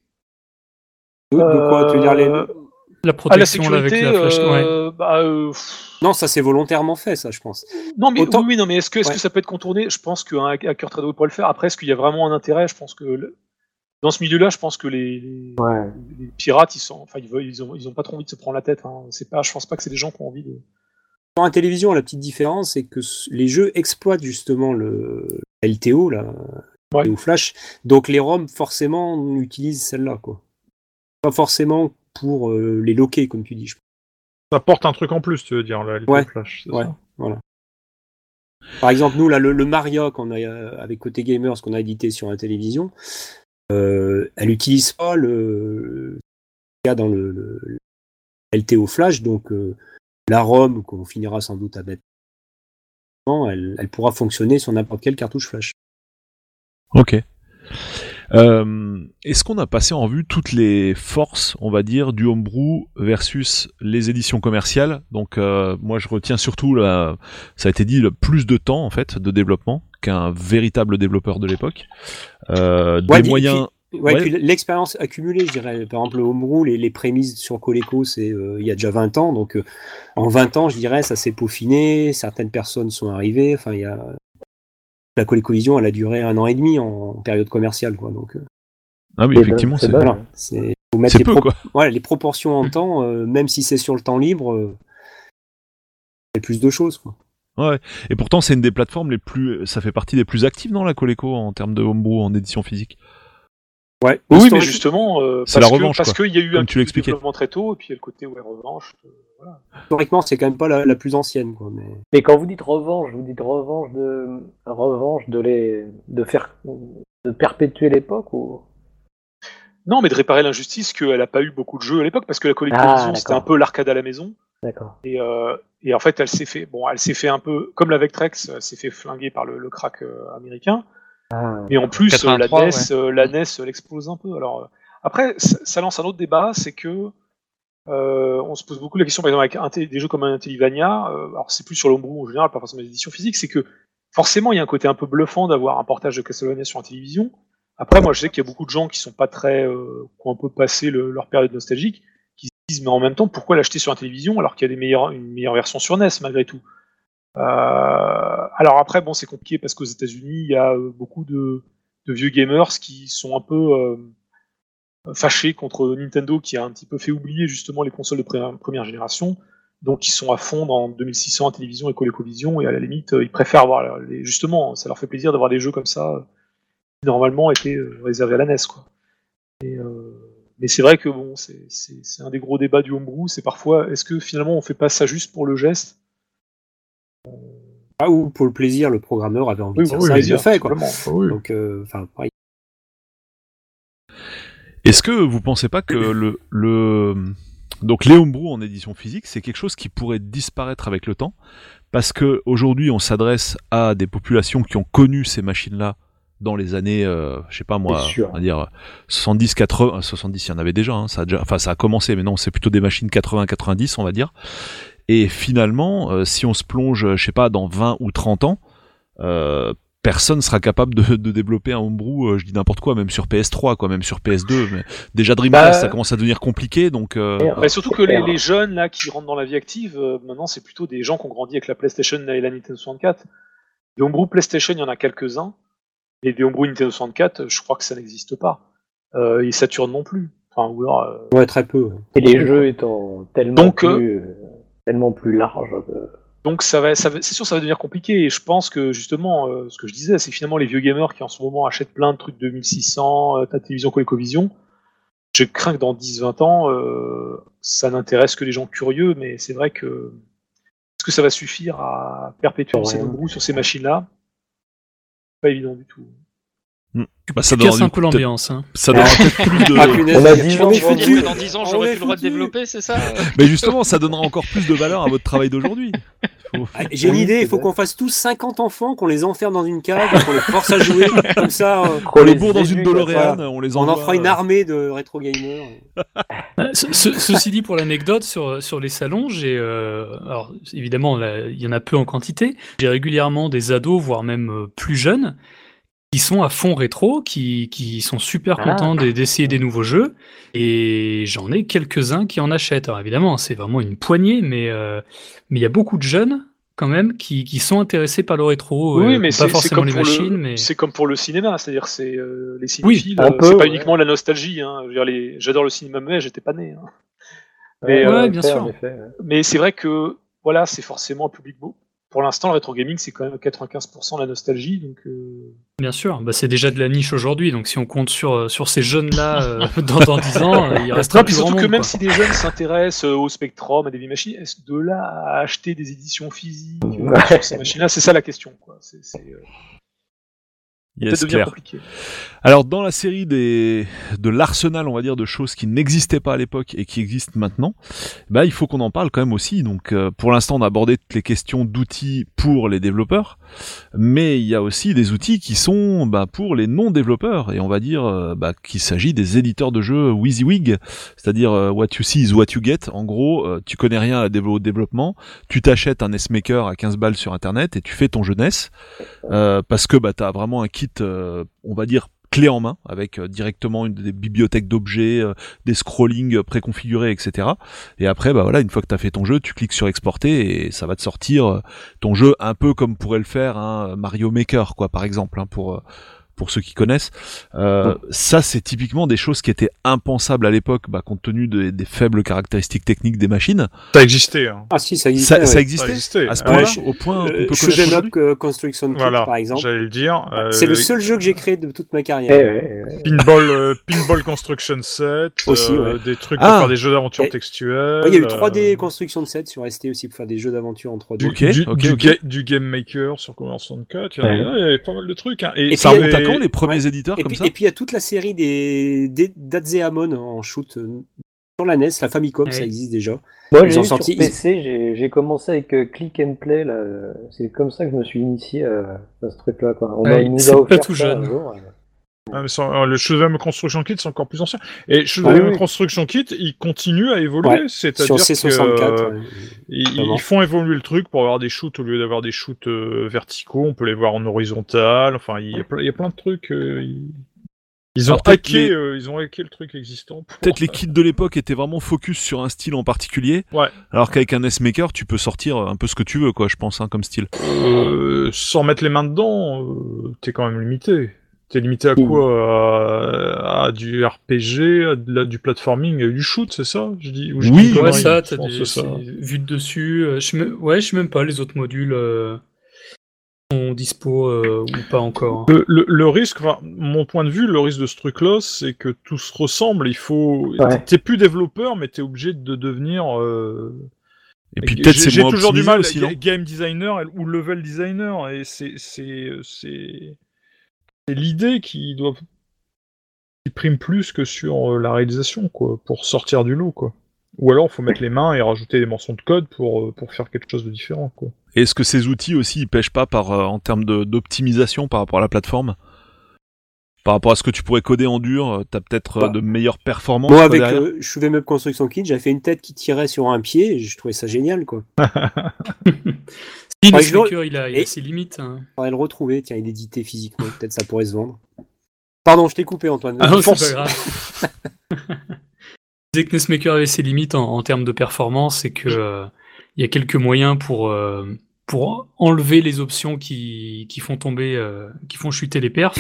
De quoi tu veux dire la protection la avec la flash. Non, ça c'est volontairement fait, ça, je pense. Non, mais oui, non, mais est-ce que ça peut être contourné? Je pense qu'un hacker très doué pourrait le faire. Après, est-ce qu'il y a vraiment un intérêt? Je pense que dans ce milieu-là, je pense que les pirates, ils ont pas trop envie de se prendre la tête. Hein. Je pense pas que c'est des gens qui ont envie de. Sur la télévision, la petite différence, c'est que les jeux exploitent justement le LTO, ou Flash. Donc les ROM, forcément, on utilise celle-là, quoi. Pas forcément pour les loquer, comme tu dis. Ça apporte un truc en plus, tu veux dire, la LTO Flash, c'est ça. Voilà. Par exemple, nous, là, le Maria qu'on a avec Côté Gamers, qu'on a édité sur la télévision, elle n'utilise pas le cas dans le LTO Flash, donc la ROM qu'on finira sans doute à mettre, elle pourra fonctionner sur n'importe quelle cartouche Flash. Ok. Est-ce qu'on a passé en vue toutes les forces, on va dire, du homebrew versus les éditions commerciales? Donc moi je retiens surtout, ça a été dit, le plus de temps en fait de développement qu'un véritable développeur de l'époque. Des moyens... Puis l'expérience accumulée, je dirais. Par exemple, le homebrew, les prémices sur Coleco, c'est il y a déjà 20 ans. Donc, en 20 ans, je dirais, ça s'est peaufiné. Certaines personnes sont arrivées. Enfin, la ColecoVision, elle a duré 1 an et demi en période commerciale, quoi. Donc, ah oui, effectivement, c'est voilà. Faut mettre les proportions en Mm. temps, même si c'est sur le temps libre, il y a plus de choses, quoi. Ouais. Et pourtant, c'est une des plateformes ça fait partie des plus actives dans la Coleco en termes de homebrew en édition physique. Ouais. Oui, mais justement, c'est la revanche, parce qu'il y a eu un développement très tôt, et puis il y a le côté revanche. Voilà. Historiquement, c'est quand même pas la plus ancienne, quoi. Mais quand vous dites revanche, de perpétuer l'époque ou? Non, mais de réparer l'injustice qu'elle n'a pas eu beaucoup de jeux à l'époque, parce que la ColecoVision, c'était un peu l'arcade à la maison. D'accord. Et en fait, elle s'est fait un peu, comme la Vectrex, elle s'est fait flinguer par le crack américain. Mais en plus, 83, la NES l'explose un peu. Alors, après, ça lance un autre débat, c'est que on se pose beaucoup la question, par exemple, avec des jeux comme un Intelivania, alors c'est plus sur l'homebrew en général, pas forcément les éditions physiques, c'est que forcément, il y a un côté un peu bluffant d'avoir un portage de Castlevania sur Intellivision. Après, moi, je sais qu'il y a beaucoup de gens qui sont pas très, qui ont un peu passé leur période nostalgique, qui se disent, mais en même temps, pourquoi l'acheter sur Intellivision alors qu'il y a une meilleure version sur NES, malgré tout. Alors après, c'est compliqué parce qu'aux États-Unis, il y a beaucoup de vieux gamers qui sont un peu fâchés contre Nintendo qui a un petit peu fait oublier justement les consoles de première génération. Donc ils sont à fond dans 2600 à télévision et ColecoVision, et à la limite ils préfèrent avoir justement, ça leur fait plaisir d'avoir des jeux comme ça qui normalement étaient réservés à la NES, quoi. Mais c'est vrai que bon, c'est un des gros débats du homebrew, c'est parfois est-ce que finalement on fait pas ça juste pour le geste, ou pour le plaisir, le programmeur avait envie de faire ça, il le fait, quoi. Donc pareil. Est-ce que vous pensez pas que donc les homebrew en édition physique, c'est quelque chose qui pourrait disparaître avec le temps, parce que aujourd'hui on s'adresse à des populations qui ont connu ces machines-là dans les années, je sais pas moi, on va dire 70, 80, 70, il y en avait déjà, hein, ça a commencé, mais non, c'est plutôt des machines 80, 90, on va dire. Et finalement, si on se plonge, je sais pas, dans 20 ou 30 ans, personne sera capable de développer un homebrew, je dis n'importe quoi, même sur PS3, quoi, même sur PS2. Mais déjà Dreamcast, ça commence à devenir compliqué, donc. Surtout que les jeunes là qui rentrent dans la vie active, maintenant c'est plutôt des gens qui ont grandi avec la PlayStation et la Nintendo 64. Les homebrew PlayStation, il y en a quelques-uns, et des homebrew Nintendo 64, je crois que ça n'existe pas. Et Saturn non plus. Enfin, ou alors, ouais, très peu. Et les jeux étant tellement plus larges. Donc c'est sûr, ça va devenir compliqué, et je pense que justement, ce que je disais, c'est que finalement les vieux gamers qui en ce moment achètent plein de trucs de 2600, ta télévision ColecoVision, je crains que dans 10-20 ans, ça n'intéresse que les gens curieux, mais c'est vrai que est-ce que ça va suffire à perpétuer ces homebrew sur ces machines-là? Pas évident du tout. Ça casse un peu l'ambiance. Hein. Ça donnera peut-être plus de. On a 10 ans. Dans 10 ans, j'aurais plus le droit de développer, c'est ça? Mais justement, ça donnera encore plus de valeur à votre travail d'aujourd'hui. J'ai une idée, il faut qu'on fasse tous 50 enfants, qu'on les enferme dans une cage, qu'on les force à jouer, comme ça. On les bourre dans une DeLorean, on les envoie. On en fera une armée de rétro gamers. Ceci dit, pour l'anecdote, sur les salons, alors évidemment, il y en a peu en quantité. J'ai régulièrement des ados, voire même plus jeunes, qui sont à fond rétro, qui sont super contents d'essayer des nouveaux jeux, et j'en ai quelques-uns qui en achètent. Alors évidemment, c'est vraiment une poignée, mais il y a beaucoup de jeunes quand même qui sont intéressés par le rétro. Oui, mais pas forcément les machines, mais c'est comme pour le cinéma, c'est-à-dire c'est les cinéphiles, c'est pas uniquement la nostalgie. Hein. Je veux dire, j'adore le cinéma, mais j'étais pas né. Hein. Mais bien sûr. Mais c'est vrai que voilà, c'est forcément un public beau. Pour l'instant, le rétro gaming, c'est quand même 95% la nostalgie. Donc, bien sûr, c'est déjà de la niche aujourd'hui. Donc, si on compte sur ces jeunes-là dans 10 ans, il restera plus grand monde. Surtout que même si des jeunes s'intéressent au Spectrum, à des vieilles machines, est-ce de là à acheter des éditions physiques sur ces machines-là, c'est ça la question, quoi. Yes, ça devient compliqué. Alors dans la série de l'arsenal, on va dire, de choses qui n'existaient pas à l'époque et qui existent maintenant, il faut qu'on en parle quand même aussi. Donc pour l'instant on a abordé toutes les questions d'outils pour les développeurs, mais il y a aussi des outils qui sont pour les non-développeurs, et on va dire qu'il s'agit des éditeurs de jeux WYSIWYG, c'est-à-dire what you see is what you get. En gros, tu connais rien au développement, tu t'achètes un NES Maker à 15 balles sur internet et tu fais ton jeu NES, parce que t'as vraiment un kit, on va dire, clé en main, avec directement des bibliothèques d'objets, des scrollings préconfigurés, etc. Et après, une fois que tu as fait ton jeu, tu cliques sur exporter et ça va te sortir ton jeu, un peu comme pourrait le faire un Mario Maker, quoi, par exemple, hein, pour ceux qui connaissent. Ça, c'est typiquement des choses qui étaient impensables à l'époque, compte tenu des faibles caractéristiques techniques des machines. Ça existait. Hein. Ah si, ça existait. Ça existait. À ce point-là, au point qu'on peut connaître aujourd'hui. Construction Kit, par exemple. J'allais le dire. C'est le seul jeu que j'ai créé de toute ma carrière. Pinball Construction Set, aussi, des trucs pour faire des jeux d'aventure textuels. Il y a eu 3D Construction Set sur ST aussi pour faire des jeux d'aventure en 3D. Du Game Maker sur Commodore 64. Il y avait pas mal de trucs. Hein. Et ça remonte à quand les premiers éditeurs comme ça? Et puis il y a toute la série des Dadzeamon en shoot sur la NES, la Famicom, ça existe déjà. Moi, j'ai sur PC, j'ai commencé avec Click and Play. Là, c'est comme ça que je me suis initié à ce truc-là. C'est pas tout jeune. Le Shoot'em Construction Kit, c'est encore plus ancien. Et Shoot'em Construction Kit, il continue à évoluer. C'est-à-dire sur C64. Ils font évoluer le truc pour avoir des shoots au lieu d'avoir des shoots verticaux. On peut les voir en horizontal. Enfin, il y a plein de trucs. Ils ont hacké le truc existant. Peut-être les kits de l'époque étaient vraiment focus sur un style en particulier. Ouais. Alors qu'avec un NES Maker, tu peux sortir un peu ce que tu veux, quoi, je pense, hein, comme style. Sans mettre les mains dedans, t'es quand même limité. T'es limité à quoi? à du RPG, à du platforming, du shoot, c'est ça? Oui, ouais, ça, t'as vu de dessus. Je sais même pas, les autres modules sont dispo ou pas encore. Le risque, mon point de vue, le risque de ce truc-là, c'est que tout se ressemble. T'es plus développeur, mais t'es obligé de devenir. Et puis peut-être c'est moins toujours du mal aussi, game designer ou level designer, et c'est l'idée qui prime plus que sur la réalisation, quoi, pour sortir du lot, quoi. Ou alors faut mettre les mains et rajouter des morceaux de code pour faire quelque chose de différent, quoi. Et est-ce que ces outils aussi ils pêchent pas en termes d'optimisation par rapport à la plateforme? Par rapport à ce que tu pourrais coder en dur, t'as peut-être de meilleures performances. Moi, avec Shoot 'em Up Construction Kit, j'avais fait une tête qui tirait sur un pied et je trouvais ça génial, quoi. Nessmaker, il a ses limites. Hein. On pourrait le retrouver, tiens, il est édité physiquement, peut-être ça pourrait se vendre. Pardon, je t'ai coupé, Antoine. Ah non, c'est pas grave. Je disais que Nessmaker avait ses limites en termes de performance et que il y a quelques moyens pour enlever les options qui font chuter les perfs.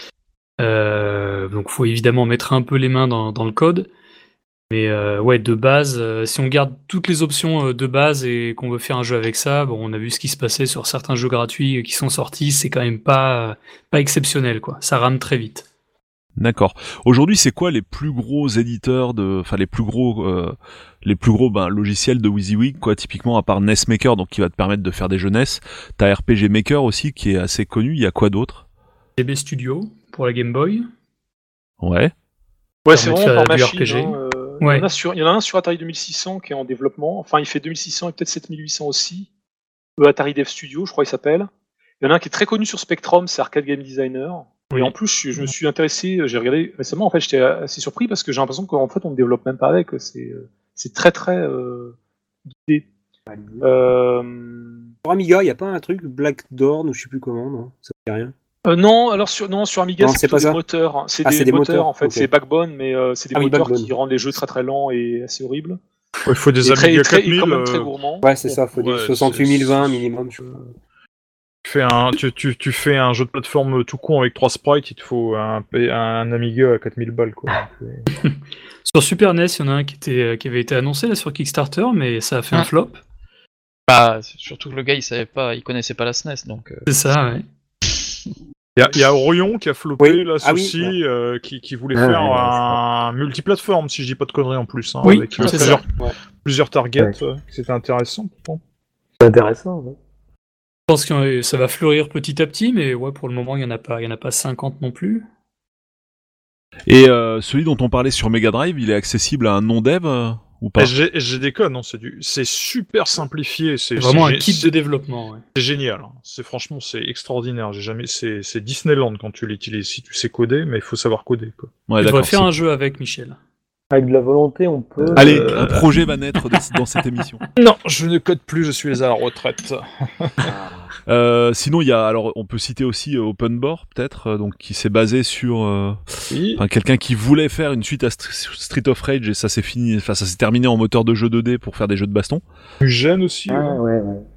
Donc faut évidemment mettre un peu les mains dans le code, mais de base, si on garde toutes les options de base et qu'on veut faire un jeu avec ça, bon, on a vu ce qui se passait sur certains jeux gratuits qui sont sortis, c'est quand même pas exceptionnel, quoi. Ça rame très vite. D'accord. Aujourd'hui, c'est quoi les plus gros éditeurs les plus gros logiciels de WYSIWYG, quoi, typiquement, à part Nessmaker, donc qui va te permettre de faire des jeux NES. T'as RPG Maker aussi qui est assez connu. Il y a quoi d'autre? DB Studio pour la Game Boy. Ouais. Ouais, c'est vraiment par machine. Il Ouais. y en a un sur Atari 2600 qui est en développement. Enfin, il fait 2600 et peut-être 7800 aussi. Atari Dev Studio, je crois qu'il s'appelle. Il y en a un qui est très connu sur Spectrum, c'est Arcade Game Designer. Oui. Et en plus, je me suis intéressé, j'ai regardé récemment, en fait, j'étais assez surpris parce que j'ai l'impression qu'en fait, on ne développe même pas avec. C'est très, très guidé. Pour Amiga, il n'y a pas un truc Black Dawn ou je sais plus comment, non? Ça ne dit rien. Non, alors sur Amiga, c'est pas des ça. moteurs. C'est c'est des des moteurs, en fait. okay. C'est Backbone, mais c'est des moteurs Backbone. qui rendent les jeux très très lents et assez horribles. Il faut des Amiga 4000. Et quand même très gourmands. Ouais, c'est ça, il faut des 68020 minimum. Tu fais un jeu de plateforme tout con avec 3 sprites, il te faut un Amiga à 4000 balles, quoi. Sur Super NES, il y en a un qui avait été annoncé là sur Kickstarter, mais ça a fait un flop. Bah, surtout que le gars, il connaissait pas la SNES, donc. C'est ça, ouais. Il y a Orion qui a floppé là oui. qui voulait faire un multiplateforme, si je dis pas de conneries en plus, oui, avec plusieurs targets. C'était intéressant, pourtant. C'est intéressant, ouais. Je pense que ça va fleurir petit à petit, mais ouais, pour le moment, il y en a pas 50 non plus. Et celui dont on parlait sur Mega Drive, il est accessible à un non-dev ou pas? J'ai des codes, non, c'est super simplifié. C'est vraiment un kit de développement. Ouais. C'est génial. Hein. C'est extraordinaire. C'est Disneyland quand tu l'utilises. Si tu sais coder, mais il faut savoir coder, quoi. Ouais, tu devrais faire un jeu avec Michel. Avec de la volonté, on peut... Allez, un projet va naître dans cette émission. Non, je ne code plus, je suis à la retraite. Sinon, on peut citer aussi OpenBore, peut-être, donc qui s'est basé sur quelqu'un qui voulait faire une suite à Street of Rage et ça s'est terminé en moteur de jeu 2D pour faire des jeux de baston. Mugen aussi. Ouais.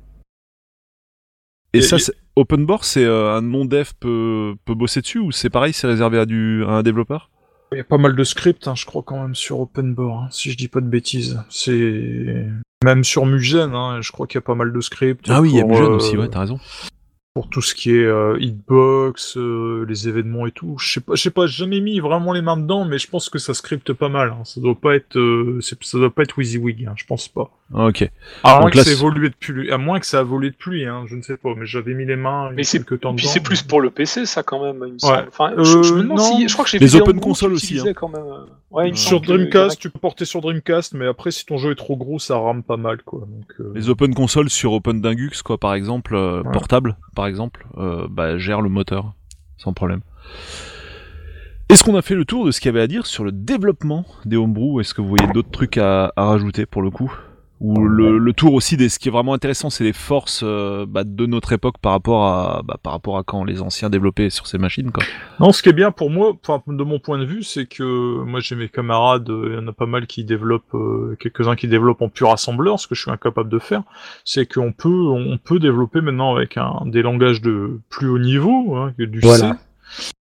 Et ça, OpenBore, c'est un non-dev peut bosser dessus ou c'est pareil, c'est réservé à un développeur? Il y a pas mal de scripts, je crois, quand même, sur OpenBore, si je dis pas de bêtises. C'est... Même sur Mugen, je crois qu'il y a pas mal de scripts. Ah oui, il y a Mugen aussi, ouais, t'as raison. Pour tout ce qui est hitbox, les événements et tout. Je sais pas, j'ai jamais mis vraiment les mains dedans, mais je pense que ça scripte pas mal. Hein. Ça doit pas être WYSIWYG, je pense pas. Ok. À moins que ça évolue depuis, je ne sais pas, mais j'avais mis les mains il y a quelques temps dedans. Puis c'est plus pour le PC, ça, quand même, il me semble. Ouais. Enfin, je me demande si... Je crois que j'ai les open consoles aussi. Quand même. Ouais, sur Dreamcast, tu peux porter sur Dreamcast, mais après, si ton jeu est trop gros, ça rame pas mal, quoi. Donc, les open consoles sur OpenDingux, quoi, par exemple, portable, par exemple, gère le moteur, sans problème. Est-ce qu'on a fait le tour de ce qu'il y avait à dire sur le développement des homebrew? Est-ce que vous voyez d'autres trucs à rajouter pour le coup? Ou le tour aussi ce qui est vraiment intéressant, c'est les forces de notre époque par rapport à quand les anciens développaient sur ces machines, quoi. Non, ce qui est bien pour moi, de mon point de vue, c'est que moi j'ai mes camarades, il y en a pas mal qui développent, quelques-uns qui développent en pur assembleur, ce que je suis incapable de faire, c'est qu'on peut développer maintenant avec des langages de plus haut niveau, du C.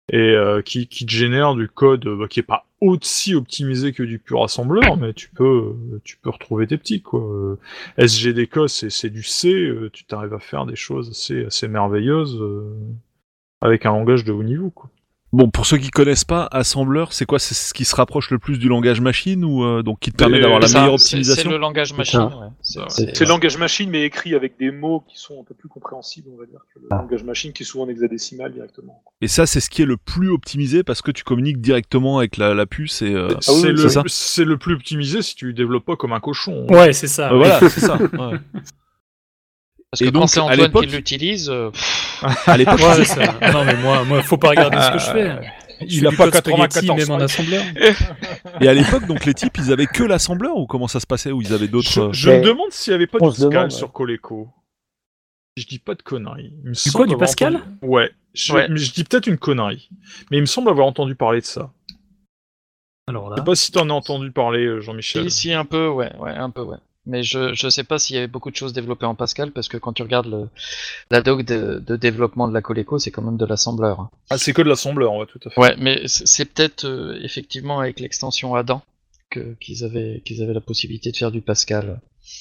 et qui te génère du code qui est pas aussi optimisé que du pur assembleur, mais tu peux retrouver tes petits, quoi. SGDK, c'est du C, tu t'arrives à faire des choses assez merveilleuses avec un langage de haut niveau, quoi. Bon, pour ceux qui connaissent pas, assembleur, c'est quoi? C'est ce qui se rapproche le plus du langage machine ou donc qui te permet d'avoir la meilleure optimisation? C'est le langage machine, ouais. C'est le langage machine, mais écrit avec des mots qui sont un peu plus compréhensibles, on va dire, que le langage machine qui est souvent en hexadécimal directement. Et ça, c'est ce qui est le plus optimisé parce que tu communiques directement avec la puce et. C'est le plus optimisé si tu le développes pas comme un cochon. Ouais, c'est ça. Voilà, c'est ça. Ouais. Parce que quand c'est Antoine qui l'utilise... À l'époque, c'est ça. Non, mais moi, faut pas regarder ce que je fais. Il a pas 94 même en assembleur. Et à l'époque, donc les types, ils avaient que l'assembleur ou comment ça se passait, ou ils avaient d'autres. Je me demande s'il y avait pas du Pascal sur Coleco. Je dis pas de conneries. Du quoi, du Pascal ? Ouais. Je dis peut-être une connerie, mais il me semble avoir entendu parler de ça. Alors là. Je sais pas si t'en as entendu parler, Jean-Michel. Si, un peu, ouais, un peu, ouais. Mais je sais pas s'il y avait beaucoup de choses développées en Pascal, parce que quand tu regardes la doc de développement de la Coleco, c'est quand même de l'assembleur. Ah, c'est que de l'assembleur, ouais, tout à fait. Ouais, mais c'est peut-être effectivement avec l'extension Adam qu'ils avaient la possibilité de faire du Pascal.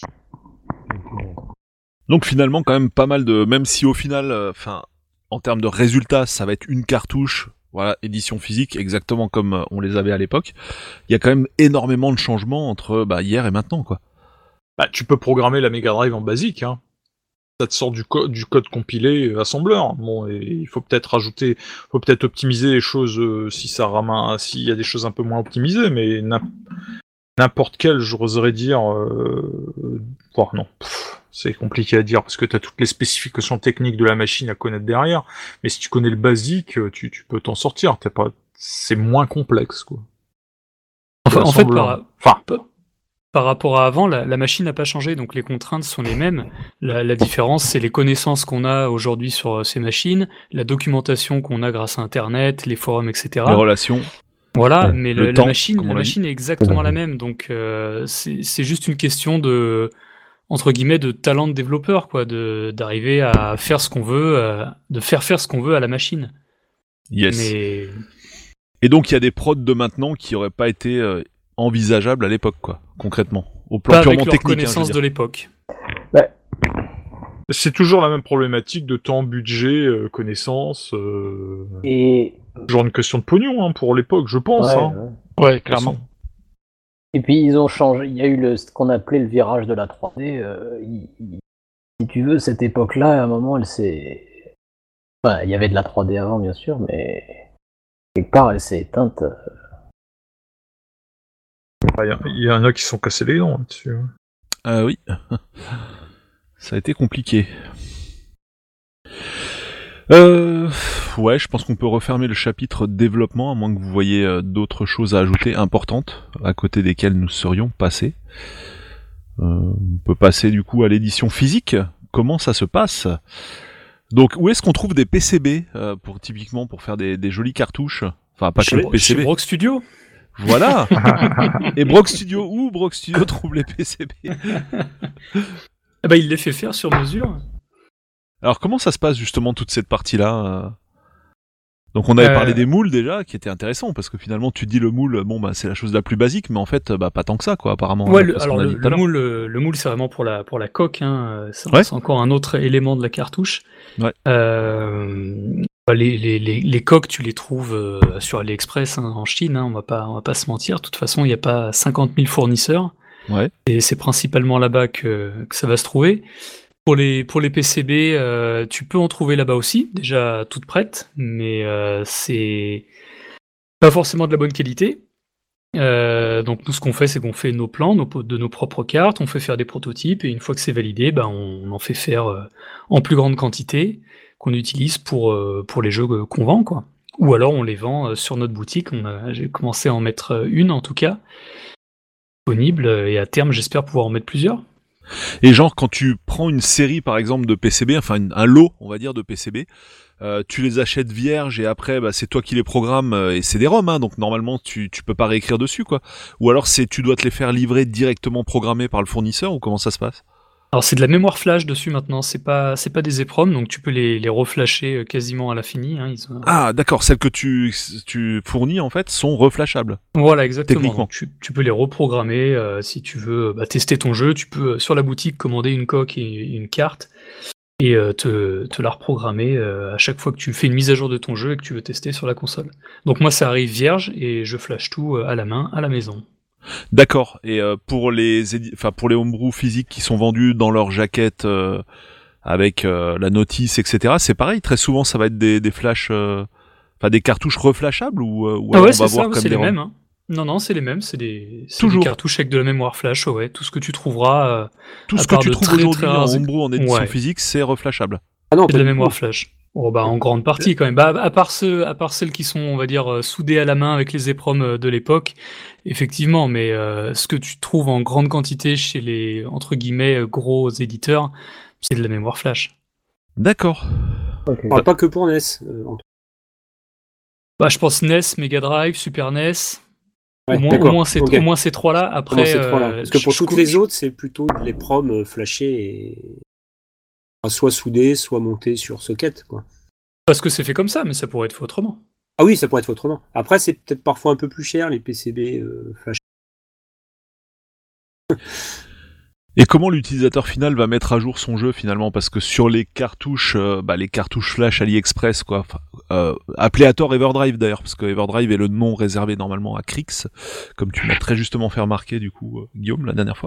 Donc finalement, quand même pas mal de, même si au final, en termes de résultats, ça va être une cartouche. Voilà, édition physique, exactement comme on les avait à l'époque. Il y a quand même énormément de changements entre hier et maintenant, quoi. Bah, tu peux programmer la Mega Drive en basique, hein. Ça te sort du code compilé assembleur. Bon, et il faut peut-être optimiser les choses s'il y a des choses un peu moins optimisées, mais n'importe quel, j'oserais dire, non. C'est compliqué à dire parce que tu as toutes les spécifications techniques de la machine à connaître derrière, mais si tu connais le basique, tu peux t'en sortir. C'est moins complexe, quoi. En fait, par rapport à avant, la machine n'a pas changé, donc les contraintes sont les mêmes. La différence, c'est les connaissances qu'on a aujourd'hui sur ces machines, la documentation qu'on a grâce à Internet, les forums, etc. Les relations. Voilà, mais la machine est exactement la même, donc c'est juste une question de, entre guillemets, de talent de développeur, quoi, d'arriver à faire ce qu'on veut, de faire ce qu'on veut à la machine. Yes. Mais... Et donc il y a des prods de maintenant qui auraient pas été envisageables à l'époque, quoi, concrètement, au plan purement technique. Connaissance de l'époque. Ouais. C'est toujours la même problématique de temps, budget, connaissances. Et genre une question de pognon, hein, pour l'époque, je pense. Ouais, clairement. Et puis ils ont changé. Il y a eu ce qu'on appelait le virage de la 3D. Si tu veux, cette époque-là, à un moment, elle s'est. Enfin, il y avait de la 3D avant, bien sûr, mais quelque part, elle s'est éteinte. Il y en a qui sont cassés les dents là-dessus. Oui. Ça a été compliqué. Ouais, je pense qu'on peut refermer le chapitre développement, à moins que vous voyez d'autres choses à ajouter importantes, à côté desquelles nous serions passés. On peut passer du coup à l'édition physique. Comment ça se passe ? Donc, où est-ce qu'on trouve des PCB typiquement pour faire des jolies cartouches ? Enfin, pas que le PCB. Chez Brock Studio. Voilà. Et Brock Studio, où Brock Studio trouve les PCB ? Il les fait faire sur mesure. Alors comment ça se passe justement toute cette partie-là ? Donc on avait parlé des moules déjà, qui était intéressant parce que finalement tu dis le moule, c'est la chose la plus basique, mais en fait pas tant que ça, quoi, apparemment. Ouais, le moule c'est vraiment pour la coque, hein. C'est encore un autre élément de la cartouche. Ouais. Les coques, tu les trouves sur AliExpress, hein, en Chine, hein, on va pas se mentir. De toute façon, il n'y a pas 50 000 fournisseurs. Ouais. Et c'est principalement là-bas que ça va se trouver. Pour les PCB, tu peux en trouver là-bas aussi, déjà toutes prêtes, mais c'est pas forcément de la bonne qualité. Donc nous, ce qu'on fait, c'est qu'on fait nos plans de nos propres cartes, on fait faire des prototypes, et une fois que c'est validé, on en fait faire en plus grande quantité, qu'on utilise pour les jeux qu'on vend, quoi. Ou alors on les vend sur notre boutique. J'ai commencé à en mettre une, en tout cas, disponible, et à terme, j'espère pouvoir en mettre plusieurs. Et genre, quand tu prends une série, par exemple, de PCB, enfin un lot, on va dire, de PCB, tu les achètes vierges et après, c'est toi qui les programmes, et c'est des ROM, hein, donc normalement, tu peux pas réécrire dessus, quoi. Ou alors, tu dois te les faire livrer directement programmés par le fournisseur, ou comment ça se passe ? Alors c'est de la mémoire flash dessus maintenant, c'est pas des EPROM, donc tu peux les reflasher quasiment à l'infini. Hein, Ah d'accord, celles que tu fournis en fait sont reflashables. Voilà, exactement. Techniquement. Tu peux les reprogrammer si tu veux tester ton jeu. Tu peux sur la boutique commander une coque et une carte et te la reprogrammer à chaque fois que tu fais une mise à jour de ton jeu et que tu veux tester sur la console. Donc moi ça arrive vierge et je flash tout à la main à la maison. D'accord. Et pour les homebrew physiques qui sont vendus dans leur jaquette avec la notice, etc. C'est pareil. Très souvent, ça va être des flashs, des cartouches reflashables ou alors ouais, on va c'est voir ça, comme c'est des les ROM. mêmes. Hein. Non, c'est les mêmes. C'est des Toujours. cartouches avec de la mémoire flash. Ouais, tout ce que tu trouveras. Tout à ce que part tu de trouves très, aujourd'hui très en rares- homebrew en édition Ouais. physique, c'est reflashable. Ah non, C'est pas de la du mémoire tout. flash. En grande partie quand même. À part celles qui sont, on va dire, soudées à la main avec les EPROM de l'époque, effectivement. Mais ce que tu trouves en grande quantité chez les entre guillemets gros éditeurs, c'est de la mémoire flash. D'accord. Ok. Pas que pour NES. Je pense NES, Mega Drive, Super NES. Ouais, au moins ces trois-là. Après, ces trois-là. Parce que pour toutes les je- autres, c'est plutôt les proms flashés et soit soudés, soit montés sur socket, quoi. parce que c'est fait comme ça, mais ça pourrait être fait autrement. Ah oui, ça pourrait être fait autrement. Après, c'est peut-être parfois un peu plus cher, les PCB flashés. Et comment l'utilisateur final va mettre à jour son jeu finalement? Parce que sur les cartouches flash AliExpress, quoi, appelé à tort Everdrive d'ailleurs, parce que Everdrive est le nom réservé normalement à Crix, comme tu m'as très justement fait remarquer du coup, Guillaume, la dernière fois.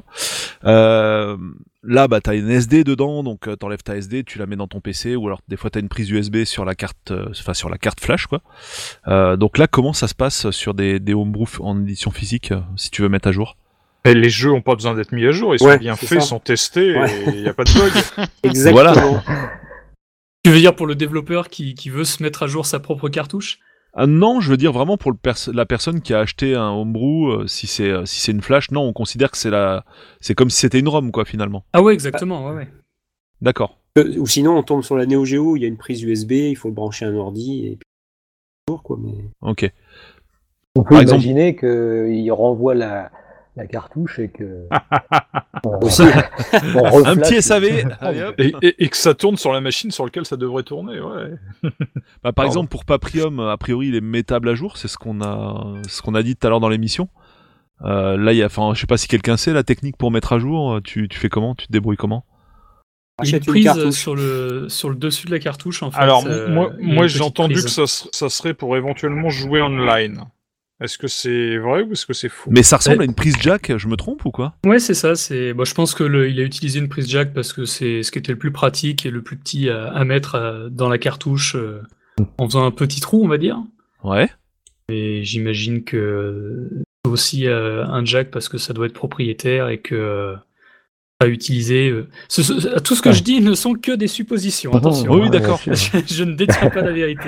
Là, t'as une SD dedans, donc t'enlèves ta SD, tu la mets dans ton PC, ou alors des fois t'as une prise USB sur la carte, sur la carte flash, quoi. Donc là, comment ça se passe sur des homebrew en édition physique, si tu veux mettre à jour? Et les jeux ont pas besoin d'être mis à jour, ils sont bien faits, ça. sont testés, Ouais. et il n'y a pas de bug. Exactement. Voilà. Tu veux dire pour le développeur qui veut se mettre à jour sa propre cartouche? Non, je veux dire vraiment pour la personne qui a acheté un homebrew, si c'est une flash, non, on considère que c'est comme si c'était une ROM, quoi, finalement. Ah ouais, exactement, ouais. D'accord. Ou sinon, on tombe sur la Neo Geo, il y a une prise USB, il faut le brancher à un ordi, et puis quoi, mais... Ok. On peut Par exemple- imaginer qu'il renvoie la cartouche et que. Aussi. Un petit SAV. Allez, hop. Et que ça tourne sur la machine sur laquelle ça devrait tourner, ouais. Par exemple, pour Paprium, a priori, il est mettable à jour, c'est ce qu'on a dit tout à l'heure dans l'émission. Là, je sais pas si quelqu'un sait la technique pour mettre à jour. Tu fais comment? Tu te débrouilles comment? Il y a Achète une une prise cartouche. sur le dessus de la cartouche, en fait. Alors, il y a moi une j'ai petite entendu prise. que ça serait pour éventuellement jouer online. Est-ce que c'est vrai ou est-ce que c'est faux? Mais ça ressemble à une prise jack, je me trompe ou quoi? Ouais, c'est ça. Je pense que il a utilisé une prise jack parce que c'est ce qui était le plus pratique et le plus petit à mettre dans la cartouche en faisant un petit trou, on va dire. Ouais. Et j'imagine que c'est aussi un jack parce que ça doit être propriétaire et que pas utiliser. Tout ce que je dis ne sont que des suppositions. Attention. Oui, d'accord. Je ne détiens pas la vérité.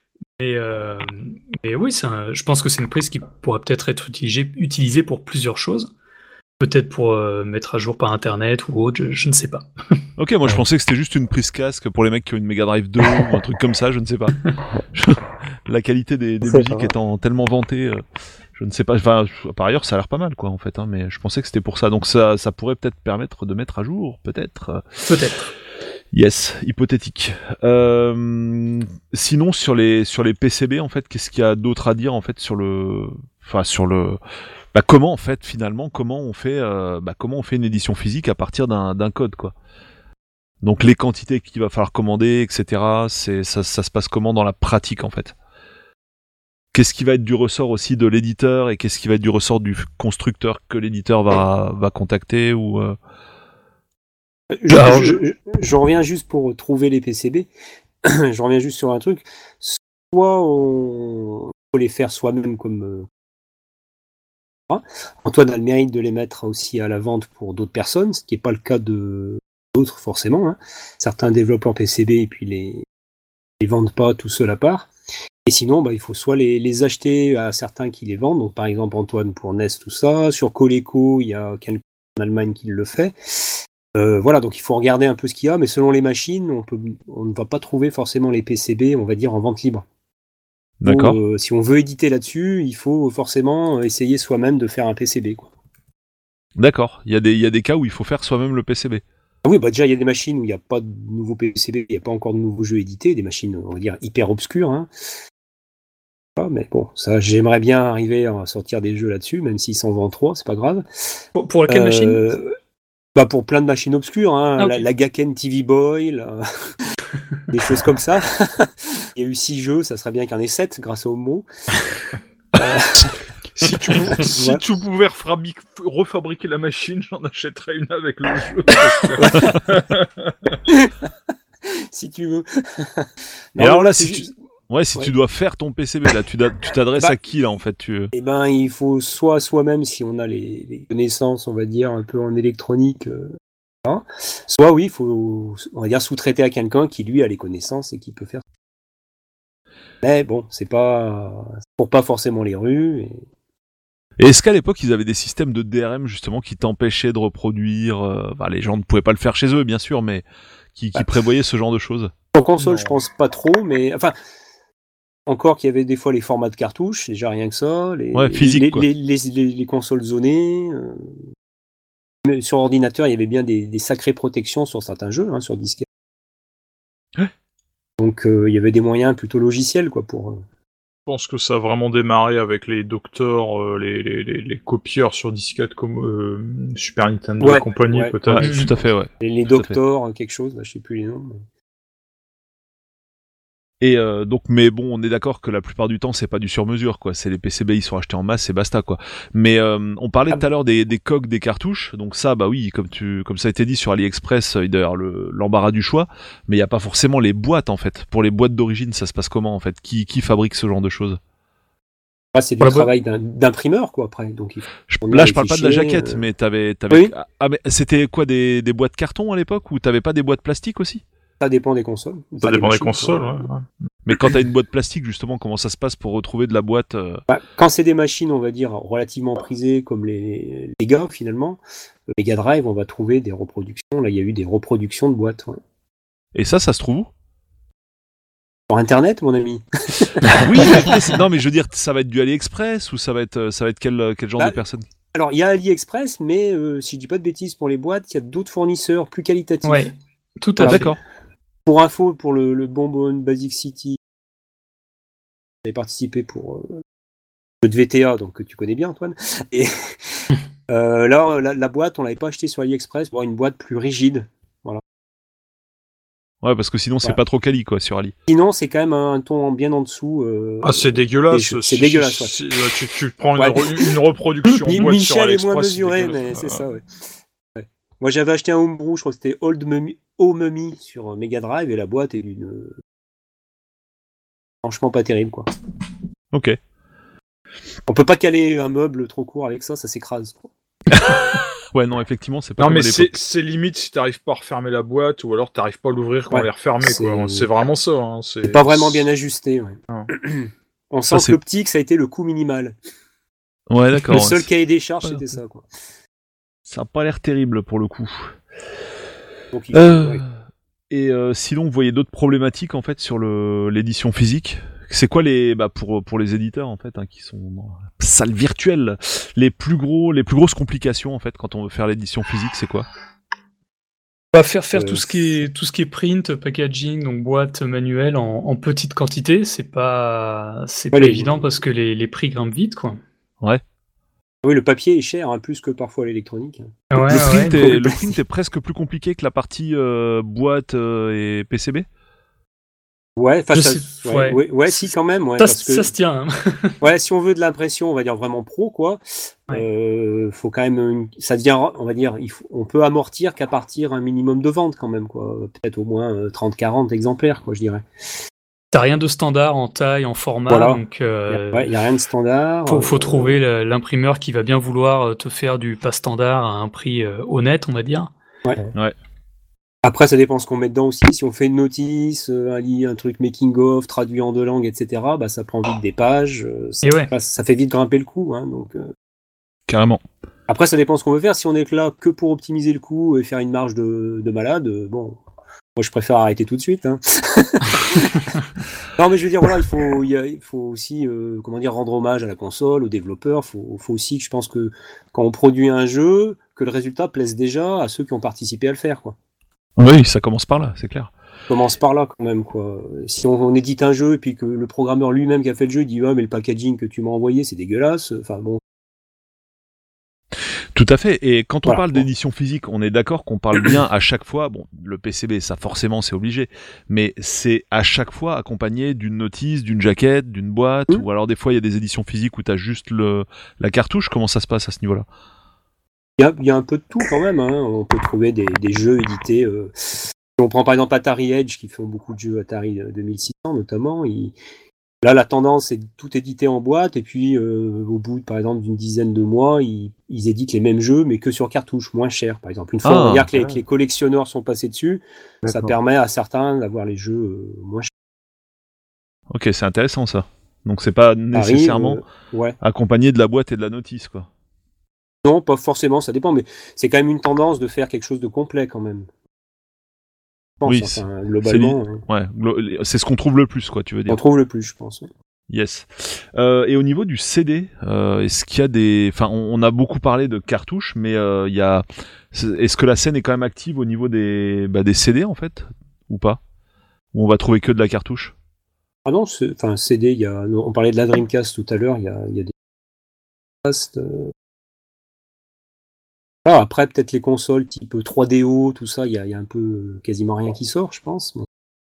Mais oui, je pense que c'est une prise qui pourrait peut-être être utilisée pour plusieurs choses. Peut-être pour mettre à jour par internet ou autre, je ne sais pas. Ok, moi je pensais que c'était juste une prise casque pour les mecs qui ont une Mega Drive 2 ou un truc comme ça, je ne sais pas. La qualité des musiques étant tellement vantée, je ne sais pas. Enfin, par ailleurs, ça a l'air pas mal, quoi, en fait. Mais je pensais que c'était pour ça. Donc ça pourrait peut-être permettre de mettre à jour, peut-être. Peut-être. Yes, hypothétique. Sinon, sur les PCB, en fait, qu'est-ce qu'il y a d'autre à dire, en fait, comment, en fait, finalement, comment on fait une édition physique à partir d'un code, quoi. Donc les quantités qu'il va falloir commander, etc. Ça se passe comment dans la pratique, en fait? Qu'est-ce qui va être du ressort aussi de l'éditeur et qu'est-ce qui va être du ressort du constructeur que l'éditeur va contacter ou Je reviens juste pour trouver les PCB. Je reviens juste sur un truc. Soit on faut les faire soi-même comme Antoine a le mérite de les mettre aussi à la vente pour d'autres personnes, ce qui n'est pas le cas de d'autres forcément. Hein. Certains développeurs PCB et puis les vendent pas tout seul à part. Et sinon, il faut soit les acheter à certains qui les vendent. Donc par exemple Antoine pour NES, tout ça. Sur Coleco, il y a quelqu'un en Allemagne qui le fait. Voilà, donc il faut regarder un peu ce qu'il y a, mais selon les machines, on ne va pas trouver forcément les PCB, on va dire, en vente libre. D'accord. Si on veut éditer là-dessus, il faut forcément essayer soi-même de faire un PCB, quoi. D'accord. Il y a des cas où il faut faire soi-même le PCB. Ah oui, déjà il y a des machines où il n'y a pas de nouveaux PCB, il n'y a pas encore de nouveaux jeux édités, des machines, on va dire, hyper obscures. Hein. Mais bon, ça, j'aimerais bien arriver à sortir des jeux là-dessus, même s'ils s'en vendent 3, c'est pas grave. Pour quelle machine? Pour plein de machines obscures, hein, okay. la Gaken TV Boy, des choses comme ça. Il y a eu 6 jeux, ça serait bien qu'il y en ait 7 grâce au mot. Si tu pouvais refabriquer la machine, j'en achèterais une avec le jeu. Si tu veux. Et alors là, si tu dois faire ton PCB, là, tu t'adresses à qui, là, en fait il faut soit soi-même, si on a les connaissances, on va dire, un peu en électronique, soit il faut, on va dire, sous-traiter à quelqu'un qui, lui, a les connaissances et qui peut faire. Mais bon, c'est pas pour pas forcément les rues. Et est-ce qu'à l'époque, ils avaient des systèmes de DRM, justement, qui t'empêchaient de reproduire les gens ne pouvaient pas le faire chez eux, bien sûr, mais qui prévoyaient ce genre de choses? En console, je pense pas trop, mais... Enfin, encore qu'il y avait des fois les formats de cartouches, déjà rien que ça. Les consoles zonées. Sur ordinateur, il y avait bien des sacrées protections sur certains jeux, hein, sur disquette. Donc, il y avait des moyens plutôt logiciels, quoi, pour... Je pense que ça a vraiment démarré avec les docteurs, les copieurs sur disquette comme Super Nintendo et compagnie, peut-être. Ouais, tout à fait, ouais. Les docteurs, quelque chose, je sais plus les noms. Et donc, mais bon, on est d'accord que la plupart du temps, c'est pas du sur-mesure, quoi. C'est les PCB, ils sont achetés en masse et basta, quoi. Mais on parlait tout à l'heure des coques des cartouches. Donc ça, bah oui, comme ça a été dit sur AliExpress, il doit y avoir l'embarras du choix. Mais il y a pas forcément les boîtes, en fait. Pour les boîtes d'origine, ça se passe comment, en fait? Qui fabrique ce genre de choses? C'est du travail d'imprimeur, quoi, après. Donc, là, je parle pas de la jaquette, mais t'avais... Oui. Ah, mais c'était quoi, des boîtes carton à l'époque, ou t'avais pas des boîtes plastiques aussi? Ça dépend des consoles. Ça dépend des consoles, ouais. Mais quand t'as une boîte plastique, justement, comment ça se passe pour retrouver de la boîte Quand c'est des machines, on va dire, relativement prisées, comme les Mega, finalement, le Mega Drive, on va trouver des reproductions. Là, il y a eu des reproductions de boîtes. Ouais. Et ça se trouve où? Sur Internet, mon ami. Oui, non, mais je veux dire, ça va être du AliExpress ou ça va être quel genre de personne? Alors, il y a AliExpress, mais si je dis pas de bêtises pour les boîtes, il y a d'autres fournisseurs plus qualitatifs. Ouais, tout à fait. D'accord. Pour info, pour le Bonbon Basic City, j'avais participé pour le de VTA, donc que tu connais bien, Antoine. Et là, la boîte, on l'avait pas achetée sur AliExpress pour une boîte plus rigide. Voilà. Ouais, parce que sinon, c'est pas trop quali, quoi, sur Ali. Sinon, c'est quand même un ton bien en dessous. C'est dégueulasse. C'est dégueulasse. Tu prends une reproduction en boîte sur AliExpress. Michel est moins mesuré, mais c'est ça, ouais. Moi, j'avais acheté un Homebrew, je crois que c'était Old Mummy sur Mega Drive, et la boîte est franchement pas terrible, quoi. Ok. On peut pas caler un meuble trop court avec ça s'écrase. Ouais, non, effectivement, c'est pas. Non, mais c'est limite si t'arrives pas à refermer la boîte, ou alors t'arrives pas à l'ouvrir quand elle est refermée, quoi. C'est vraiment ça. Hein. C'est pas vraiment bien ajusté, ouais. On sent que l'optique, ça a été le coût minimal. Ouais, d'accord. Le seul cahier des charges, c'était ça, quoi. Ça a pas l'air terrible pour le coup. Donc, Et sinon, vous voyez d'autres problématiques en fait sur l'édition physique? C'est quoi pour les éditeurs en fait qui sont salles virtuelles, les plus grosses complications en fait quand on veut faire l'édition physique, c'est quoi? Faire tout ce qui est print, packaging, donc boîte manuelle en petite quantité, c'est pas évident parce que les prix grimpent vite, quoi. Ouais. Oui, le papier est cher, plus que parfois l'électronique. Le print est presque plus compliqué que la partie boîte et PCB. Ouais, si quand même. Ouais, ça se tient. Hein. Ouais, si on veut de l'impression, on va dire vraiment pro, quoi. Faut quand même, ça devient, on va dire, on peut amortir qu'à partir un minimum de vente quand même, quoi. Peut-être au moins 30-40 exemplaires, quoi, je dirais. T'as rien de standard en taille, en format, donc y a rien de standard. Faut trouver l'imprimeur qui va bien vouloir te faire du pas standard à un prix honnête, on va dire. Ouais. Après, ça dépend ce qu'on met dedans aussi. Si on fait une notice, un truc making of, traduit en 2 langues, etc., ça prend vite des pages. Ça fait vite grimper le coût, hein, donc. Carrément. Après, ça dépend ce qu'on veut faire. Si on est là que pour optimiser le coût et faire une marge de malade, bon. Moi, je préfère arrêter tout de suite. Hein. Non, mais je veux dire, voilà, il faut aussi, rendre hommage à la console, aux développeurs. Faut aussi que je pense que quand on produit un jeu, que le résultat plaise déjà à ceux qui ont participé à le faire, quoi. Oui, ça commence par là, c'est clair. Commence par là quand même, quoi. Si on édite un jeu et puis que le programmeur lui-même qui a fait le jeu dit mais le packaging que tu m'as envoyé c'est dégueulasse, enfin bon. Tout à fait, et quand on parle d'édition physique, on est d'accord qu'on parle bien à chaque fois, bon, le PCB, ça forcément c'est obligé, mais c'est à chaque fois accompagné d'une notice, d'une jaquette, d'une boîte, ou alors des fois il y a des éditions physiques où tu as juste la cartouche. Comment ça se passe à ce niveau-là? Il y a un peu de tout quand même, hein. On peut trouver des jeux édités. Si on prend par exemple Atari Edge, qui font beaucoup de jeux Atari 2600 notamment, là, la tendance, c'est de tout éditer en boîte, et puis au bout, par exemple, d'une dizaine de mois, ils éditent les mêmes jeux, mais que sur cartouche, moins cher, par exemple. Une fois on regarde que les collectionneurs sont passés dessus, ça permet à certains d'avoir les jeux moins chers. Ok, c'est intéressant ça. Donc c'est pas nécessairement accompagné de la boîte et de la notice, quoi. Non, pas forcément, ça dépend, mais c'est quand même une tendance de faire quelque chose de complet, quand même. Oui, globalement. C'est ce qu'on trouve le plus, quoi, tu veux dire. On trouve le plus, je pense. Oui. Yes. Et au niveau du CD, est-ce qu'il y a des... Enfin, on a beaucoup parlé de cartouches, mais est-ce que la scène est quand même active au niveau des CD, en fait, ou pas? Ou on va trouver que de la cartouche? Ah non, CD, on parlait de la Dreamcast tout à l'heure, il y a des podcasts. Après, peut-être les consoles type 3DO, tout ça, il y a un peu quasiment rien qui sort, je pense.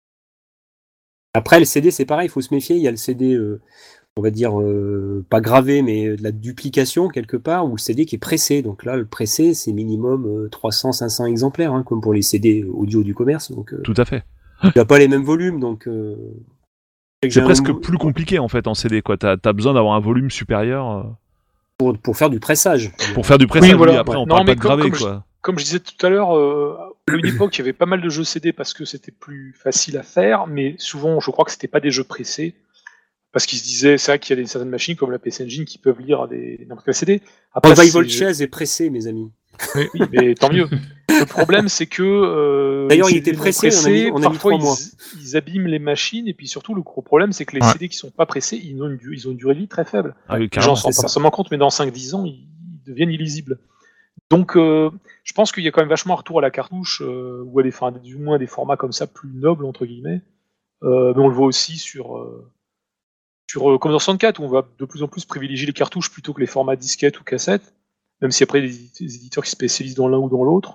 Après, le CD, c'est pareil, il faut se méfier. Il y a le CD, on va dire, pas gravé, mais de la duplication quelque part, ou le CD qui est pressé. Donc là, le pressé, c'est minimum 300-500 exemplaires, hein, comme pour les CD audio du commerce. Donc, tout à fait. Il n'y a pas les mêmes volumes, donc... c'est presque plus compliqué, en fait, en CD, quoi. T'as besoin d'avoir un volume supérieur... Pour faire du pressage. Pour faire du pressage, oui, après on parle pas de graver, quoi. Comme je disais tout à l'heure, à une époque, il y avait pas mal de jeux CD parce que c'était plus facile à faire, mais souvent, je crois que c'était pas des jeux pressés, parce qu'ils se disaient, c'est vrai qu'il y a certaines machines comme la PC Engine qui peuvent lire n'importe quel CD. Après, Survival Chess est pressé, mes amis. Oui, mais tant mieux. Le problème, c'est que d'ailleurs, il était pressé, on a mis 3 mois. Ils abîment les machines, et puis surtout, le gros problème, c'est que les CD qui sont pas pressés, ils ont une durée de vie très faible. Oui, les gens s'en rendent pas forcément compte, mais dans 5-10 ans, ils deviennent illisibles. Donc, je pense qu'il y a quand même vachement un retour à la cartouche, ou à du moins des formats comme ça, plus nobles, entre guillemets. Mais on le voit aussi sur Commodore 64, où on va de plus en plus privilégier les cartouches plutôt que les formats disquettes ou cassettes, même si après, il y a des éditeurs qui se spécialisent dans l'un ou dans l'autre.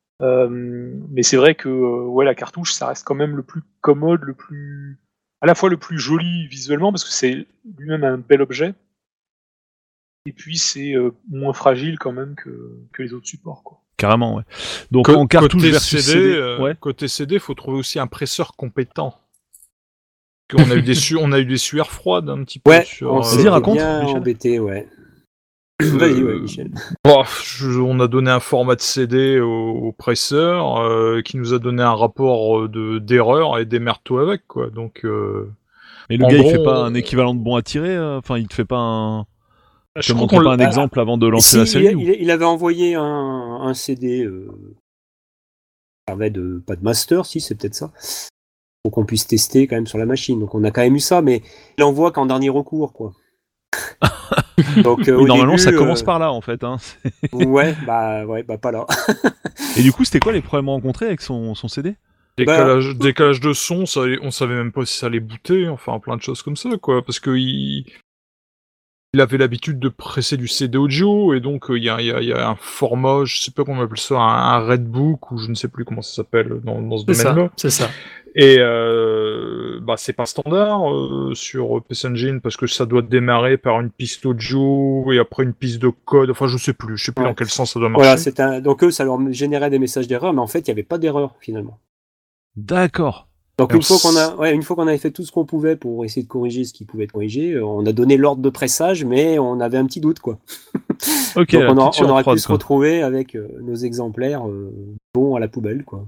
Mais c'est vrai que la cartouche, ça reste quand même le plus commode, à la fois le plus joli visuellement, parce que c'est lui-même un bel objet, et puis c'est moins fragile quand même que les autres supports, quoi. Carrément, ouais. Donc en cartouche versus CD, côté CD, il faut trouver aussi un presseur compétent. On a eu des sueurs froides un petit peu. Ouais, on s'est raconte. Bien embêté, ouais. Vas-y, Michel. On a donné un format de CD au presseur qui nous a donné un rapport d'erreur et démerde-toi avec, quoi. Donc, mais le gars, il fait pas un équivalent de bon à tirer. Enfin, il te fait pas un. Je te montre pas un exemple avant de lancer la série. Il avait envoyé un CD. Servait pas de master, si c'est peut-être ça. Pour qu'on puisse tester quand même sur la machine. Donc on a quand même eu ça, mais il envoie qu'en dernier recours, quoi. Donc, normalement, début, ça commence par là, en fait. Hein. ouais, pas là. Et du coup, c'était quoi les problèmes rencontrés avec son CD? Décalage de son, on savait même pas si ça allait booter, enfin plein de choses comme ça, quoi. Parce que il avait l'habitude de presser du CD audio, et donc il y a un format, je sais pas comment on appelle ça, un Redbook, ou je ne sais plus comment ça s'appelle dans ce domaine-là. C'est ça. Et c'est pas standard sur PC Engine, parce que ça doit démarrer par une piste audio et après une piste de code. Enfin, je sais plus dans quel sens ça doit marcher. Voilà, donc eux, ça leur générait des messages d'erreur, mais en fait, il n'y avait pas d'erreur finalement. D'accord. Donc une fois qu'on avait fait tout ce qu'on pouvait pour essayer de corriger ce qui pouvait être corrigé, on a donné l'ordre de pressage, mais on avait un petit doute, quoi. Ok. Donc on aurait pu se retrouver avec nos exemplaires bons à la poubelle, quoi.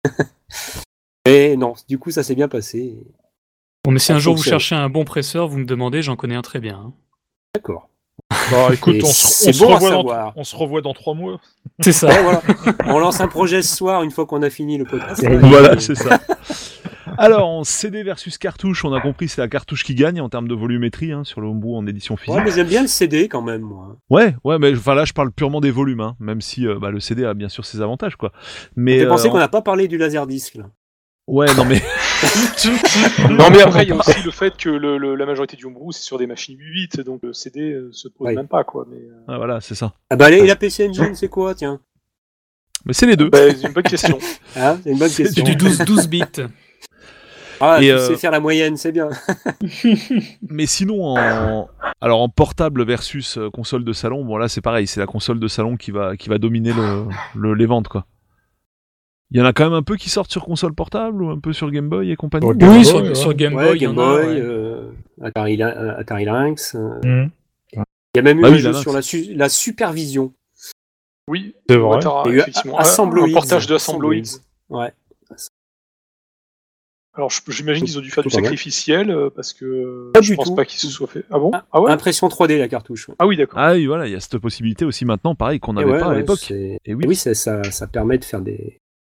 Et non, du coup ça s'est bien passé. Bon, mais si un jour vous cherchez un bon presseur, vous me demandez, j'en connais un très bien. Hein. D'accord. Bah écoute, on se revoit dans 3 mois. C'est ça. Ouais, voilà. On lance un projet ce soir une fois qu'on a fini le podcast. Voilà, c'est ça. Alors, en CD versus cartouche, on a compris, c'est la cartouche qui gagne en termes de volumétrie sur le homebrew en édition physique. Ouais, mais j'aime bien le CD quand même, moi. Ouais, mais là, je parle purement des volumes, même si le CD a bien sûr ses avantages, quoi. Mais j'ai pensé qu'on n'a pas parlé du laserdisc, là. Ouais, non mais... non mais après il y a aussi le fait que la majorité du homebrew c'est sur des machines 8-bit, donc le CD se pose même pas, quoi. Mais, Ah voilà, c'est ça. Ah bah et la PC Engine c'est quoi, tiens? Mais c'est les deux. C'est une bonne question. C'est une bonne question. C'est du 12 bits. Ah, tu sais faire la moyenne, c'est bien. Mais sinon, en portable versus console de salon, bon là c'est pareil, c'est la console de salon qui va dominer les ventes, quoi. Il y en a quand même un peu qui sortent sur console portable ou un peu sur Game Boy et compagnie. Oui, sur Game Boy, il y en a. Atari Lynx. Il y a même eu un jeu sur la supervision. Oui, c'est vrai. Il y a eu un portage de Assembloids. Ouais. Alors j'imagine qu'ils ont dû faire du sacrificiel parce que je pense pas qu'ils se soient fait. Ah bon? Ah ouais. Impression 3D la cartouche. Ouais. Ah oui, d'accord. Ah oui, voilà, il y a cette possibilité aussi maintenant, pareil qu'on n'avait pas à l'époque. Et oui, ça permet de faire des.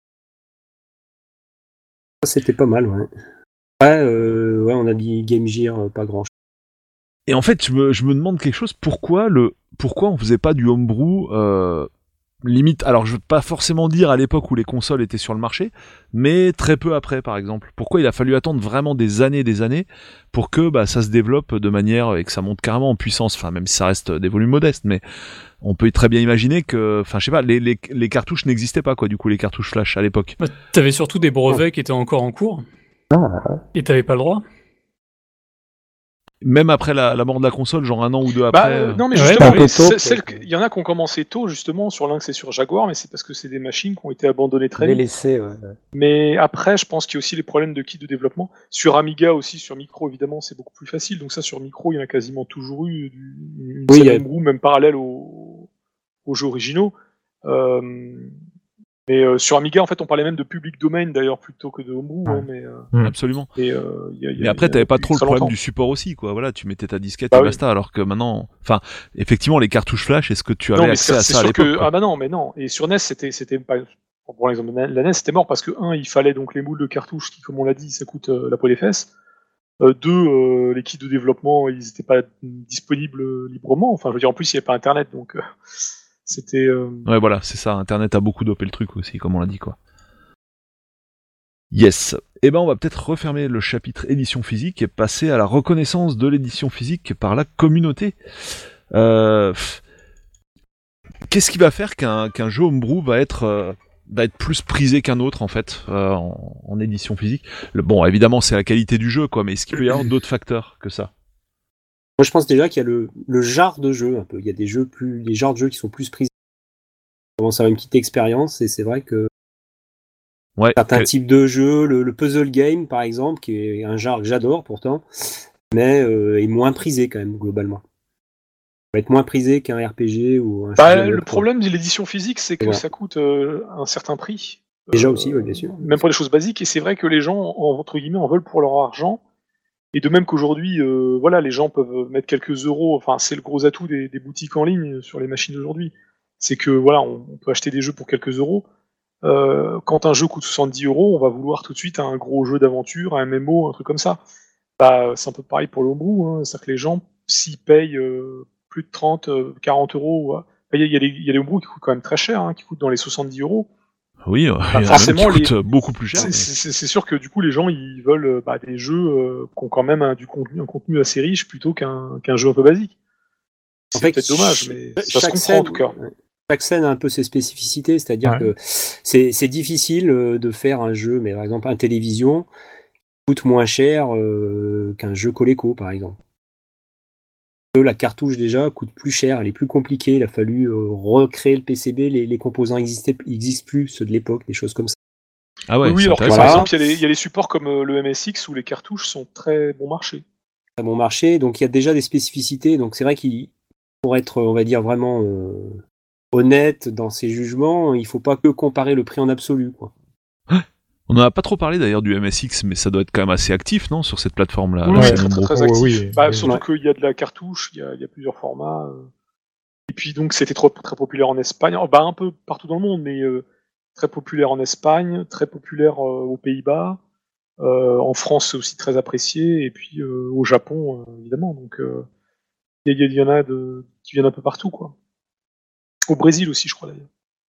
C'était pas mal, ouais. Ouais, on a dit Game Gear, pas grand chose. Et en fait, je me demande quelque chose, pourquoi on faisait pas du homebrew limite, alors je veux pas forcément dire à l'époque où les consoles étaient sur le marché, mais très peu après, par exemple. Pourquoi il a fallu attendre vraiment des années pour que ça se développe de manière et que ça monte carrément en puissance, enfin même si ça reste des volumes modestes, mais on peut très bien imaginer que, enfin je sais pas, les cartouches n'existaient pas, quoi, du coup, les cartouches flash à l'époque. T'avais surtout des brevets qui étaient encore en cours, et t'avais pas le droit. Même après la mort de la console, genre un an ou deux après. Non, mais justement, il y en a qui ont commencé tôt, justement, sur Lynx et sur Jaguar, mais c'est parce que c'est des machines qui ont été abandonnées très vite. Laissées, ouais. Mais après, je pense qu'il y a aussi les problèmes de kit de développement. Sur Amiga aussi, sur Micro, évidemment, c'est beaucoup plus facile. Donc ça, sur Micro, il y en a quasiment toujours eu une scène homebrew, même parallèle aux jeux originaux. Mais sur Amiga, en fait, on parlait même de public domain d'ailleurs plutôt que de homebrew. Absolument. Mais après, t'avais pas trop le problème du support aussi, quoi. Voilà, tu mettais ta disquette et basta. Alors que maintenant, enfin, effectivement, les cartouches flash, est-ce que tu avais accès à ça à l'époque? Ah bah non, mais non. Et sur NES, c'était pas. Pour l'exemple de la NES, c'était mort parce que il fallait donc les moules de cartouches qui, comme on l'a dit, ça coûte la peau des fesses. Les kits de développement, ils n'étaient pas disponibles librement. Enfin, je veux dire, en plus, il n'y avait pas Internet, donc. C'était. Ouais, voilà, c'est ça. Internet a beaucoup dopé le truc aussi, comme on l'a dit, quoi. Yes. Eh ben, on va peut-être refermer le chapitre édition physique et passer à la reconnaissance de l'édition physique par la communauté. Qu'est-ce qui va faire qu'un jeu homebrew va être plus prisé qu'un autre, en fait, en édition physique? Bon, évidemment, c'est la qualité du jeu, quoi, mais est-ce qu'il peut y avoir d'autres facteurs que ça? Moi, je pense déjà qu'il y a le genre de jeu, un peu. Il y a des genres de jeux qui sont plus prisés. On commence à avoir une petite expérience, et c'est vrai que certains types de jeux, le puzzle game, par exemple, qui est un genre que j'adore pourtant, mais est moins prisé quand même, globalement. Il va être moins prisé qu'un RPG ou un le problème de l'édition physique, c'est que ça coûte un certain prix. Déjà aussi, oui, bien sûr. Même pour des choses basiques, et c'est vrai que les gens, entre guillemets, en veulent pour leur argent. Et de même qu'aujourd'hui, les gens peuvent mettre quelques euros. Enfin, c'est le gros atout des boutiques en ligne sur les machines d'aujourd'hui. C'est que on peut acheter des jeux pour quelques euros. Quand un jeu coûte 70 €, on va vouloir tout de suite un gros jeu d'aventure, un MMO, un truc comme ça. C'est un peu pareil pour le homebrew. C'est-à-dire que les gens, s'ils payent plus de 30, 40 €, il y a les homebrew qui coûtent quand même très cher, qui coûtent dans les 70 €. Oui, forcément, qui coûtent beaucoup plus cher. C'est sûr que du coup, les gens, ils veulent des jeux qui ont quand même un contenu assez riche plutôt qu'un jeu un peu basique. C'est peut-être dommage, mais ça se comprend en tout cas. Chaque scène a un peu ses spécificités, c'est-à-dire que c'est difficile de faire un jeu, mais par exemple, un télévision coûte moins cher qu'un jeu Coleco, par exemple. La cartouche déjà coûte plus cher, elle est plus compliquée, il a fallu recréer le PCB, les composants n'existent plus, ceux de l'époque, des choses comme ça. Ah ouais, oui, alors que par exemple, il y a les supports comme le MSX où les cartouches sont très bon marché. Très bon marché, donc il y a déjà des spécificités, donc c'est vrai pour être, on va dire, vraiment honnête dans ses jugements, il faut pas que comparer le prix en absolu, quoi. On n'en a pas trop parlé d'ailleurs du MSX, mais ça doit être quand même assez actif, non, sur cette plateforme-là? Oui, c'est très actif. Surtout qu'il y a de la cartouche, il y a plusieurs formats. Et puis donc c'était très populaire en Espagne, un peu partout dans le monde, mais très populaire en Espagne, très populaire aux Pays-Bas. En France, c'est aussi très apprécié, et puis au Japon, évidemment. Donc, il y en a qui viennent un peu partout, quoi. Au Brésil aussi, je crois, d'ailleurs.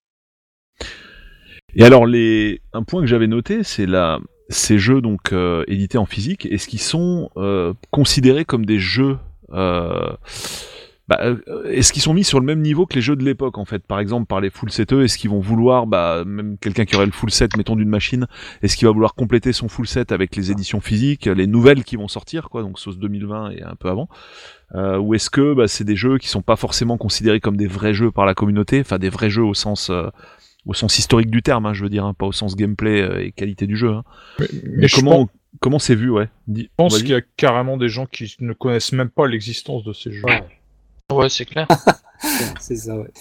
Et alors, un point que j'avais noté, c'est ces jeux donc édités en physique, est-ce qu'ils sont considérés comme des jeux est-ce qu'ils sont mis sur le même niveau que les jeux de l'époque, en fait? Par exemple, par les full seteux, est-ce qu'ils vont vouloir, même quelqu'un qui aurait le full set, mettons, d'une machine, est-ce qu'il va vouloir compléter son full set avec les éditions physiques, les nouvelles qui vont sortir, quoi, donc sauce 2020 et un peu avant, ou est-ce que c'est des jeux qui sont pas forcément considérés comme des vrais jeux par la communauté, enfin des vrais jeux au sens historique du terme, hein, je veux dire, hein, pas au sens gameplay et qualité du jeu. Hein. Mais comment c'est vu, ouais? Je pense qu'il y a carrément des gens qui ne connaissent même pas l'existence de ces jeux. Ouais, c'est clair. C'est ça, ouais.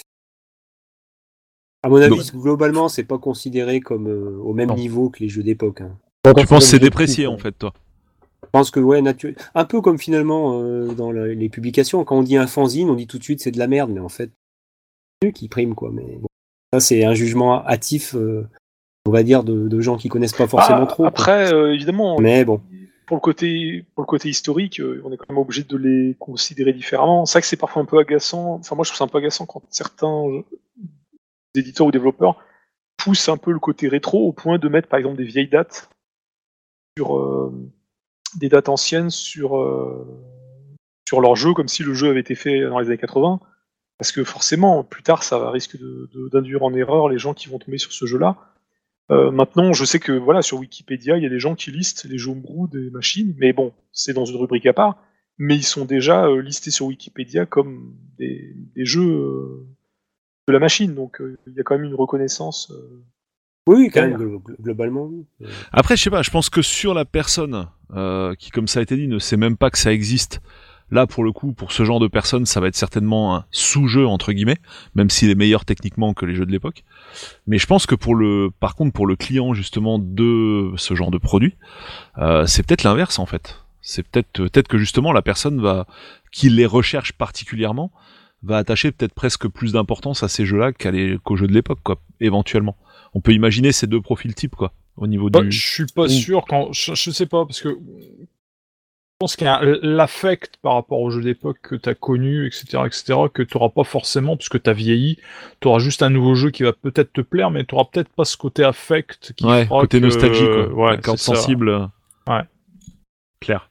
À mon avis, globalement, c'est pas considéré comme au même niveau que les jeux d'époque. Hein. Tu penses que c'est déprécié, en fait, toi? Je pense que, ouais, un peu comme finalement dans les publications, quand on dit un fanzine, on dit tout de suite c'est de la merde, mais en fait, c'est eux qui priment, quoi. Mais bon, ça, c'est un jugement hâtif, on va dire, de gens qui connaissent pas forcément trop. Après, évidemment. Mais bon. Pour le côté historique, on est quand même obligé de les considérer différemment. C'est vrai que c'est parfois un peu agaçant. Enfin, moi, je trouve ça un peu agaçant quand certains éditeurs ou développeurs poussent un peu le côté rétro au point de mettre, par exemple, des vieilles dates sur des dates anciennes sur leur jeu, comme si le jeu avait été fait dans les années 80. Parce que forcément, plus tard, ça risque d'induire en erreur les gens qui vont tomber sur ce jeu-là. Maintenant, je sais que voilà, sur Wikipédia, il y a des gens qui listent les jeux homebrew des machines, mais bon, c'est dans une rubrique à part, mais ils sont déjà listés sur Wikipédia comme des jeux de la machine, donc il y a quand même une reconnaissance. Oui, quand même, globalement. Après, je sais pas, je pense que sur la personne qui, comme ça a été dit, ne sait même pas que ça existe, là, pour le coup, pour ce genre de personnes, ça va être certainement un sous-jeu, entre guillemets, même s'il est meilleur techniquement que les jeux de l'époque. Mais je pense que par contre, pour le client, justement, de ce genre de produit, c'est peut-être l'inverse, en fait. C'est peut-être que, justement, la personne qui les recherche particulièrement, va attacher peut-être presque plus d'importance à ces jeux-là qu'aux jeux de l'époque, quoi, éventuellement. On peut imaginer ces deux profils types, quoi, au niveau du... Je suis pas sûr, je sais pas, parce que je pense qu'il y a l'affect par rapport aux jeux d'époque que tu as connu, etc., que tu n'auras pas forcément, puisque tu as vieilli. Tu auras juste un nouveau jeu qui va peut-être te plaire, mais tu n'auras peut-être pas ce côté affect qui fera côté nostalgie, quoi. Ouais, la corde sensible. Ouais. Clair.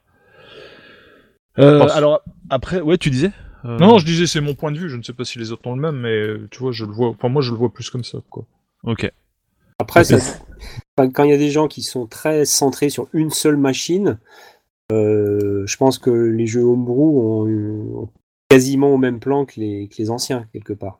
Alors, après, ouais, tu disais Non, je disais, c'est mon point de vue. Je ne sais pas si les autres ont le même, mais tu vois, moi, je le vois plus comme ça, quoi. Ok. Après, quand il y a des gens qui sont très centrés sur une seule machine, je pense que les jeux homebrew ont quasiment au même plan que les anciens, quelque part.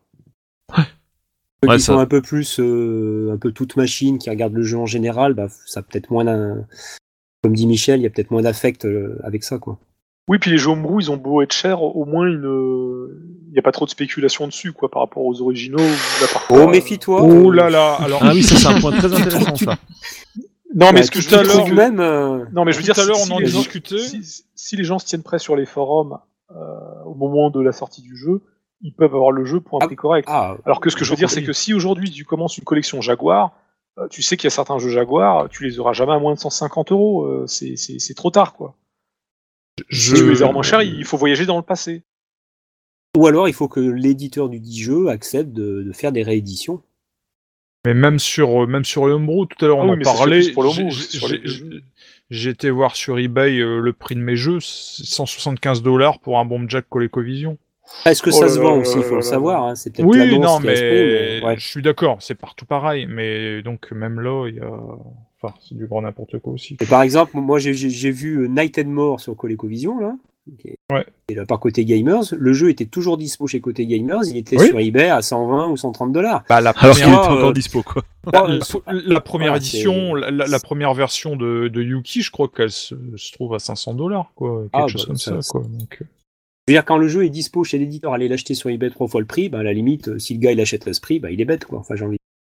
Ceux qui sont un peu plus un peu toute machine, qui regardent le jeu en général, ça a peut-être moins comme dit Michel, il y a peut-être moins d'affect avec ça, quoi. Oui, puis les jeux homebrew, ils ont beau être chers, au moins il n'y a pas trop de spéculation dessus, quoi, par rapport aux originaux. Méfie-toi. Oh là là. Alors, oui, ça c'est un point très intéressant, ça. Non, mais ce que je veux dire, même. Non, mais je veux dire, tout à l'heure, on en discutait. Si les gens se tiennent prêts sur les forums au moment de la sortie du jeu, ils peuvent avoir le jeu pour un prix correct. Alors que ce que je veux dire, c'est que si aujourd'hui tu commences une collection Jaguar, tu sais qu'il y a certains jeux Jaguar, tu les auras jamais à moins de 150 €. C'est trop tard, quoi. Si tu veux les avoir moins cher, il faut voyager dans le passé. Ou alors, il faut que l'éditeur du dit jeu accepte de faire des rééditions. Mais même sur le homebrew, tout à l'heure on en parlait. J'ai été voir sur eBay le prix de mes jeux, $175 pour un Bomb Jack ColecoVision. Est-ce que ça se vend aussi, il faut le savoir. Hein. C'est peut-être oui, non, mais je suis d'accord, c'est partout pareil. Mais donc même là, il y a... Enfin, c'est du grand n'importe quoi aussi. Et par exemple, moi j'ai vu Night and More sur ColecoVision, là. Et là, par Côté Gamers, le jeu était toujours dispo chez Côté Gamers, il était sur eBay à 120 ou $130. Alors qu'il était encore dispo, quoi. La première édition, la première version de Yuki, je crois qu'elle se trouve à $500, quoi. Quelque chose comme ça, quoi. Donc... Je veux dire, quand le jeu est dispo chez l'éditeur, aller l'acheter sur eBay 3 fois le prix, à la limite, si le gars il achète à ce prix, il est bête, quoi. Enfin, j'ai envie.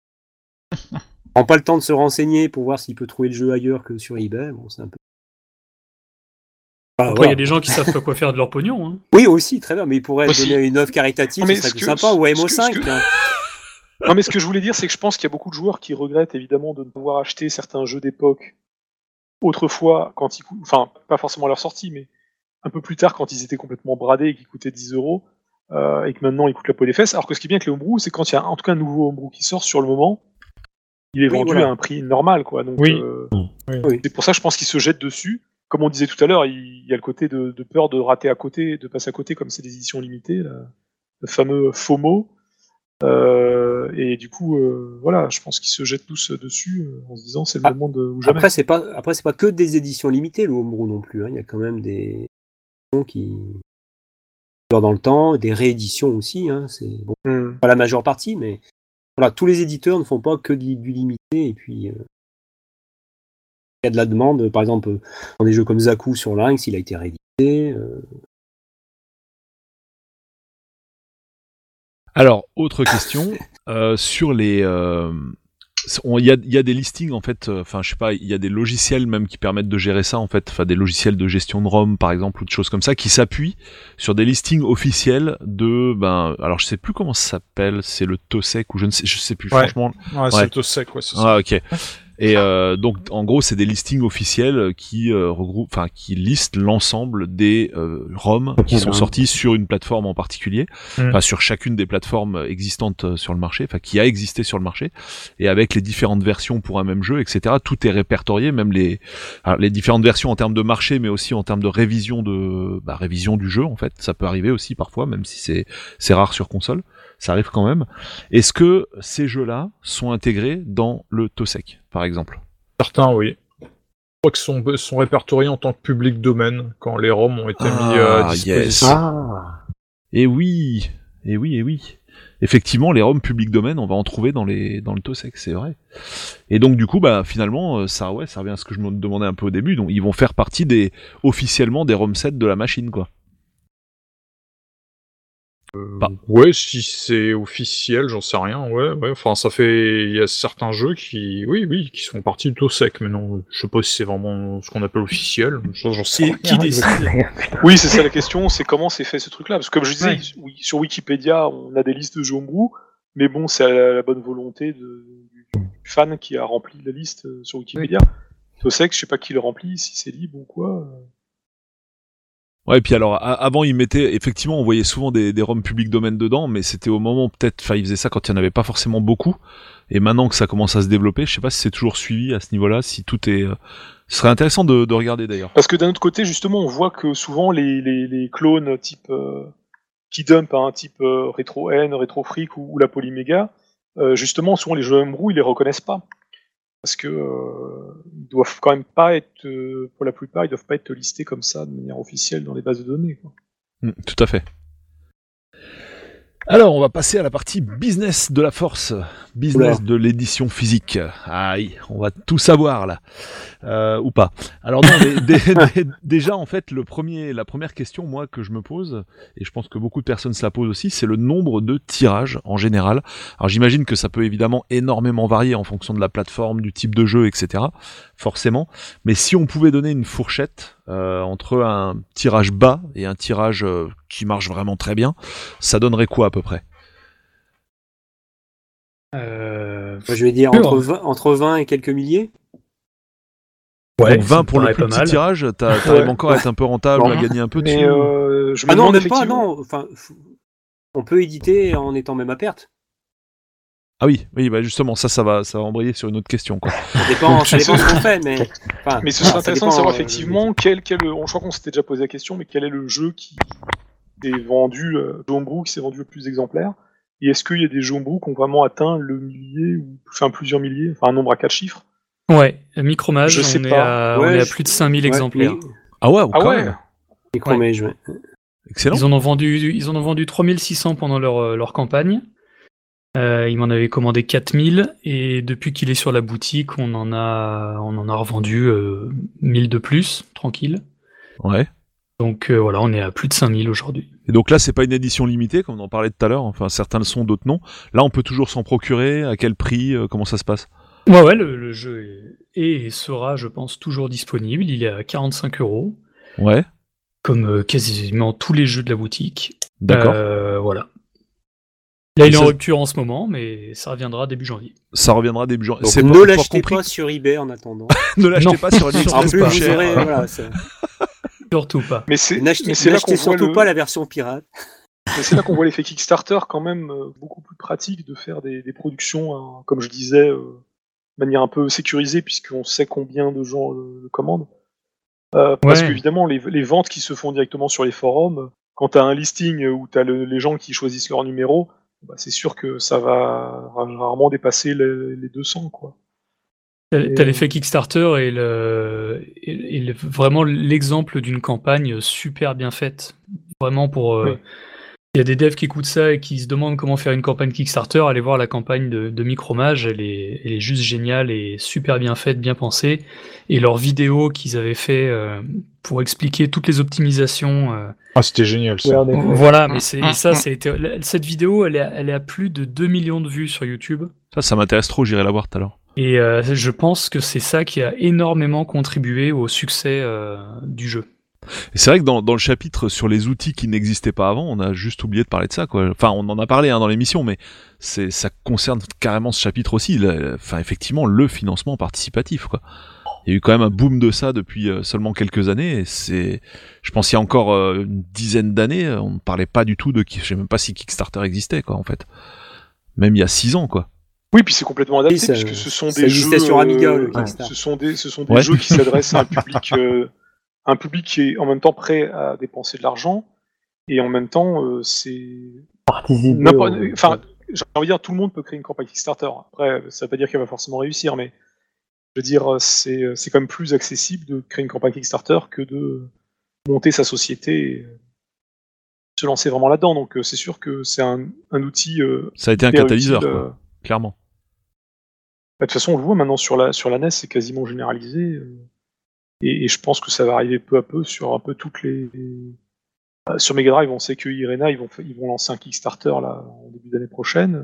Il prend pas le temps de se renseigner pour voir s'il peut trouver le jeu ailleurs que sur eBay, bon, c'est un peu. Après, il y a des gens qui savent pas quoi faire de leur pognon. Hein. Oui, aussi, très bien, mais ils pourraient donner une œuvre caritative, ce serait plus sympa, ou MO5. Non, mais ce que je voulais dire, c'est que je pense qu'il y a beaucoup de joueurs qui regrettent évidemment de ne pouvoir acheter certains jeux d'époque autrefois, quand enfin, pas forcément à leur sortie, mais un peu plus tard, quand ils étaient complètement bradés et qu'ils coûtaient 10 €, et que maintenant ils coûtent la peau des fesses. Alors que ce qui est bien avec les homebrew, c'est quand il y a en tout cas un nouveau homebrew qui sort sur le moment, il est vendu à un prix normal, quoi. Donc, c'est pour ça que je pense qu'ils se jettent dessus. Comme on disait tout à l'heure, il y a le côté de peur de rater à côté, de passer à côté, comme c'est des éditions limitées, le fameux FOMO. Et du coup, voilà, je pense qu'ils se jettent tous dessus en se disant c'est le moment de ou jamais. Après, c'est pas que des éditions limitées, le homebrew non plus. Hein. Il y a quand même des éditions qui durent dans le temps, des rééditions aussi. Hein. C'est pas la majeure partie, mais voilà, tous les éditeurs ne font pas que du limité. Et puis, il y a de la demande. Par exemple, dans des jeux comme Zaku sur Lynx, il a été réédité. Alors, autre question, sur les... Il y a des listings en fait, enfin je sais pas, il y a des logiciels même qui permettent de gérer ça en fait, enfin des logiciels de gestion de ROM par exemple ou de choses comme ça qui s'appuient sur des listings officiels de alors je sais plus comment ça s'appelle, c'est le TOSEC ou je sais plus franchement. Ouais, c'est le TOSEC, ouais, c'est ça. Ah ok. Et donc en gros c'est des listings officiels qui regroupent, enfin qui listent l'ensemble des ROM qui sont sortis sur une plateforme en particulier, enfin sur chacune des plateformes existantes sur le marché, enfin qui a existé sur le marché, et avec les différentes versions pour un même jeu, etc. Tout est répertorié, même les différentes versions en termes de marché, mais aussi en termes de révision révision du jeu en fait. Ça peut arriver aussi parfois, même si c'est rare sur console. Ça arrive quand même. Est-ce que ces jeux-là sont intégrés dans le TOSEC, par exemple ? Certains, oui. Je crois qu'ils sont répertoriés en tant que public domaine quand les ROM ont été mis à disposition. Et oui. Effectivement, les ROM public domaine, on va en trouver dans le TOSEC, c'est vrai. Et donc du coup, finalement, ça revient à ce que je me demandais un peu au début. Donc ils vont faire partie officiellement des ROM sets de la machine, quoi. Ouais, si c'est officiel, j'en sais rien, ouais. Enfin, il y a certains jeux qui sont partis du TOSEC, mais non, je sais pas si c'est vraiment ce qu'on appelle officiel, j'en sais rien. Qui décide ? Oui, c'est ça la question, c'est comment c'est fait ce truc-là, parce que comme je disais, sur Wikipédia, on a des listes de jeux homebrew, mais bon, c'est à la bonne volonté du fan qui a rempli la liste sur Wikipédia. TOSEC, je sais pas qui le remplit, si c'est libre ou quoi. Ouais, et puis alors, avant, ils mettaient, effectivement, on voyait souvent des ROM public domaine dedans, mais c'était au moment, ils faisaient ça quand il n'y en avait pas forcément beaucoup, et maintenant que ça commence à se développer, je sais pas si c'est toujours suivi à ce niveau-là, si tout est... Ce serait intéressant de regarder d'ailleurs. Parce que d'un autre côté, justement, on voit que souvent les clones type qui dump, type Retro N, Retro Freak ou la Polyméga, justement, souvent les jeux homebrew, ils les reconnaissent pas. Parce que ils doivent quand même pas être, pour la plupart, ils doivent pas être listés comme ça de manière officielle dans les bases de données, quoi. Tout à fait. Alors, on va passer à la partie business de la force, business de l'édition physique. Aïe, on va tout savoir là, ou pas. Alors non, déjà en fait, la première question moi que je me pose, et je pense que beaucoup de personnes se la posent aussi, c'est le nombre de tirages en général. Alors j'imagine que ça peut évidemment énormément varier en fonction de la plateforme, du type de jeu, etc. Forcément. Mais si on pouvait donner une fourchette entre un tirage bas et un tirage qui marche vraiment très bien, ça donnerait quoi à peu près ? Je vais dire entre 20 et quelques milliers. Ouais, donc 20 pour le plus petit tirage, t'arrives encore à être un peu rentable, à gagner un peu dessus. Non, même pas, non. Enfin, on peut éditer en étant même à perte. Ah oui, justement, ça va embrayer sur une autre question, quoi. Ça dépend de ce qu'on fait, mais... Mais ce serait intéressant de savoir effectivement je crois qu'on s'était déjà posé la question, mais quel est le jeu qui est vendu, homebrew qui s'est vendu le plus d'exemplaires, et est-ce qu'il y a des jeux homebrew qui ont vraiment atteint le millier, ou plusieurs milliers, enfin un nombre à 4 chiffres? Ouais, Micromage, on est à plus de 5000 exemplaires. Ah ouais, quand même. Micromage, ouais. Excellent. Ils en ont vendu 3600 pendant leur campagne. Il m'en avait commandé 4000 et depuis qu'il est sur la boutique, on en a revendu 1000 de plus, tranquille. Ouais. Donc voilà, on est à plus de 5000 aujourd'hui. Et donc là, c'est pas une édition limitée, comme on en parlait tout à l'heure, enfin certains le sont, d'autres non. Là, on peut toujours s'en procurer, à quel prix, comment ça se passe ? Ouais, le jeu est et sera, je pense, toujours disponible, il est à 45 €. Ouais. Comme quasiment tous les jeux de la boutique. D'accord. Voilà. Là, il est en rupture en ce moment, mais ça reviendra début janvier. Ça reviendra début janvier. Donc, ne l'achetez pas sur eBay en attendant. Ne l'achetez pas sur AliExpress pas cher. Voilà, surtout pas. N'achetez surtout pas la version pirate. Mais c'est là qu'on voit l'effet Kickstarter quand même beaucoup plus pratique de faire des productions, comme je disais, de manière un peu sécurisée, puisqu'on sait combien de gens le commandent. Parce qu'évidemment, les ventes qui se font directement sur les forums, quand tu as un listing où tu as les gens qui choisissent leur numéro, c'est sûr que ça va rarement dépasser les 200, quoi. T'as l'effet Kickstarter et vraiment l'exemple d'une campagne super bien faite. Vraiment pour... Il y a des devs qui écoutent ça et qui se demandent comment faire une campagne Kickstarter. Allez voir la campagne de Micromage, elle est juste géniale et super bien faite, bien pensée. Et leur vidéo qu'ils avaient fait pour expliquer toutes les optimisations. C'était génial ça. Voilà, mais cette vidéo, elle est à plus de 2 millions de vues sur YouTube. Ça m'intéresse trop, j'irai la voir tout à l'heure. Et je pense que c'est ça qui a énormément contribué au succès du jeu. Et c'est vrai que dans le chapitre sur les outils qui n'existaient pas avant, on a juste oublié de parler de ça, quoi. Enfin, on en a parlé dans l'émission, mais ça concerne carrément ce chapitre aussi. Effectivement, le financement participatif, quoi. Il y a eu quand même un boom de ça depuis seulement quelques années. Et je pense qu'il y a encore une dizaine d'années, on ne parlait pas du tout je sais même pas si Kickstarter existait, quoi, en fait. Même il y a 6 ans, quoi. Oui, puis c'est complètement adapté, puisque ce sont des jeux sur Amiga, ce sont des jeux qui s'adressent à un public qui est en même temps prêt à dépenser de l'argent, et en même temps, c'est... Enfin, j'ai envie de dire, tout le monde peut créer une campagne Kickstarter. Après, ça veut pas dire qu'elle va forcément réussir, mais je veux dire, c'est quand même plus accessible de créer une campagne Kickstarter que de monter sa société et se lancer vraiment là-dedans. Donc c'est sûr que c'est un outil... ça a été un catalyseur, quoi, clairement. De toute façon, on le voit maintenant sur la NES, c'est quasiment généralisé. Et je pense que ça va arriver peu à peu sur un peu toutes les... Sur Mega Drive, on sait que Irena, ils vont lancer un Kickstarter là, en début d'année prochaine. À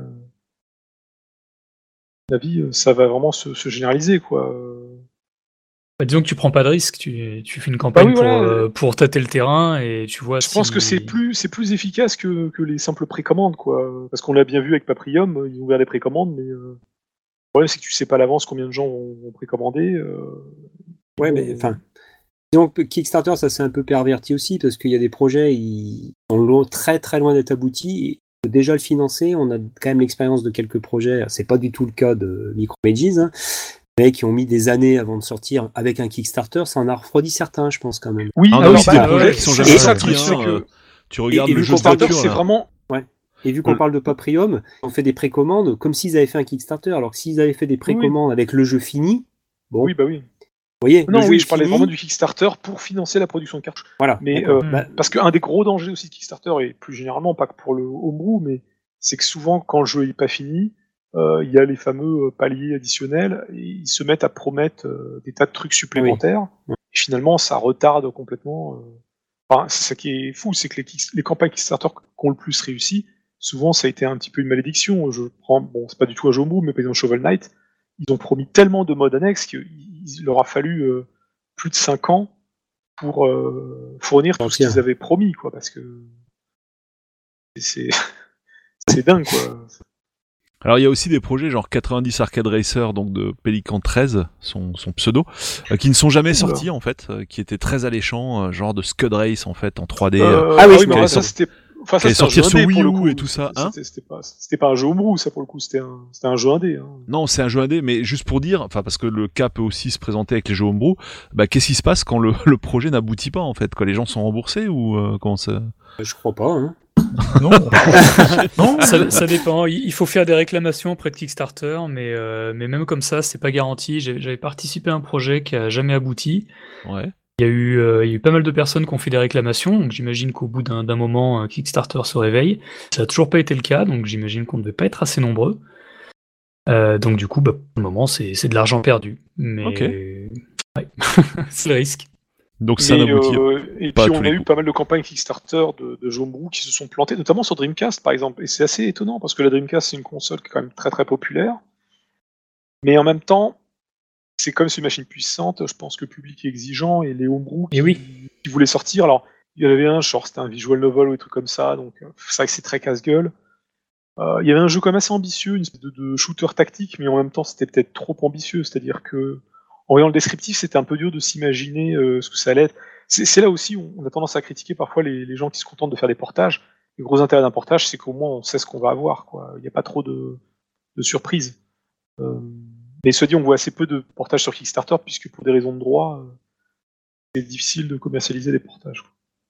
mon avis, ça va vraiment se généraliser, quoi. Disons que tu prends pas de risque, tu fais une campagne pour tâter le terrain et tu vois. Je pense que c'est plus efficace que les simples précommandes, quoi. Parce qu'on l'a bien vu avec Paprium, ils ont ouvert des précommandes, mais le problème c'est que tu sais pas à l'avance combien de gens vont précommander. Ouais, mais enfin, disons que Kickstarter, ça s'est un peu perverti aussi, parce qu'il y a des projets, ils sont très très loin d'être aboutis. Et déjà le financer, on a quand même l'expérience de quelques projets, c'est pas du tout le cas de Micromages, hein, mais qui ont mis des années avant de sortir avec un Kickstarter, ça en a refroidi certains, je pense, quand même. Oui, c'est des projets qui sont jamais sortis. Tu regardes le jeu de voiture, c'est vraiment... Ouais. Et vu qu'on parle de Paprium, on fait des précommandes comme s'ils avaient fait un Kickstarter, alors que s'ils avaient fait des précommandes avec le jeu fini, bon... Oui, bah oui. Vous voyez, je parlais vraiment du Kickstarter pour financer la production de cartouches. Voilà. Mais parce qu'un des gros dangers aussi de Kickstarter, et plus généralement, pas que pour le homebrew, mais c'est que souvent, quand le jeu n'est pas fini, il y a les fameux paliers additionnels, et ils se mettent à promettre des tas de trucs supplémentaires, et finalement, ça retarde complètement. Enfin, c'est ça qui est fou, c'est que les campagnes Kickstarter qui ont le plus réussi, souvent, ça a été un petit peu une malédiction. C'est pas du tout un jeu homebrew, mais par exemple Shovel Knight, ils ont promis tellement de modes annexes qu'il leur a fallu plus de 5 ans pour fournir tout ce qu'ils avaient promis, quoi, parce que c'est dingue, quoi. Alors il y a aussi des projets genre 90 Arcade Racer, donc de Pelican 13, son pseudo, qui ne sont jamais sortis en fait, qui étaient très alléchants, genre de Scud Race en fait en 3D. Mais ça c'était... Enfin, ça, c'est sorti sur Wii U et tout ça. C'était pas un jeu homebrew, ça, pour le coup, c'était un jeu indé. Hein. Non, c'est un jeu indé, mais juste pour dire, parce que le cas peut aussi se présenter avec les jeux homebrew, qu'est-ce qui se passe quand le projet n'aboutit pas, en fait? Quand les gens sont remboursés ou comment ça? Je crois pas, hein. Non. Non, ça dépend. Il faut faire des réclamations auprès de Kickstarter, mais même comme ça, c'est pas garanti. J'avais participé à un projet qui a jamais abouti. Ouais. Il y a eu pas mal de personnes qui ont fait des réclamations, donc j'imagine qu'au bout d'un moment, Kickstarter se réveille. Ça n'a toujours pas été le cas, donc j'imagine qu'on ne devait pas être assez nombreux. Donc du coup, pour le moment, c'est de l'argent perdu. Mais ouais. C'est le risque. Donc ça n'aboutit et pas. Puis on a eu pas mal de campagnes Kickstarter de jeux homebrew qui se sont plantées, notamment sur Dreamcast par exemple. Et c'est assez étonnant parce que la Dreamcast c'est une console qui est quand même très très populaire. Mais en même temps, c'est comme c'est une machine puissante, je pense que le public est exigeant et les homebrew qui voulaient sortir. Alors, il y en avait un, genre c'était un visual novel ou des trucs comme ça, donc c'est vrai que c'est très casse-gueule. Il y avait un jeu quand même assez ambitieux, une espèce de shooter tactique, mais en même temps c'était peut-être trop ambitieux, c'est-à-dire que en voyant le descriptif, c'était un peu dur de s'imaginer ce que ça allait être. C'est là aussi où on a tendance à critiquer parfois les gens qui se contentent de faire des portages. Le gros intérêt d'un portage, c'est qu'au moins on sait ce qu'on va avoir, quoi. Il n'y a pas trop de surprises. Mais cela dit, on voit assez peu de portages sur Kickstarter, puisque pour des raisons de droit, c'est difficile de commercialiser des portages.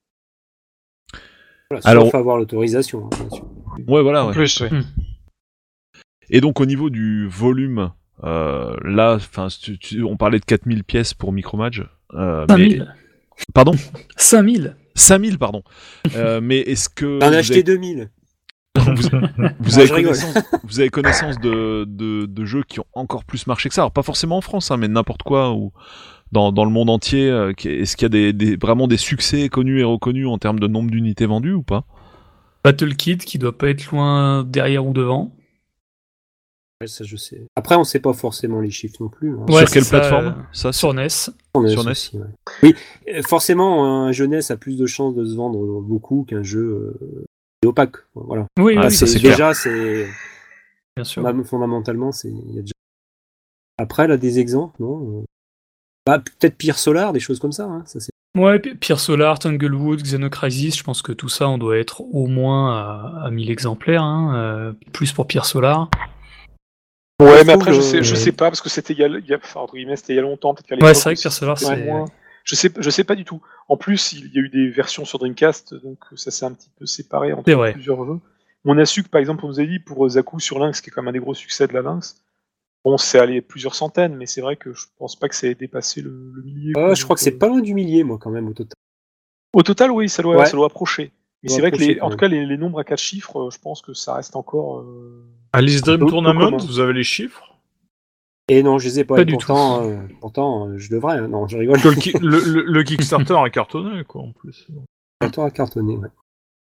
Voilà, alors, sauf avoir l'autorisation, bien sûr. Ouais, voilà. En plus, oui. Et donc au niveau du volume, là, on parlait de 4000 pièces pour Micromatch. 5000. Pardon 5000. 5000, pardon. Mais est-ce que... T'en as acheté 2000. Vous avez connaissance de jeux qui ont encore plus marché que ça. Alors pas forcément en France, hein, mais n'importe quoi, ou dans le monde entier. Est-ce qu'il y a vraiment des succès connus et reconnus en termes de nombre d'unités vendues ou pas? Battle Kid qui doit pas être loin derrière ou devant. Ouais, ça je sais. Après on sait pas forcément les chiffres non plus. Hein. Ouais, sur quelle plateforme ça, sur NES. Sur NES aussi, ouais. Oui, forcément un jeu NES a plus de chances de se vendre beaucoup qu'un jeu opaque. Voilà. Oui, oui, ça, c'est déjà c'est. Bien sûr. Fondamentalement, il y a déjà. Après là des exemples, non. Peut-être Pierre Solar, des choses comme ça. Hein. Ça c'est. Ouais, Pierre Solar, Tanglewood, Xenocrisis, je pense que tout ça, on doit être au moins à 1000 exemplaires, hein, plus pour Pierre Solar. Ouais, mais après, je sais pas, parce que c'était entre guillemets, c'était il y a longtemps, peut-être qu'à l'époque. Ouais, c'est vrai que Pierre Solar, c'est. Moins... Je sais pas du tout. En plus, il y a eu des versions sur Dreamcast, donc ça s'est un petit peu séparé entre plusieurs jeux. On a su que, par exemple, on nous a dit pour Zaku sur Lynx, qui est quand même un des gros succès de la Lynx, bon, c'est allé plusieurs centaines, mais c'est vrai que je pense pas que ça ait dépassé le millier. Je crois que c'est pas loin du millier, moi, quand même, au total. Au total, oui, ça doit approcher. Mais c'est vrai que, en tout cas, les nombres à 4 chiffres, je pense que ça reste encore... Alice Dream Tournament, vous avez les chiffres? Et non, je les ai pas. Pas du tout. Pourtant, je devrais. Hein. Non, je rigole. Le Kickstarter a cartonné, quoi, en plus. Le Kickstarter a cartonné, ouais.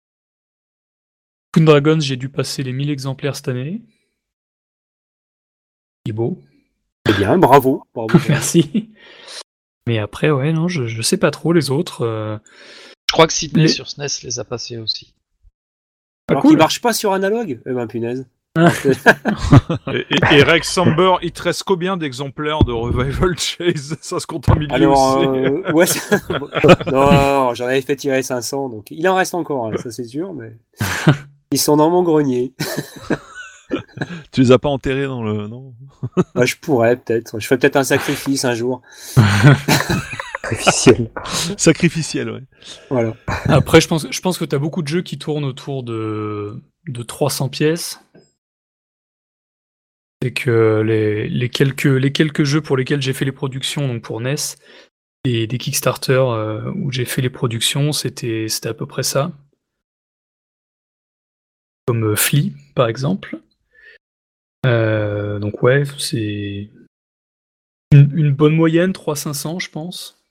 Toon Dragons, j'ai dû passer les 1000 exemplaires cette année. C'est beau. C'est bien, bravo. Merci. Mais après, ouais, non, je sais pas trop les autres. Je crois que Sydney sur SNES les a passés aussi. Alors qu'il marche pas sur analogue? Eh ben, punaise. et Rex Samber, il te reste combien d'exemplaires de Revival Chase? Ça se compte en milliers. Alors, ouais, non, j'en avais fait tirer 500, donc il en reste encore, hein, ça c'est sûr, mais ils sont dans mon grenier. Tu les as pas enterrés dans le... Non. Bah, je pourrais peut-être, je ferais peut-être un sacrifice un jour. Sacrificiel, ouais. Voilà. Après, je pense que t'as beaucoup de jeux qui tournent autour de 300 pièces. C'est que les quelques jeux pour lesquels j'ai fait les productions, donc pour NES, et des Kickstarter où j'ai fait les productions, c'était à peu près ça. Comme Flea, par exemple. Donc ouais, c'est une bonne moyenne, 300-500, je pense.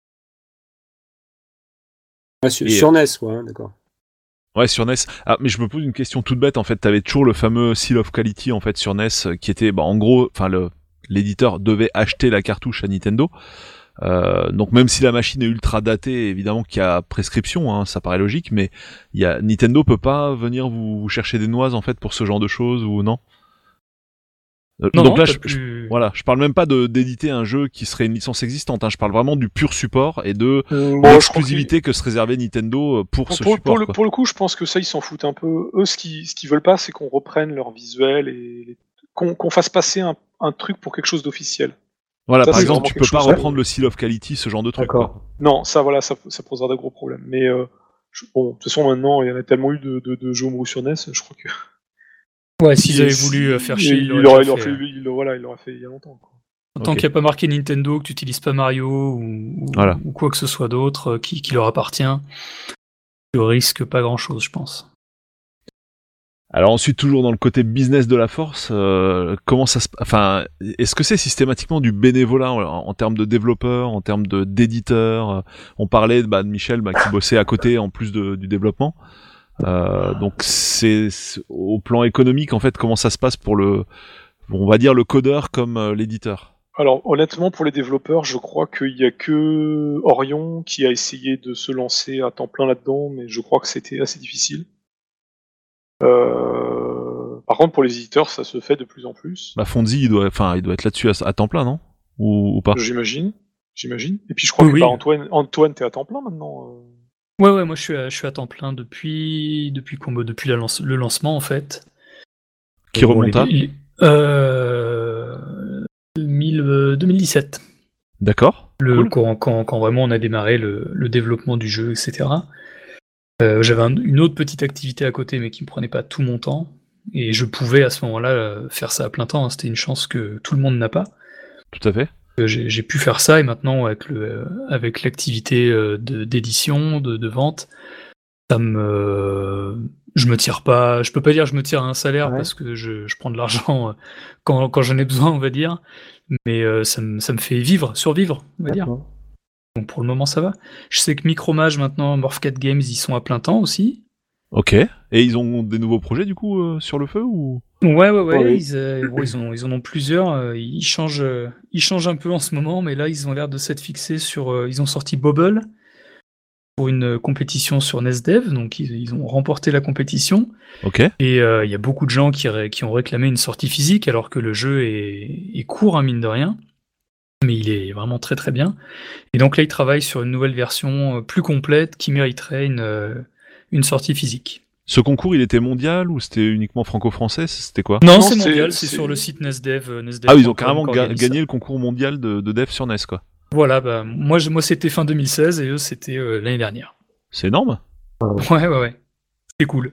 Ah, sur NES, ouais, d'accord. Ouais, sur NES. Ah, mais je me pose une question toute bête, en fait. T'avais toujours le fameux Seal of Quality, en fait, sur NES, qui était, en gros, l'éditeur devait acheter la cartouche à Nintendo. Donc même si la machine est ultra datée, évidemment qu'il y a prescription, hein, ça paraît logique, mais Nintendo peut pas venir vous chercher des noises, en fait, pour ce genre de choses, ou non? Donc là, je parle même pas d'éditer un jeu qui serait une licence existante, hein, je parle vraiment du pur support et de l'exclusivité que se réservait Nintendo pour ce support. Pour le coup, je pense que ça, ils s'en foutent un peu. Eux, ce qu'ils veulent pas, c'est qu'on reprenne leur visuel et qu'on fasse passer un truc pour quelque chose d'officiel. Voilà, ça, par exemple, tu peux pas reprendre le Seal of Quality, ce genre de truc. Quoi. Non, ça posera de gros problèmes. Mais de toute façon, maintenant, il y en a tellement eu de jeux homebrew sur NES, je crois que... Ouais, s'ils avaient voulu faire chier, il l'aurait fait il y a longtemps. Quoi. Tant qu'il n'y a pas marqué Nintendo, que tu n'utilises pas Mario ou quoi que ce soit d'autre qui leur appartient, tu risques pas grand-chose, je pense. Alors ensuite, toujours dans le côté business de la force, comment ça se... Enfin, est-ce que c'est systématiquement du bénévolat en termes de développeurs, en termes d'éditeurs? On parlait de Michel qui bossait à côté en plus du développement. Donc c'est au plan économique, en fait, comment ça se passe pour on va dire le codeur comme l'éditeur? Alors honnêtement, pour les développeurs, je crois qu'il y a que Orion qui a essayé de se lancer à temps plein là-dedans, mais je crois que c'était assez difficile. Par contre, pour les éditeurs, ça se fait de plus en plus. Bah Fonzie, il doit être là-dessus à temps plein, non ? Ou pas ? J'imagine. Et puis je crois que Antoine, t'es à temps plein maintenant. Ouais, moi je suis à temps plein depuis le lancement en fait. Qui remonte à 2017. D'accord. Cool. Quand vraiment on a démarré le développement du jeu, etc. J'avais une autre petite activité à côté, mais qui me prenait pas tout mon temps. Et je pouvais à ce moment-là faire ça à plein temps. Hein. C'était une chance que tout le monde n'a pas. Tout à fait. J'ai pu faire ça, et maintenant avec l'activité d'édition, de vente, je me tire pas. Je peux pas dire que je me tire un salaire parce que je prends de l'argent quand j'en ai besoin, on va dire. Mais ça me fait survivre, on va dire. Donc pour le moment ça va. Je sais que Micromage maintenant, Morphcat Games, ils sont à plein temps aussi. Ok. Et ils ont des nouveaux projets du coup sur le feu ou ? Ouais. Ils en ont plusieurs. Ils changent un peu en ce moment, mais là ils ont l'air de s'être fixés sur. Ils ont sorti Bobble pour une compétition sur NESDev, donc ils ont remporté la compétition. Ok. Et il y a beaucoup de gens qui ont réclamé une sortie physique, alors que le jeu est court, hein, mine de rien. Mais il est vraiment très très bien. Et donc là, ils travaillent sur une nouvelle version plus complète qui mériterait une sortie physique. Ce concours, il était mondial ou c'était uniquement franco-français ? C'était quoi ? Non, c'est mondial, c'est sur le site NESDev. Ah oui, ils ont carrément gagné le concours mondial de dev sur NES, quoi. Voilà, bah, moi c'était fin 2016 et eux c'était l'année dernière. C'est énorme. Ouais. C'est cool.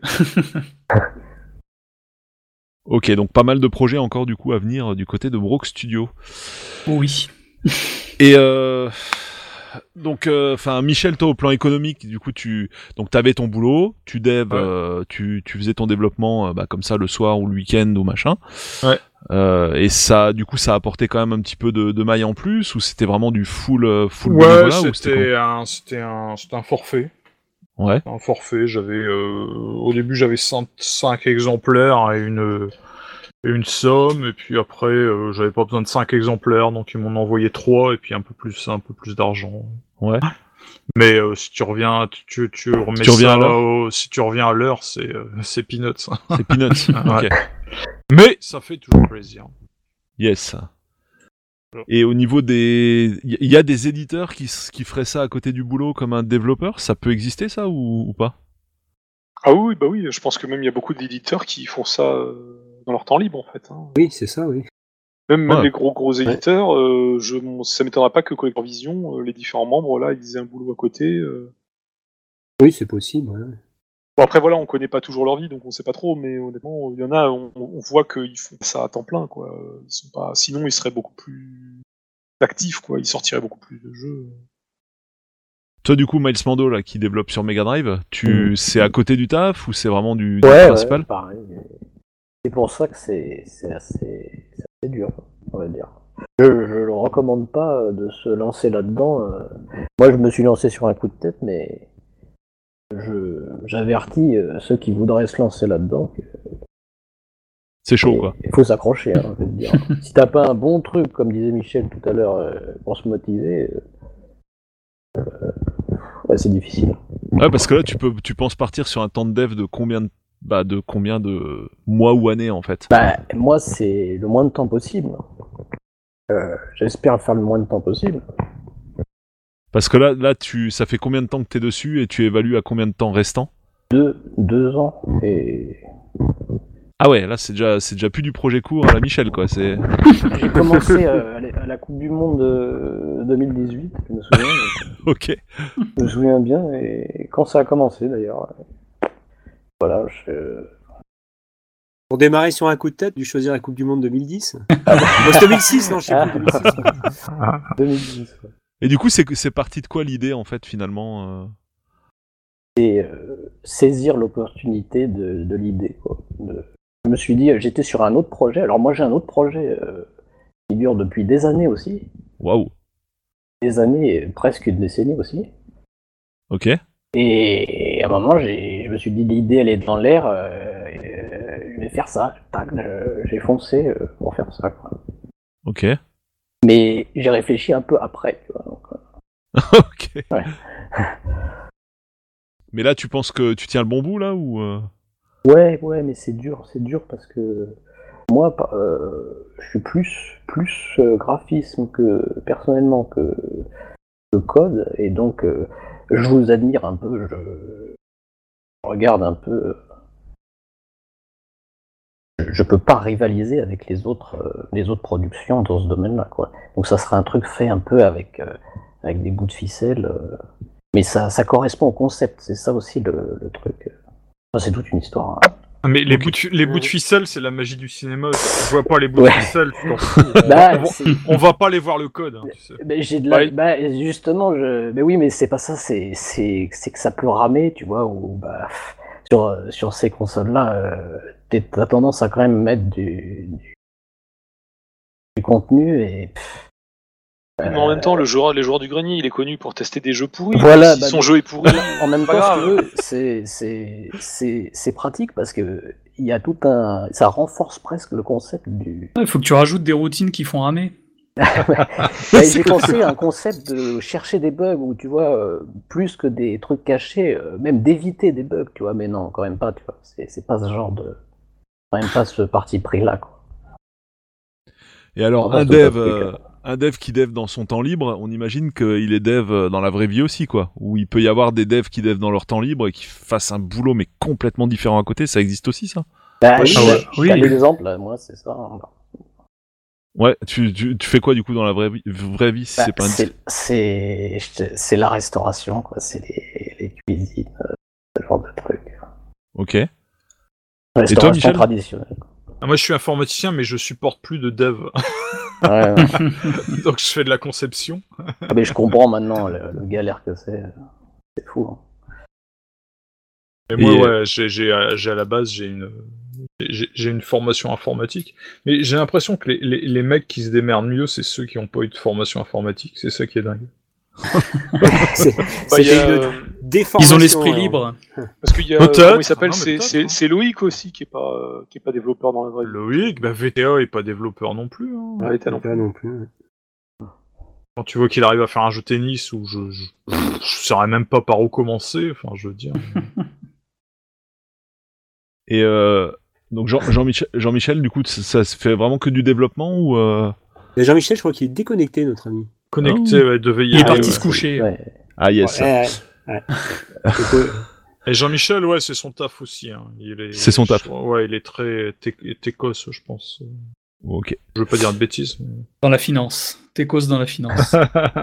Ok, donc pas mal de projets encore du coup à venir du côté de Broke Studio. Oui. Et donc, Michel, toi au plan économique, du coup t'avais ton boulot, tu faisais ton développement comme ça le soir ou le week-end ou machin. Ouais. Et ça, du coup, ça apportait quand même un petit peu de maille en plus, ou c'était vraiment du full bénévolat, ou c'était un forfait. Ouais. Un forfait. Au début j'avais 5 exemplaires et une somme, et puis après j'avais pas besoin de 5 exemplaires, donc ils m'en envoyé 3 et puis un peu plus d'argent. Ouais. Mais si tu reviens, si tu reviens à l'heure, c'est peanuts. C'est peanuts. Ok. Mais ça fait toujours plaisir. Yes. Et au niveau il y a des éditeurs qui feraient ça à côté du boulot comme un développeur, ça peut exister ça ou pas ? Ah oui, je pense que même il y a beaucoup d'éditeurs qui font ça dans leur temps libre en fait. Hein. Oui, c'est ça, oui. Même les gros éditeurs, ça m'étonnerait pas que Collector Vision, les différents membres là, ils aient un boulot à côté. Oui, c'est possible. Ouais. Bon après voilà, on connaît pas toujours leur vie, donc on sait pas trop, mais honnêtement, il y en a, on voit qu'ils font ça à temps plein, quoi. Ils sont pas, sinon ils seraient beaucoup plus actifs, quoi. Ils sortiraient beaucoup plus de jeux. Toi du coup, Miles Mando là, qui développe sur Mega Drive, c'est à côté du taf ou c'est vraiment du principal ? Ouais, pareil. C'est pour ça que c'est assez dur, on va dire. Je le recommande pas de se lancer là-dedans. Moi, je me suis lancé sur un coup de tête, mais j'avertis ceux qui voudraient se lancer là-dedans. C'est chaud, quoi. Il faut s'accrocher, hein, je veux dire. Si t'as pas un bon truc, comme disait Michel tout à l'heure, pour se motiver, c'est difficile. Ouais, parce que là, tu penses partir sur un temps de dev de combien de mois ou années, en fait ? Moi, c'est le moins de temps possible. J'espère faire le moins de temps possible. Parce que là, ça fait combien de temps que t'es dessus et tu évalues à combien de temps restant ? 2 ans et... Ah ouais, là c'est déjà plus du projet court à la Michel, quoi. J'ai commencé à la Coupe du Monde 2018, je me souviens. Ok. Je me souviens bien, et quand ça a commencé d'ailleurs. Voilà, Pour démarrer sur un coup de tête, dû choisir la Coupe du Monde 2010. C'est 2006, non, je sais plus. 2010. Ouais. Et du coup, c'est parti de quoi l'idée, en fait, finalement C'est saisir l'opportunité de l'idée, quoi. Je me suis dit, j'étais sur un autre projet. Alors moi, j'ai un autre projet qui dure depuis des années aussi. Waouh. Des années, presque une décennie aussi. Ok. Et à un moment, je me suis dit, l'idée, elle est dans l'air. Je vais faire ça. Tac, j'ai foncé pour faire ça, quoi. Ok. Mais j'ai réfléchi un peu après, tu vois. Donc, ok. Ouais. Mais là, tu penses que tu tiens le bon bout, là, ou Ouais, mais c'est dur parce que moi, je suis plus graphisme que personnellement que code, et donc je vous admire un peu, je regarde un peu. Je peux pas rivaliser avec les autres productions dans ce domaine-là, quoi. Donc ça sera un truc fait un peu avec des bouts de ficelle, mais ça correspond au concept. C'est ça aussi le truc. Enfin, c'est toute une histoire. Hein. Mais les bouts de ficelle, c'est la magie du cinéma. Si tu vois pas les bouts de ficelle, tu t'en fous. On va pas aller voir le code. Hein, tu sais. Justement, mais oui, mais c'est pas ça. C'est que ça peut ramer, tu vois. Ou sur ces consoles-là, t'as tendance à quand même mettre du contenu et. Mais en même temps, les joueurs du grenier, il est connu pour tester des jeux pourris. Voilà, si son jeu est pourri, en même temps, si tu veux, c'est pratique parce que il y a ça renforce presque le concept du. Il faut que tu rajoutes des routines qui font ramer. J'ai pensé à un concept de chercher des bugs ou tu vois plus que des trucs cachés, même d'éviter des bugs, tu vois. Mais non, quand même pas, tu vois. C'est pas ce genre de, quand même pas ce parti pris là, quoi. Et alors un dev qui dev dans son temps libre, on imagine qu'il est dev dans la vraie vie aussi, quoi. Où il peut y avoir des devs qui dev dans leur temps libre et qui fassent un boulot mais complètement différent à côté. Ça existe aussi, ça? Oui. L'exemple, moi, c'est ça. Ouais, tu fais quoi du coup dans la vraie vie si c'est pas c'est la restauration, quoi. C'est les cuisines, ce genre de trucs. Ok. Et toi, Michel? Traditionnelle. Moi, je suis informaticien, mais je supporte plus de dev. Ouais. Donc, je fais de la conception. Mais je comprends maintenant le galère que c'est. C'est fou. Hein. Et moi, j'ai à la base, j'ai une formation informatique. Mais j'ai l'impression que les mecs qui se démerdent mieux, c'est ceux qui n'ont pas eu de formation informatique. C'est ça qui est dingue. Ils ont l'esprit libre. Parce qu'il y a comment il s'appelle, c'est Loïc aussi qui est pas développeur dans la vraie vie. Loïc, VTA est pas développeur non plus. Hein. VTA non plus. Quand tu vois qu'il arrive à faire un jeu tennis où je saurais même pas par où commencer, enfin je veux dire. Et donc Jean-Michel, du coup, ça se fait vraiment que du développement ou Mais Jean-Michel, je crois qu'il est déconnecté, notre ami. Connecté, devait y Il est parti se coucher. Ouais. Ah yes. Ouais. Et Jean-Michel, c'est son taf aussi. Hein. C'est son taf. Ouais, il est très techos, je pense. Ok. Je veux pas dire de bêtises. Mais... Dans la finance. Techos dans la finance.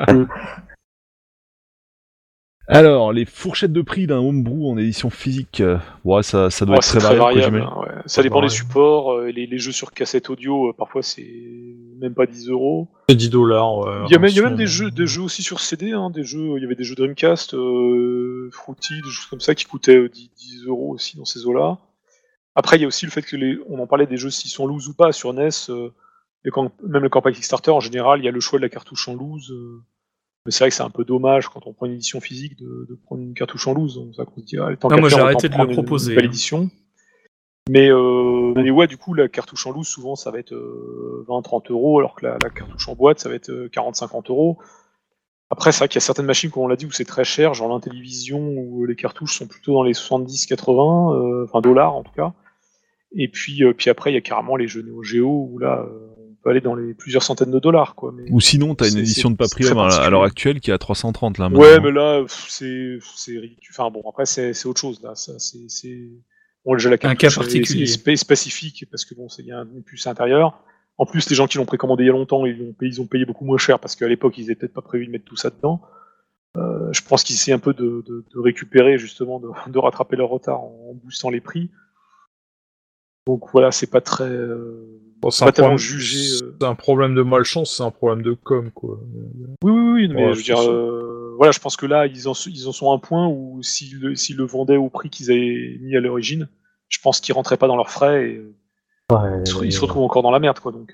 Alors, les fourchettes de prix d'un homebrew en édition physique, ça doit être très variable. Ça dépend des supports. Les jeux sur cassette audio, parfois c'est même pas 10 €. C'est $10. Il y a même des jeux aussi sur CD. Hein, il y avait des jeux Dreamcast, Fruity, des choses comme ça qui coûtaient 10 € aussi dans ces eaux-là. Après, il y a aussi le fait que on en parlait des jeux s'ils sont loose ou pas sur NES. Même le campagne Kickstarter, en général, il y a le choix de la cartouche en loose. Mais c'est vrai que c'est un peu dommage quand on prend une édition physique de prendre une cartouche en loose. Donc ça qu'on se dit, moi j'ai arrêté de le proposer. Une belle édition. Mais ouais, du coup, la cartouche en loose, souvent, ça va être 20-30 €, alors que la cartouche en boîte, ça va être 40-50 €. Après, c'est vrai qu'il y a certaines machines, comme on l'a dit, où c'est très cher, genre l'Intellivision, où les cartouches sont plutôt dans les 70-80, enfin dollars en tout cas. Et puis après, il y a carrément les jeux Neo Geo, où là... on peut aller dans les plusieurs centaines de dollars, quoi. Mais ou sinon, t'as une édition de Paprium à l'heure actuelle qui est à 330 là. Ouais, mais là, c'est ridicule. Enfin bon, après c'est autre chose là. Ça, bon, déjà la cartouche, un cas particulier, spécifique parce que bon, il y a une puce intérieure. En plus, les gens qui l'ont précommandé il y a longtemps, ils ont payé beaucoup moins cher parce qu'à l'époque, ils n'avaient peut-être pas prévu de mettre tout ça dedans. Je pense qu'ils essaient un peu de récupérer justement, de rattraper leur retard en boostant les prix. Donc voilà, c'est pas très. C'est pas tellement jugé. C'est un problème de malchance, c'est un problème de com, quoi. Oui, mais je veux dire, voilà, je pense que là, ils en sont à un point où s'ils le vendaient au prix qu'ils avaient mis à l'origine, je pense qu'ils rentraient pas dans leurs frais et ils se retrouvent encore dans la merde, quoi. Donc.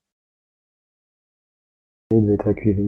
Il devait être acculé.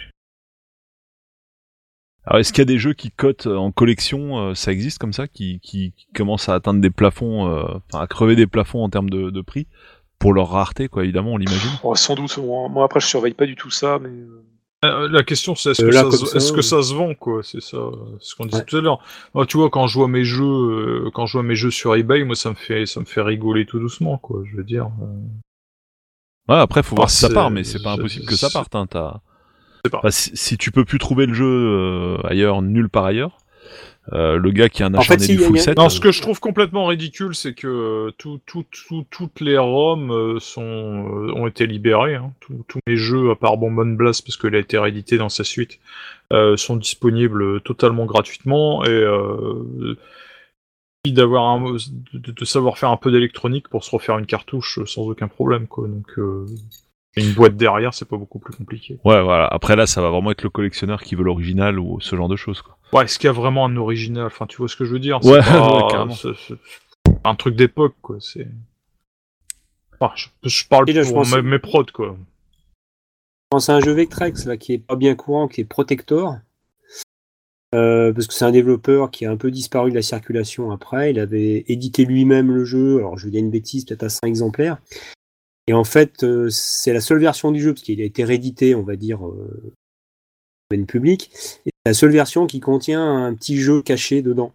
Alors, est-ce qu'il y a des jeux qui cotent en collection, ça existe comme ça, qui commencent à atteindre des plafonds, à crever des plafonds en termes de prix, pour leur rareté, quoi, évidemment, on l'imagine. Sans doute. Moi, après, je surveille pas du tout ça, mais... La question c'est est-ce que ça se vend, quoi. C'est ça, ce qu'on disait tout à l'heure. Moi, tu vois, quand je vois mes jeux sur eBay, moi ça me fait rigoler tout doucement, quoi. Je veux dire. Ouais, après faut voir si ça part, mais c'est pas impossible que ça parte. Hein, si tu peux plus trouver le jeu ailleurs, nulle part ailleurs. Le gars qui a un acharné du full set. Non, ce que je trouve complètement ridicule, c'est que toutes les ROM ont été libérées. Hein. Tous mes jeux, à part Bombon Blast, parce qu'il a été réédité dans sa suite, sont disponibles totalement gratuitement. Et de savoir faire un peu d'électronique pour se refaire une cartouche sans aucun problème, quoi. Donc une boîte derrière, c'est pas beaucoup plus compliqué. Ouais, voilà. Après là, ça va vraiment être le collectionneur qui veut l'original ou ce genre de choses, quoi. Ouais, est-ce qu'il y a vraiment un original ? Enfin, tu vois ce que je veux dire ? Ouais, carrément. C'est un truc d'époque, quoi. C'est. Enfin, je parle pour mes prods, quoi. Je pense à un jeu Vectrex là qui est pas bien courant, qui est Protector. Parce que c'est un développeur qui a un peu disparu de la circulation après. Il avait édité lui-même le jeu. Alors, je vais dire une bêtise, peut-être à 5 exemplaires. Et en fait, c'est la seule version du jeu, parce qu'il a été réédité, on va dire, domaine public. Et c'est la seule version qui contient un petit jeu caché dedans.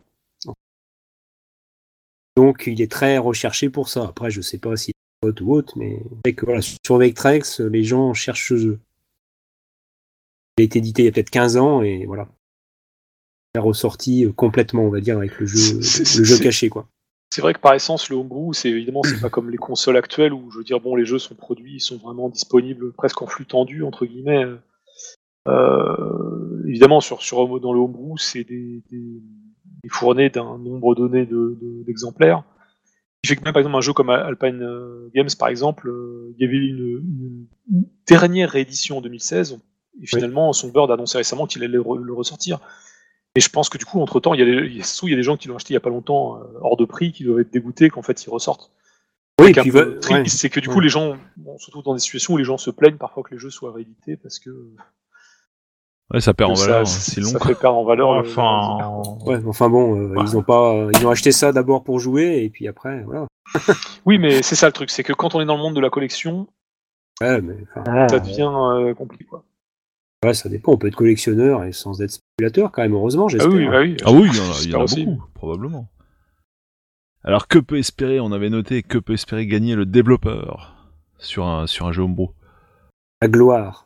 Donc, il est très recherché pour ça. Après, je sais pas si c'est pote ou autre, mais c'est que voilà, sur Vectrex, les gens cherchent ce jeu. Il a été édité il y a peut-être 15 ans, et voilà. Il est ressorti complètement, on va dire, avec le jeu caché, quoi. C'est vrai que par essence, le homebrew, c'est pas comme les consoles actuelles où, je veux dire, bon, les jeux sont produits, ils sont vraiment disponibles presque en flux tendu, entre guillemets. Évidemment, dans le homebrew, c'est des fournées d'un nombre donné d'exemplaires. Ce qui fait que même, par exemple, un jeu comme Alpine Games, par exemple, il y avait une dernière réédition en 2016, et finalement, Songbird a annoncé récemment qu'il allait le ressortir. Et je pense que du coup, entre-temps, il y a des gens qui l'ont acheté il n'y a pas longtemps, hors de prix, qui doivent être dégoûtés qu'en fait, ils ressortent. Oui, puis c'est que du coup, les gens, surtout dans des situations où les gens se plaignent parfois que les jeux soient réédités, parce que... Ouais, ça perd en valeur, c'est long. Ça fait perdre en valeur. Enfin bon, ils ont acheté ça d'abord pour jouer, et puis après, voilà. Oui, mais c'est ça le truc, c'est que quand on est dans le monde de la collection, ça devient compliqué, quoi. Ouais, ça dépend, on peut être collectionneur et sans être spéculateur quand même, heureusement, j'espère. Ah oui, il y en a beaucoup, probablement. Alors que peut espérer gagner le développeur sur un jeu homebrew ? La gloire.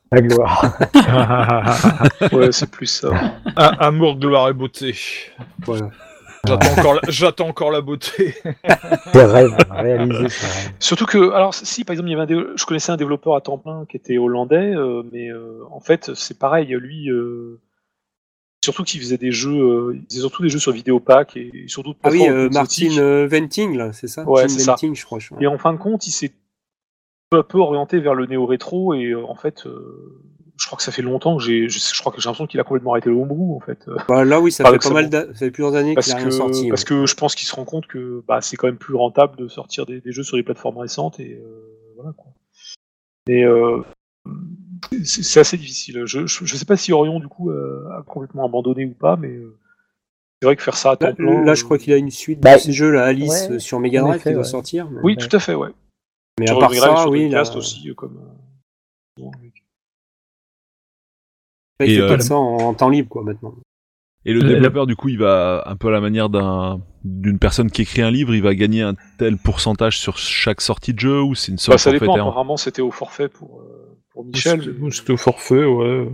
Ouais, c'est plus ça. Amour, gloire et beauté. Voilà. J'attends encore la beauté. Tes rêves réalisés. Surtout que, alors si par exemple, je connaissais un développeur à temps plein qui était hollandais, mais en fait c'est pareil, lui, surtout qu'il faisait des jeux, il faisait surtout des jeux sur Vidéopack et surtout. Ah oui, Martin Venting là, c'est ça. Ouais, c'est Venting, ça. Je crois. Et en fin de compte, il s'est peu à peu orienté vers le néo-rétro et en fait. Je crois que ça fait longtemps que j'ai l'impression qu'il a complètement arrêté le homebrew en fait. Bah, là oui, ça fait pas mal, ça fait plusieurs années qu'il a rien sorti. Parce que je pense qu'il se rend compte que c'est quand même plus rentable de sortir des jeux sur les plateformes récentes et voilà quoi. Mais c'est assez difficile. Je sais pas si Orion du coup a complètement abandonné ou pas, mais c'est vrai que faire ça à temps plein. Là, je crois qu'il a une suite de ces jeux là, Alice sur Mega Drive qui doit sortir. Mais... Oui, tout à fait, ouais. Mais à part ça, oui, là aussi comme. Il fait pas ça en temps libre, quoi, maintenant. Et le développeur, du coup, il va un peu à la manière d'une personne qui écrit un livre, il va gagner un tel pourcentage sur chaque sortie de jeu, ou c'est une somme forfaitaire ? Ça dépend, apparemment c'était au forfait pour Michel. C'était au forfait, ouais.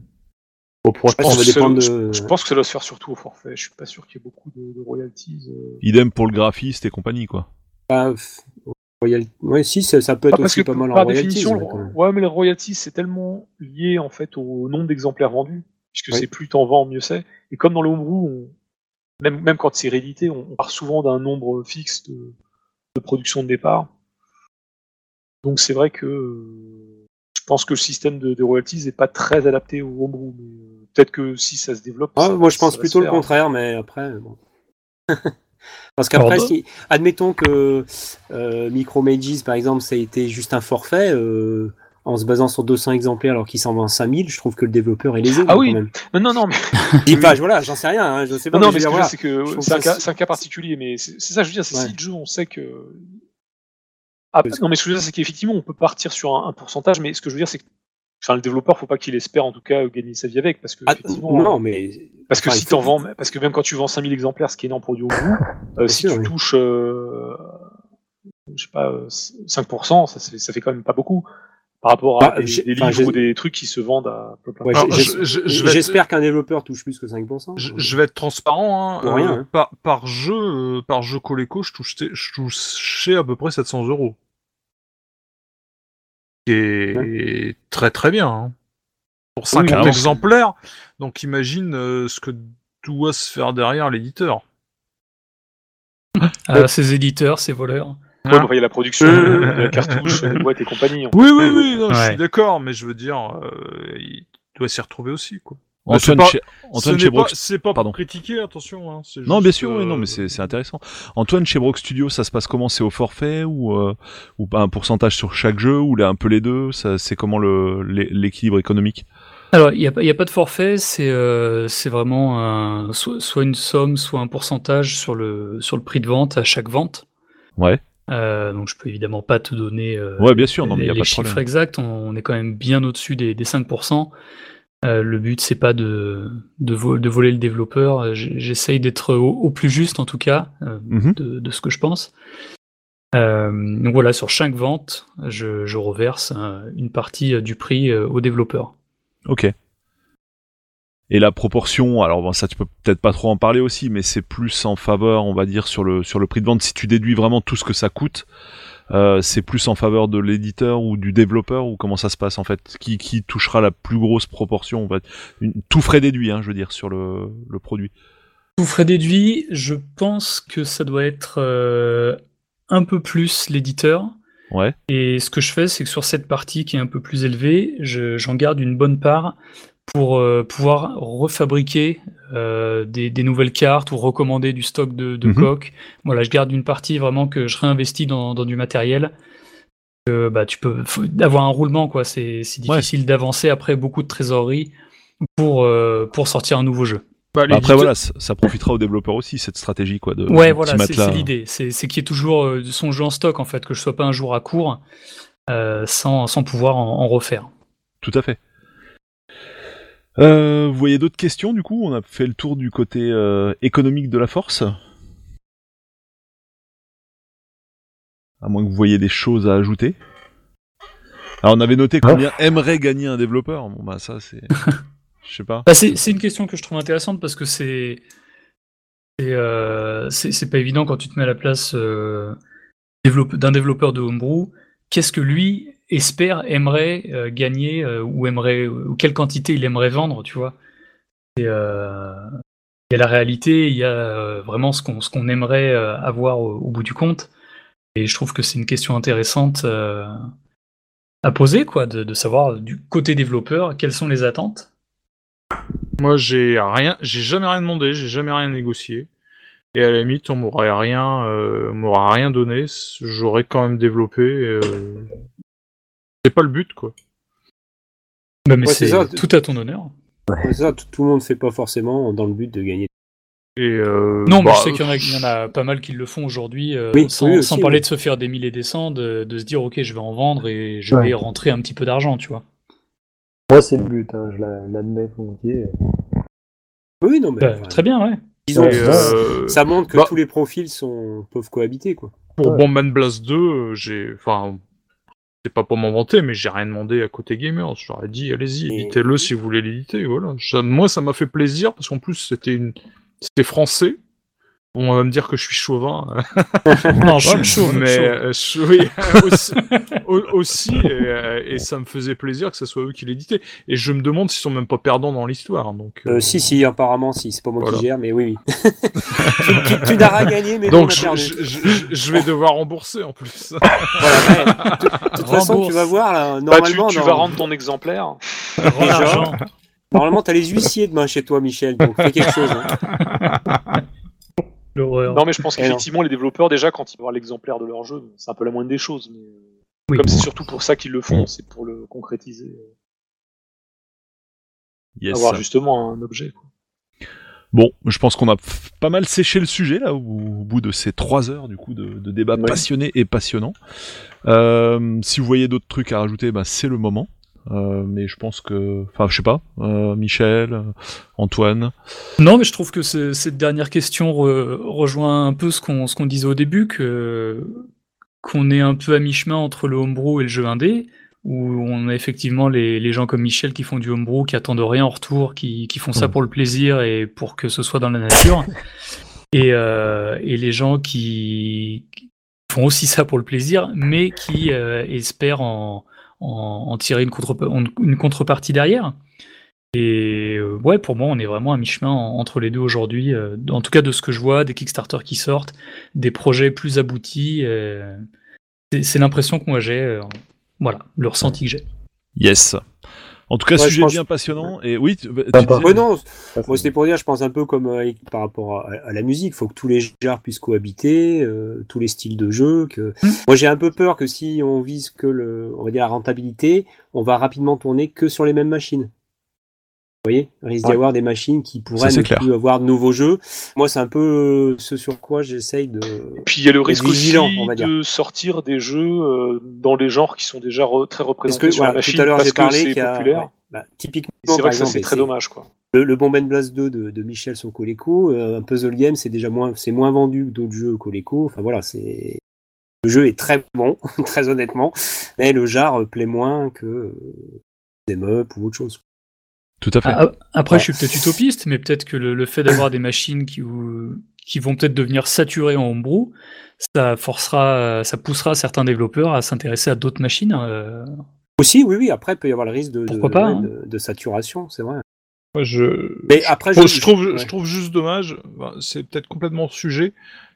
Je pense que ça doit se faire surtout au forfait, je suis pas sûr qu'il y ait beaucoup de royalties. Idem pour le graphiste et compagnie, quoi. Ouais, si, ça peut être aussi pas mal en royalties. Ouais, mais les royalties, c'est tellement lié en fait au nombre d'exemplaires vendus, puisque c'est plus t'en vends, mieux c'est. Et comme dans le homebrew, même quand c'est réédité, on part souvent d'un nombre fixe de production de départ. Donc c'est vrai que je pense que le système de royalties n'est pas très adapté au homebrew. Mais peut-être que si ça se développe. Moi, je pense plutôt le contraire, mais après, bon. Parce qu'après, admettons que Micromages, par exemple, ça a été juste un forfait, en se basant sur 200 exemplaires alors qu'il s'en vend 5000, je trouve que le développeur est lésé. Ah oui, quand même. Non, mais... voilà, j'en sais rien, hein, je sais pas. Non, mais ce que je veux dire, c'est que c'est un cas particulier, mais c'est ça, je veux dire, c'est si le jeu, on sait que... Non, mais ce que je veux dire, c'est qu'effectivement, on peut partir sur un pourcentage, mais ce que je veux dire, c'est que Enfin, le développeur, faut pas qu'il espère en tout cas gagner sa vie avec, parce que effectivement, non, mais parce que si t'en vends, parce que même quand tu vends 5000 exemplaires, ce qui est énorme pour du homebrew, si tu touches, je sais pas, 5%, ça fait quand même pas beaucoup par rapport à des livres ou des trucs qui se vendent à peu près. J'espère qu'un développeur touche plus que 5%. Je vais être transparent. Pour rien. Par jeu Coleco, je touchais à peu près 700 €. Qui est très très bien. Hein. Pour 50 exemplaires, donc imagine ce que doit se faire derrière l'éditeur. Ces éditeurs, ces voleurs. Ouais, il y a la production, la cartouche, les boîtes et compagnie. Oui, non, je suis d'accord, mais je veux dire, il doit s'y retrouver aussi, quoi. Antoine Chebrox, c'est pas pour critiquer, attention. Hein, c'est juste, non, bien sûr, oui, non, mais c'est intéressant. Antoine, chez Brock Studio, ça se passe comment? C'est au forfait ou pas un pourcentage sur chaque jeu ou un peu les deux? C'est comment l'équilibre économique? Alors, il y a pas de forfait, c'est vraiment soit une somme, soit un pourcentage sur le prix de vente à chaque vente. Ouais. Donc je peux évidemment pas te donner bien sûr, non, mais y a les pas de chiffres problème. exacts. On est quand même bien au-dessus des 5%. Le but c'est pas de voler le développeur. J'essaye d'être au plus juste en tout cas de ce que je pense. Donc voilà, sur chaque vente, je reverse une partie du prix au développeur. Ok. Et la proportion, alors bon, ça tu peux peut-être pas trop en parler aussi, mais c'est plus en faveur, on va dire, sur le prix de vente. Si tu déduis vraiment tout ce que ça coûte, c'est plus en faveur de l'éditeur ou du développeur, ou comment ça se passe en fait? Qui touchera la plus grosse proportion, on va tout frais déduit, hein, je veux dire, sur le produit. Tout frais déduit, je pense que ça doit être un peu plus l'éditeur. Ouais. Et ce que je fais, c'est que sur cette partie qui est un peu plus élevée, j'en garde une bonne part pour pouvoir refabriquer des nouvelles cartes ou recommander du stock de coques. Voilà, je garde une partie vraiment que je réinvestis dans du matériel. Tu peux avoir un roulement, quoi. C'est difficile d'avancer après beaucoup de trésorerie pour sortir un nouveau jeu. Après voilà, ça profitera aux développeurs aussi, cette stratégie, quoi. Voilà, c'est l'idée. C'est qu'il y ait toujours son jeu en stock, en fait, que je sois pas un jour à court sans pouvoir en refaire. Tout à fait. Vous voyez d'autres questions, du coup? On a fait le tour du côté économique de la force. À moins que vous voyez des choses à ajouter. Alors on avait noté combien aimerait gagner un développeur. Bon bah ça c'est... Je sais pas. C'est une question que je trouve intéressante parce que c'est pas évident quand tu te mets à la place d'un développeur de homebrew. Qu'est-ce que lui aimerait gagner ou quelle quantité il aimerait vendre, tu vois. Il y a la réalité, il y a vraiment ce qu'on aimerait avoir au bout du compte. Et je trouve que c'est une question intéressante à poser, quoi, de savoir du côté développeur quelles sont les attentes. Moi, j'ai jamais rien demandé, j'ai jamais rien négocié. Et à la limite, on m'aura rien donné. J'aurais quand même développé. C'est pas le but, quoi. Mais c'est tout à ton honneur. C'est ça, tout le monde fait pas forcément dans le but de gagner. Non, mais je sais qu'il y en a pas mal qui le font aujourd'hui, sans parler de se faire des 1000 et des 100, de se dire ok, je vais en vendre et je vais rentrer un petit peu d'argent, tu vois. Moi, c'est le but, hein, je l'admets volontiers. Oui, non, mais très bien, ouais. Disons, ça montre que tous les profils peuvent cohabiter, quoi. Pour Bomb & Blast 2, c'est pas pour m'en vanter, mais j'ai rien demandé à Côté Gamers. Je leur ai dit, allez-y, éditez-le si vous voulez l'éditer. Voilà. Moi, ça m'a fait plaisir parce qu'en plus, c'était français. On va me dire que je suis chauvin. Non, je suis chaud, mais oui, aussi et ça me faisait plaisir que ce soit eux qui l'éditaient. Et je me demande s'ils sont même pas perdants dans l'histoire. Donc si, apparemment, si. C'est pas moi qui gère, mais oui. tu n'auras gagné, mais donc je vais devoir rembourser en plus. Voilà, de toute façon, tu vas voir là. Normalement, tu vas rendre ton exemplaire. Normalement, t'as les huissiers demain chez toi, Michel. Donc fais quelque chose. Hein. Non, mais je pense qu'effectivement, les développeurs, déjà, quand ils vont voir l'exemplaire de leur jeu, c'est un peu la moindre des choses. Mais comme c'est surtout pour ça qu'ils le font, c'est pour le concrétiser. Avoir justement un objet, quoi. Bon, je pense qu'on a pas mal séché le sujet, là, au bout de ces 3 heures, du coup, de débat passionné et passionnant. Si vous voyez d'autres trucs à rajouter, c'est le moment. mais je pense que, enfin, je sais pas, Michel, Antoine. Non, mais je trouve que cette dernière question rejoint un peu ce qu'on disait au début, qu'on est un peu à mi-chemin entre le homebrew et le jeu indé, où on a effectivement les gens comme Michel qui font du homebrew, qui attendent rien en retour, qui font ça pour le plaisir et pour que ce soit dans la nature, et les gens qui font aussi ça pour le plaisir, mais qui espèrent en tirer une contrepartie derrière. Et ouais, pour moi, on est vraiment à mi-chemin entre les deux aujourd'hui. En tout cas, de ce que je vois, des Kickstarter qui sortent, des projets plus aboutis. C'est l'impression que moi j'ai. Voilà, le ressenti que j'ai. Yes. En tout cas, sujet bien passionnant. Et oui, non, moi c'était pour dire, je pense un peu comme par rapport à la musique, il faut que tous les genres puissent cohabiter, tous les styles de jeu. Moi j'ai un peu peur que si on vise que on va dire la rentabilité, on va rapidement tourner que sur les mêmes machines. Vous voyez, il risque d'y avoir des machines qui pourraient ne plus avoir de nouveaux jeux. Moi, c'est un peu ce sur quoi j'essaye de. Puis il y a le risque aussi de sortir des jeux dans les genres qui sont déjà très représentés sur la machine. Tout à l'heure, j'ai parlé qu'il y a populaire. Typiquement, c'est vrai que ça, c'est très dommage, quoi. Le Bomb & Blast 2 de Michel sur Coleco, un puzzle game, c'est moins vendu que d'autres jeux Coleco. Enfin voilà, le jeu est très bon, très honnêtement, mais le genre plaît moins que des up ou autre chose. Tout à fait. Après, je suis peut-être utopiste, mais peut-être que le fait d'avoir des machines qui vont peut-être devenir saturées en homebrew, ça poussera certains développeurs à s'intéresser à d'autres machines. Aussi, oui. Après, il peut y avoir le risque de saturation, c'est vrai. Mais après, je trouve juste dommage. C'est peut-être complètement hors sujet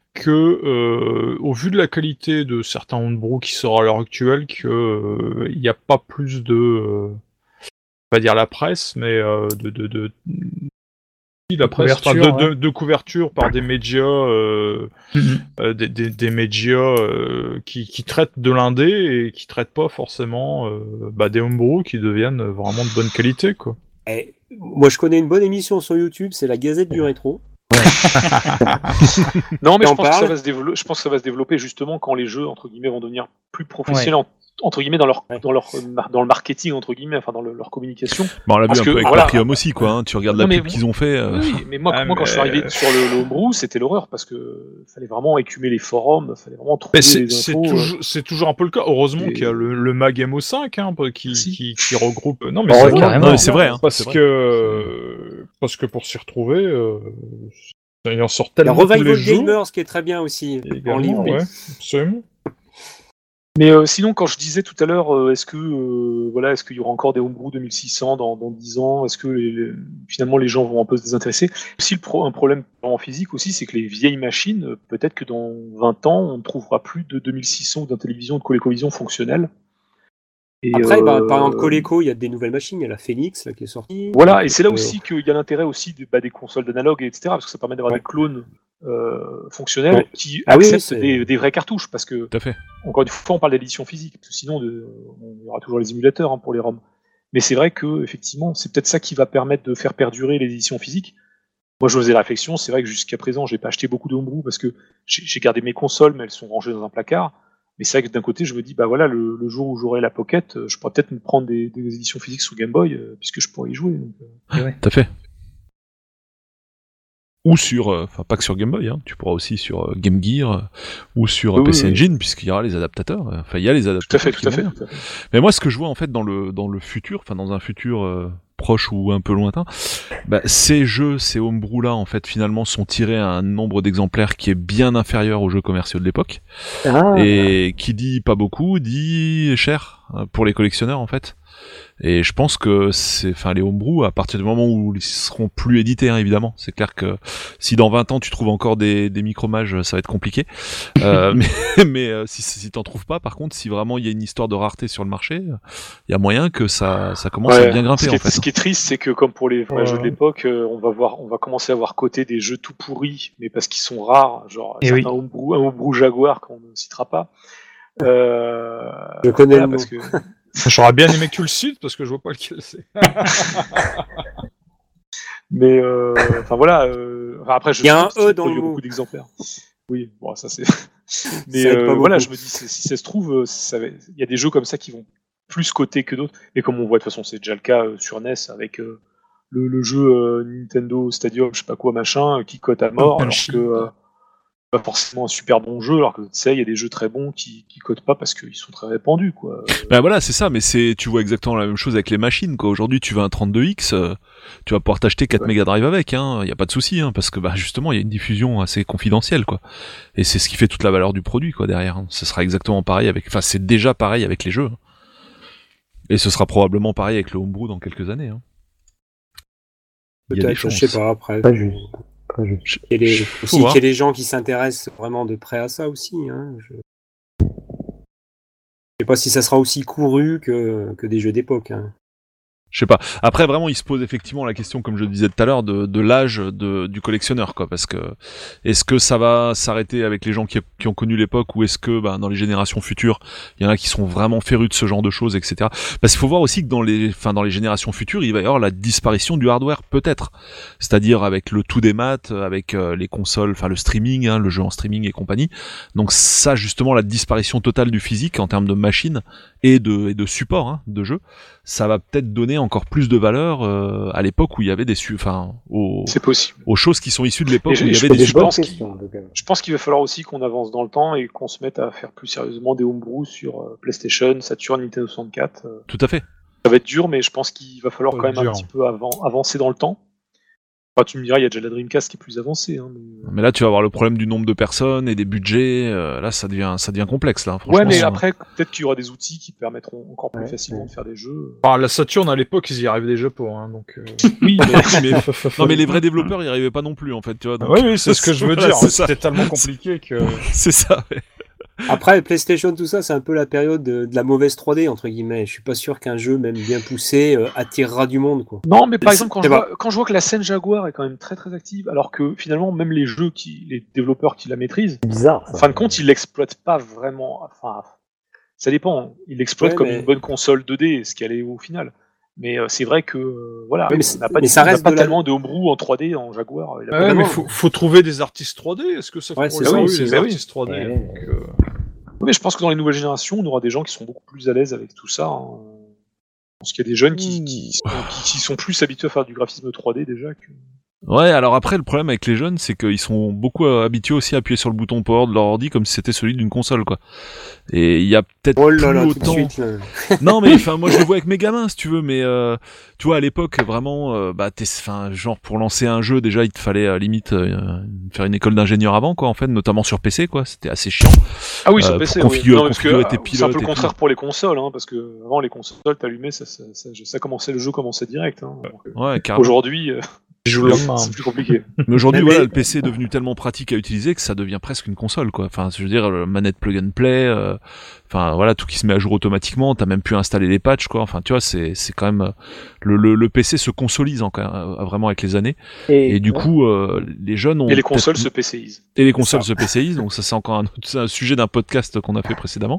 que, au vu de la qualité de certains homebrew qui sortent à l'heure actuelle, il n'y a pas plus de pas dire la presse, mais la presse, couverture, de couverture par des médias, des médias qui traitent de l'indé et qui traitent pas forcément des homebrew qui deviennent vraiment de bonne qualité, quoi. Et moi, je connais une bonne émission sur YouTube, c'est la Gazette du Rétro. Non, mais je pense que ça va se développer justement quand les jeux entre guillemets vont devenir plus professionnels. Entre guillemets dans le marketing entre guillemets, enfin dans leur communication. On l'a vu un peu avec Patrium aussi, quoi. Hein, tu regardes la pub qu'ils ont fait. Oui, mais moi quand je suis arrivé sur le homebrew, c'était l'horreur parce que fallait vraiment écumer les forums, fallait vraiment trouver les infos. C'est toujours un peu le cas. Heureusement qu'il y a le Mag MO5 qui regroupe. Non, mais c'est vrai. Hein, parce que pour s'y retrouver, il en sort tellement. Il y a Revival Gamers qui est très bien aussi en livre. Ouais, absolument. Mais sinon, quand je disais tout à l'heure, est-ce qu'il y aura encore des homebrew 2600 dans 10 ans? Est-ce que finalement les gens vont un peu se désintéresser? Si un problème en physique aussi, c'est que les vieilles machines, peut-être que dans 20 ans, on ne trouvera plus de 2600 ou d'Intellivision ou de ColecoVision fonctionnels. Et après, par exemple, Coleco, il y a des nouvelles machines, il y a la Phoenix là, qui est sortie. Voilà, et c'est là aussi qu'il y a l'intérêt aussi des consoles d'analogue, etc., parce que ça permet d'avoir des clones fonctionnels qui acceptent des vraies cartouches, parce que, encore une fois, on parle d'édition physique, parce que sinon, il y aura toujours les émulateurs pour les ROM. Mais c'est vrai que, effectivement, c'est peut-être ça qui va permettre de faire perdurer les éditions physiques. Moi, je faisais la réflexion, c'est vrai que jusqu'à présent, j'ai pas acheté beaucoup de homebrew, parce que j'ai gardé mes consoles, mais elles sont rangées dans un placard. Mais c'est vrai que d'un côté, je me dis, le jour où j'aurai la Pocket, je pourrais peut-être me prendre des éditions physiques sur Game Boy, puisque je pourrais y jouer. Donc, Tout à fait. Ou sur, pas que sur Game Boy, hein, tu pourras aussi sur Game Gear ou sur PC Engine, puisqu'il y aura les adaptateurs. Enfin, il y a les adaptateurs. Tout à fait. Mais moi, ce que je vois en fait dans le futur, enfin dans un futur proche ou un peu lointain, ces homebrew là en fait finalement sont tirés à un nombre d'exemplaires qui est bien inférieur aux jeux commerciaux de l'époque. Et qui dit pas beaucoup dit cher pour les collectionneurs en fait. Et je pense que les homebrew, à partir du moment où ils seront plus édités, hein, évidemment, c'est clair que si dans 20 ans tu trouves encore des micromages, ça va être compliqué. Mais si t'en trouves pas, par contre, si vraiment il y a une histoire de rareté sur le marché, il y a moyen que ça commence à bien grimper. Ce qui est triste, c'est que comme pour les jeux de l'époque, on va commencer à voir coter des jeux tout pourris, mais parce qu'ils sont rares, genre un homebrew Jaguar qu'on ne citera pas. Je connais le nom. Parce que j'aurais bien aimé que tu le cites parce que je vois pas lequel c'est. Mais après il y a un E dans le mot. Beaucoup d'exemplaires. Oui, bon ça c'est. Mais voilà, je me dis si ça se trouve, il y a des jeux comme ça qui vont plus coté que d'autres. Et comme on voit, de toute façon, c'est déjà le cas sur NES avec le jeu Nintendo Stadium, je sais pas quoi, machin, qui cote à mort, alors que pas forcément un super bon jeu, alors que tu sais, il y a des jeux très bons qui cotent pas parce qu'ils sont très répandus, quoi. Bah voilà, c'est ça, mais tu vois exactement la même chose avec les machines, quoi. Aujourd'hui, tu veux un 32X, tu vas pouvoir t'acheter 4 Mega Drive avec, hein. Y a pas de souci, hein, parce que bah justement, il y a une diffusion assez confidentielle, quoi. Et c'est ce qui fait toute la valeur du produit, quoi, derrière. Hein. Ce sera exactement pareil c'est déjà pareil avec les jeux. Hein. Et ce sera probablement pareil avec le homebrew dans quelques années. Hein. Peut-être, je sais pas, après. Pas juste. Il y a des gens qui s'intéressent vraiment de près à ça aussi. Hein. Je sais pas si ça sera aussi couru que des jeux d'époque. Hein. Je sais pas. Après, vraiment, il se pose effectivement la question, comme je le disais tout à l'heure, de l'âge du collectionneur, quoi. Parce que est-ce que ça va s'arrêter avec les gens qui ont connu l'époque, ou est-ce que dans les générations futures, il y en a qui sont vraiment férus de ce genre de choses, etc. Parce qu'il faut voir aussi que dans les générations futures, il va y avoir la disparition du hardware, peut-être. C'est-à-dire avec le tout des maths, avec les consoles, le streaming, hein, le jeu en streaming et compagnie. Donc ça, justement, la disparition totale du physique en termes de machines et de support, hein, de jeu, ça va peut-être donner encore plus de valeur à l'époque où il y avait c'est possible. aux choses qui sont issues de l'époque où il y avait des supports. Je pense qu'il va falloir aussi qu'on avance dans le temps et qu'on se mette à faire plus sérieusement des homebrew sur PlayStation, Saturn, Nintendo 64. Tout à fait. Ça va être dur, mais je pense qu'il va falloir quand même un petit peu avancer dans le temps. Enfin, tu me diras, il y a déjà la Dreamcast qui est plus avancée. Hein, mais là, tu vas avoir le problème du nombre de personnes et des budgets. Là, ça devient complexe. Là, ouais, mais après, peut-être qu'il y aura des outils qui permettront encore plus facilement de faire des jeux. La Saturn, à l'époque, ils y arrivaient déjà pas. Hein, donc, oui, mais les vrais développeurs, ils n'y arrivaient pas non plus, en fait. Tu vois, donc... Oui, c'est ce que je veux dire. C'était tellement compliqué que... C'est ça, ouais. Après, PlayStation, tout ça, c'est un peu la période de la mauvaise 3D, entre guillemets. Je suis pas sûr qu'un jeu, même bien poussé, attirera du monde, quoi. Non, mais par exemple, quand je vois que la scène Jaguar est quand même très très active, alors que finalement, même les développeurs qui la maîtrisent, c'est bizarre, en fin de compte, ils l'exploitent pas vraiment. Enfin, ça dépend. Ils l'exploitent comme une bonne console 2D, ce qu'elle est au final. Mais c'est vrai que voilà, on n'a pas tellement de homebrew en 3D en Jaguar. Ouais, mais faut trouver des artistes 3D. Est-ce que ça fait les artistes 3D Oui, mais je pense que dans les nouvelles générations, on aura des gens qui sont beaucoup plus à l'aise avec tout ça. Hein. Je pense qu'il y a des jeunes qui sont plus habitués à faire du graphisme 3D déjà que... Ouais, alors après, le problème avec les jeunes, c'est qu'ils sont beaucoup habitués aussi à appuyer sur le bouton power de leur ordi comme si c'était celui d'une console, quoi. Et il y a peut-être plus autant... Non, mais enfin, moi je le vois avec mes gamins, si tu veux, mais tu vois, à l'époque, vraiment, genre pour lancer un jeu, déjà, il te fallait limite faire une école d'ingénieur avant, quoi, en fait, notamment sur PC, quoi. C'était assez chiant. Ah oui, sur PC, configurer tes pilotes. C'est un peu le contraire pour les consoles, hein, parce que avant les consoles, t'allumais, ça commençait, le jeu commençait direct. Hein, donc, ouais, carrément. Aujourd'hui. C'est plus compliqué. Mais aujourd'hui, voilà, le PC est devenu tellement pratique à utiliser que ça devient presque une console, quoi. Enfin, je veux dire, manette plug and play, enfin, voilà, tout qui se met à jour automatiquement, t'as même pu installer les patchs, quoi. Enfin, tu vois, c'est quand même, le PC se consolise encore, vraiment avec les années. Et du coup, les jeunes ont... Et les consoles se PCisent. Et les consoles se PCisent, donc ça c'est encore un sujet d'un podcast qu'on a fait précédemment.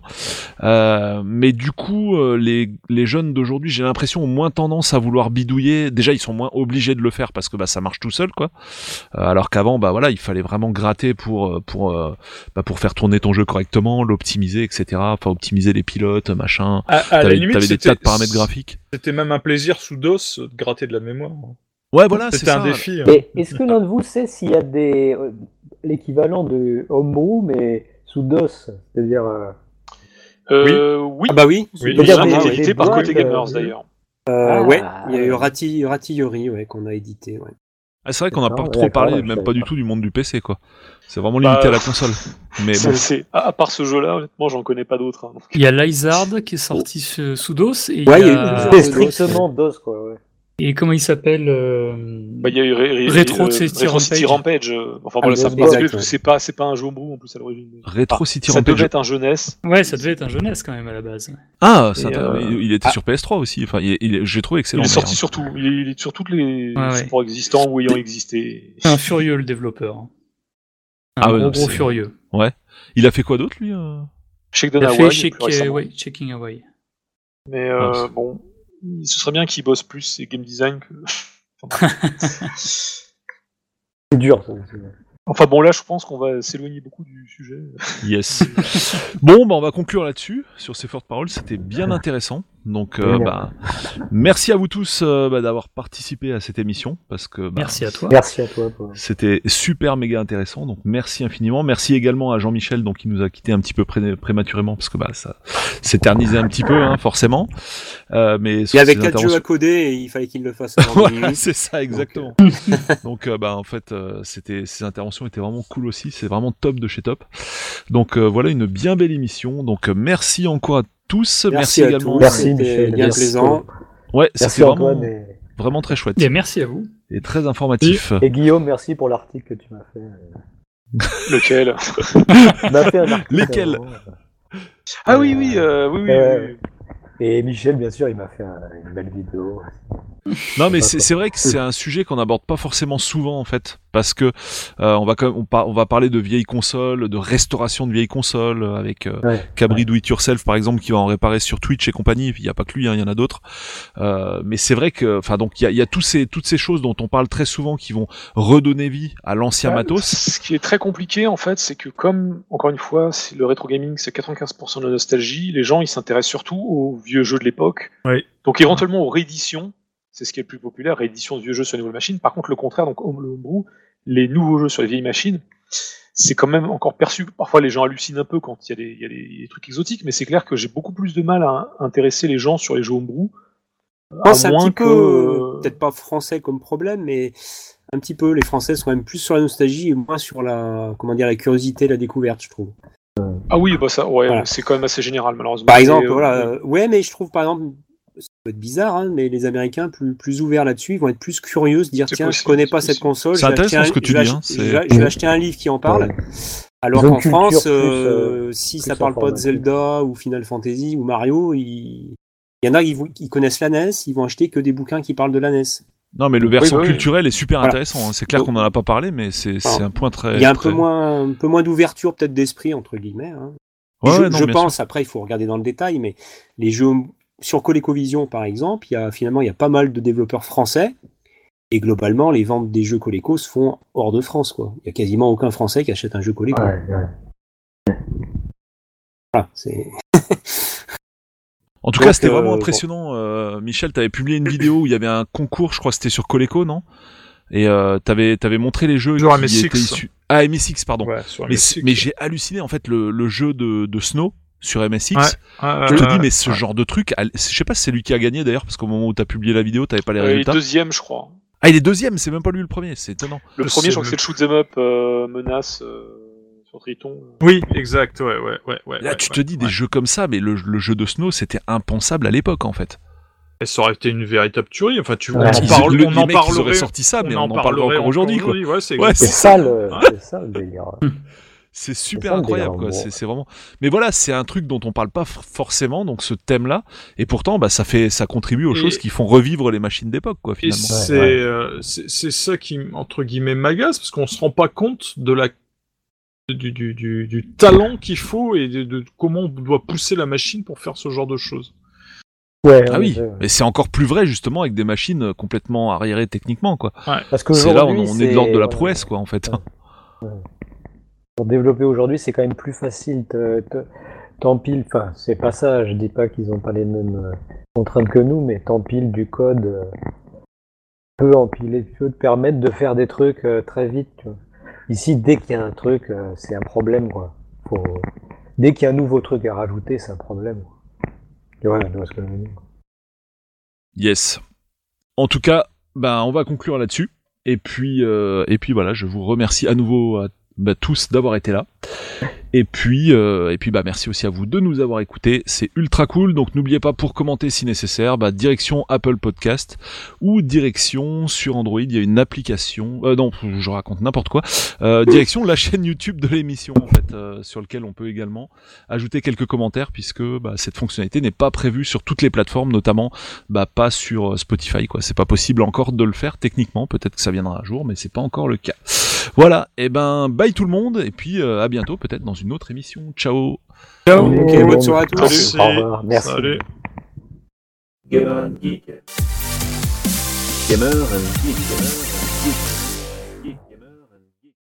Mais du coup, les jeunes d'aujourd'hui, j'ai l'impression, ont moins tendance à vouloir bidouiller. Déjà, ils sont moins obligés de le faire parce que ça marche tout seul, quoi. Alors qu'avant, voilà, il fallait vraiment gratter pour faire tourner ton jeu correctement, l'optimiser, etc. Enfin, optimiser les pilotes, machin. T'avais des tas de paramètres graphiques. C'était même un plaisir sous DOS de gratter de la mémoire. Ouais, voilà, c'était un défi. Et est-ce que l'un de vous sait s'il y a l'équivalent de homebrew mais sous DOS, c'est-à-dire oui. Ah bah oui. Édité par Côté Gamers d'ailleurs. Ouais, il y a eu Ratiyori, qu'on a édité. Ouais. Ah, c'est vrai qu'on n'a pas trop parlé, même pas du tout du monde du PC, quoi. C'est vraiment limité à la console. Mais bon. À part ce jeu-là, honnêtement, j'en connais pas d'autres. Hein, il y a Lizard qui est sorti sous DOS. Et c'est strictement DOS, quoi. Ouais. Et comment il s'appelle il y a eu Retro City Rampage. Enfin voilà, ça c'est pas un jeu homebrew en plus à l'origine. Retro City Rampage. Ça devait être un jeunesse. Ouais, ça devait être un jeunesse quand même à la base. Ah, il était sur PS3 aussi. Enfin, j'ai trouvé excellent. Il est sorti sur tout. Il est sur tous les supports existants ou ayant existé. Un furieux le développeur. Un gros furieux. Ouais. Il a fait quoi d'autre lui Shakedown Hawaii. Shaking Hawaii. Mais bon. Ce serait bien qu'il bosse plus ses game design que... C'est dur, ça. Enfin bon, là, je pense qu'on va s'éloigner beaucoup du sujet. Yes. Bon, on va conclure là-dessus, sur ces fortes paroles. C'était bien intéressant. Donc, merci à vous tous d'avoir participé à cette émission, parce que merci à toi. Merci à toi. C'était super méga intéressant. Donc, merci infiniment. Merci également à Jean-Michel, donc qui nous a quitté un petit peu prématurément, parce que ça s'éternisait un petit peu, hein, forcément. Mais il y avait 4 jeux à coder et il fallait qu'il le fasse. Voilà, c'est ça, exactement. Donc, en fait, ces interventions étaient vraiment cool aussi. C'est vraiment top de chez top. Donc, voilà une bien belle émission. Donc, merci encore à tous. Merci également. Merci Michel. Bien plaisant. Ouais, c'était vraiment très chouette. Et merci à vous. Et très informatif. Et Guillaume, merci pour l'article que tu m'as fait. Lequel? Tu m'as fait un article. Lesquels? Ah oui. Et Michel, bien sûr, il m'a fait une belle vidéo. Non, mais c'est vrai que c'est un sujet qu'on n'aborde pas forcément souvent, en fait, parce que on va parler de vieilles consoles, de restauration de vieilles consoles, avec Cabri Do It Yourself, par exemple, qui va en réparer sur Twitch et compagnie. Il n'y a pas que lui, hein, il y en a d'autres. Mais c'est vrai que, enfin, donc il y a toutes ces choses dont on parle très souvent qui vont redonner vie à l'ancien matos. Ce qui est très compliqué, en fait, c'est que comme, encore une fois, le rétro gaming, c'est 95% de la nostalgie, les gens, ils s'intéressent surtout aux vieux jeux de l'époque. Oui. Donc éventuellement aux rééditions. C'est ce qui est le plus populaire, réédition de vieux jeux sur les nouvelles machines. Par contre, le contraire, donc le homebrew, les nouveaux jeux sur les vieilles machines, c'est quand même encore perçu. Parfois, les gens hallucinent un peu quand il y a des trucs exotiques, mais c'est clair que j'ai beaucoup plus de mal à intéresser les gens sur les jeux homebrew. C'est un petit peu, peut-être pas français comme problème, mais un petit peu, les Français sont quand même plus sur la nostalgie et moins sur la curiosité, la découverte, je trouve. Ah oui, ça, voilà. C'est quand même assez général, malheureusement. Par exemple, mais je trouve, par exemple, ça peut être bizarre, hein, mais les Américains plus ouverts là-dessus, ils vont être plus curieux, se dire tiens, je connais pas cette console, c'est intéressant ce que tu dis. Je vais acheter un livre qui en parle. Ouais. Alors qu'en France, si ça parle pas de Zelda ou Final Fantasy ou Mario, il y en a qui connaissent la NES, ils vont acheter que des bouquins qui parlent de la NES. Non, mais le versant culturel est super intéressant. Hein. C'est clair qu'on n'en a pas parlé, mais c'est un point très. Il y a un peu moins d'ouverture peut-être d'esprit entre guillemets. Hein. Je pense. Après, il faut regarder dans le détail, mais les jeux sur ColecoVision, par exemple, il y a pas mal de développeurs français, et globalement, les ventes des jeux Coleco se font hors de France, quoi. Il y a quasiment aucun Français qui achète un jeu Coleco. Voilà, c'est. En tout cas, c'était vraiment impressionnant. Michel, t'avais publié une vidéo où il y avait un concours, je crois que c'était sur Coleco, non? Et t'avais montré les jeux genre qui MSX. étaient issus. Ah, MSX, pardon. Ouais, mais j'ai halluciné, en fait, le jeu de Snow sur MSX. Je te dis, mais ce genre de truc, je sais pas si c'est lui qui a gagné d'ailleurs, parce qu'au moment où t'as publié la vidéo, t'avais pas les résultats. Il est deuxième, je crois. Ah, il est deuxième, c'est même pas lui le premier, c'est étonnant. Le premier, je crois que c'est le Shoot 'em Up Menace sur Triton. Oui, exact, ouais. Là, tu te dis des jeux comme ça, mais le jeu de Snow, c'était impensable à l'époque, en fait. Et ça aurait été une véritable tuerie. Enfin, on en parlerait. Ils auraient sorti ça, mais on en parlerait encore aujourd'hui, quoi. Ouais, c'est ça le délire. C'est super incroyable, quoi. C'est vraiment. Mais voilà, c'est un truc dont on parle pas forcément, donc ce thème-là, et pourtant, ça contribue aux choses qui font revivre les machines d'époque, quoi, finalement. Et c'est ça qui, entre guillemets, m'agace, parce qu'on se rend pas compte de du talent qu'il faut et de comment on doit pousser la machine pour faire ce genre de choses. Oui, mais c'est encore plus vrai justement avec des machines complètement arriérées techniquement, quoi. Parce que c'est là on est de l'ordre de la prouesse, quoi, en fait. Pour développer aujourd'hui, c'est quand même plus facile. T'empiles, enfin, c'est pas ça. Je dis pas qu'ils ont pas les mêmes contraintes que nous, mais t'empiles du code peut te permettre de faire des trucs très vite. Tu vois. Ici, dès qu'il y a un truc, c'est un problème, quoi. Dès qu'il y a un nouveau truc à rajouter, c'est un problème. Ouais, je vois ce que je veux dire. Yes. En tout cas, on va conclure là-dessus. Et puis voilà, je vous remercie à nouveau tous d'avoir été là. Et puis merci aussi à vous de nous avoir écoutés, c'est ultra cool. Donc n'oubliez pas, pour commenter si nécessaire, direction Apple Podcast ou direction sur Android, il y a une application, non, je raconte n'importe quoi, direction la chaîne YouTube de l'émission, en fait, sur lequel on peut également ajouter quelques commentaires, puisque cette fonctionnalité n'est pas prévue sur toutes les plateformes, notamment pas sur Spotify, quoi. C'est pas possible encore de le faire techniquement, peut-être que ça viendra un jour, mais c'est pas encore le cas. Voilà, et bye tout le monde, et puis à bientôt peut-être dans une autre émission. Ciao. Ciao. Ok, bonne soirée à tous. Merci. Au revoir. Merci. Salut. Gamer and Geek.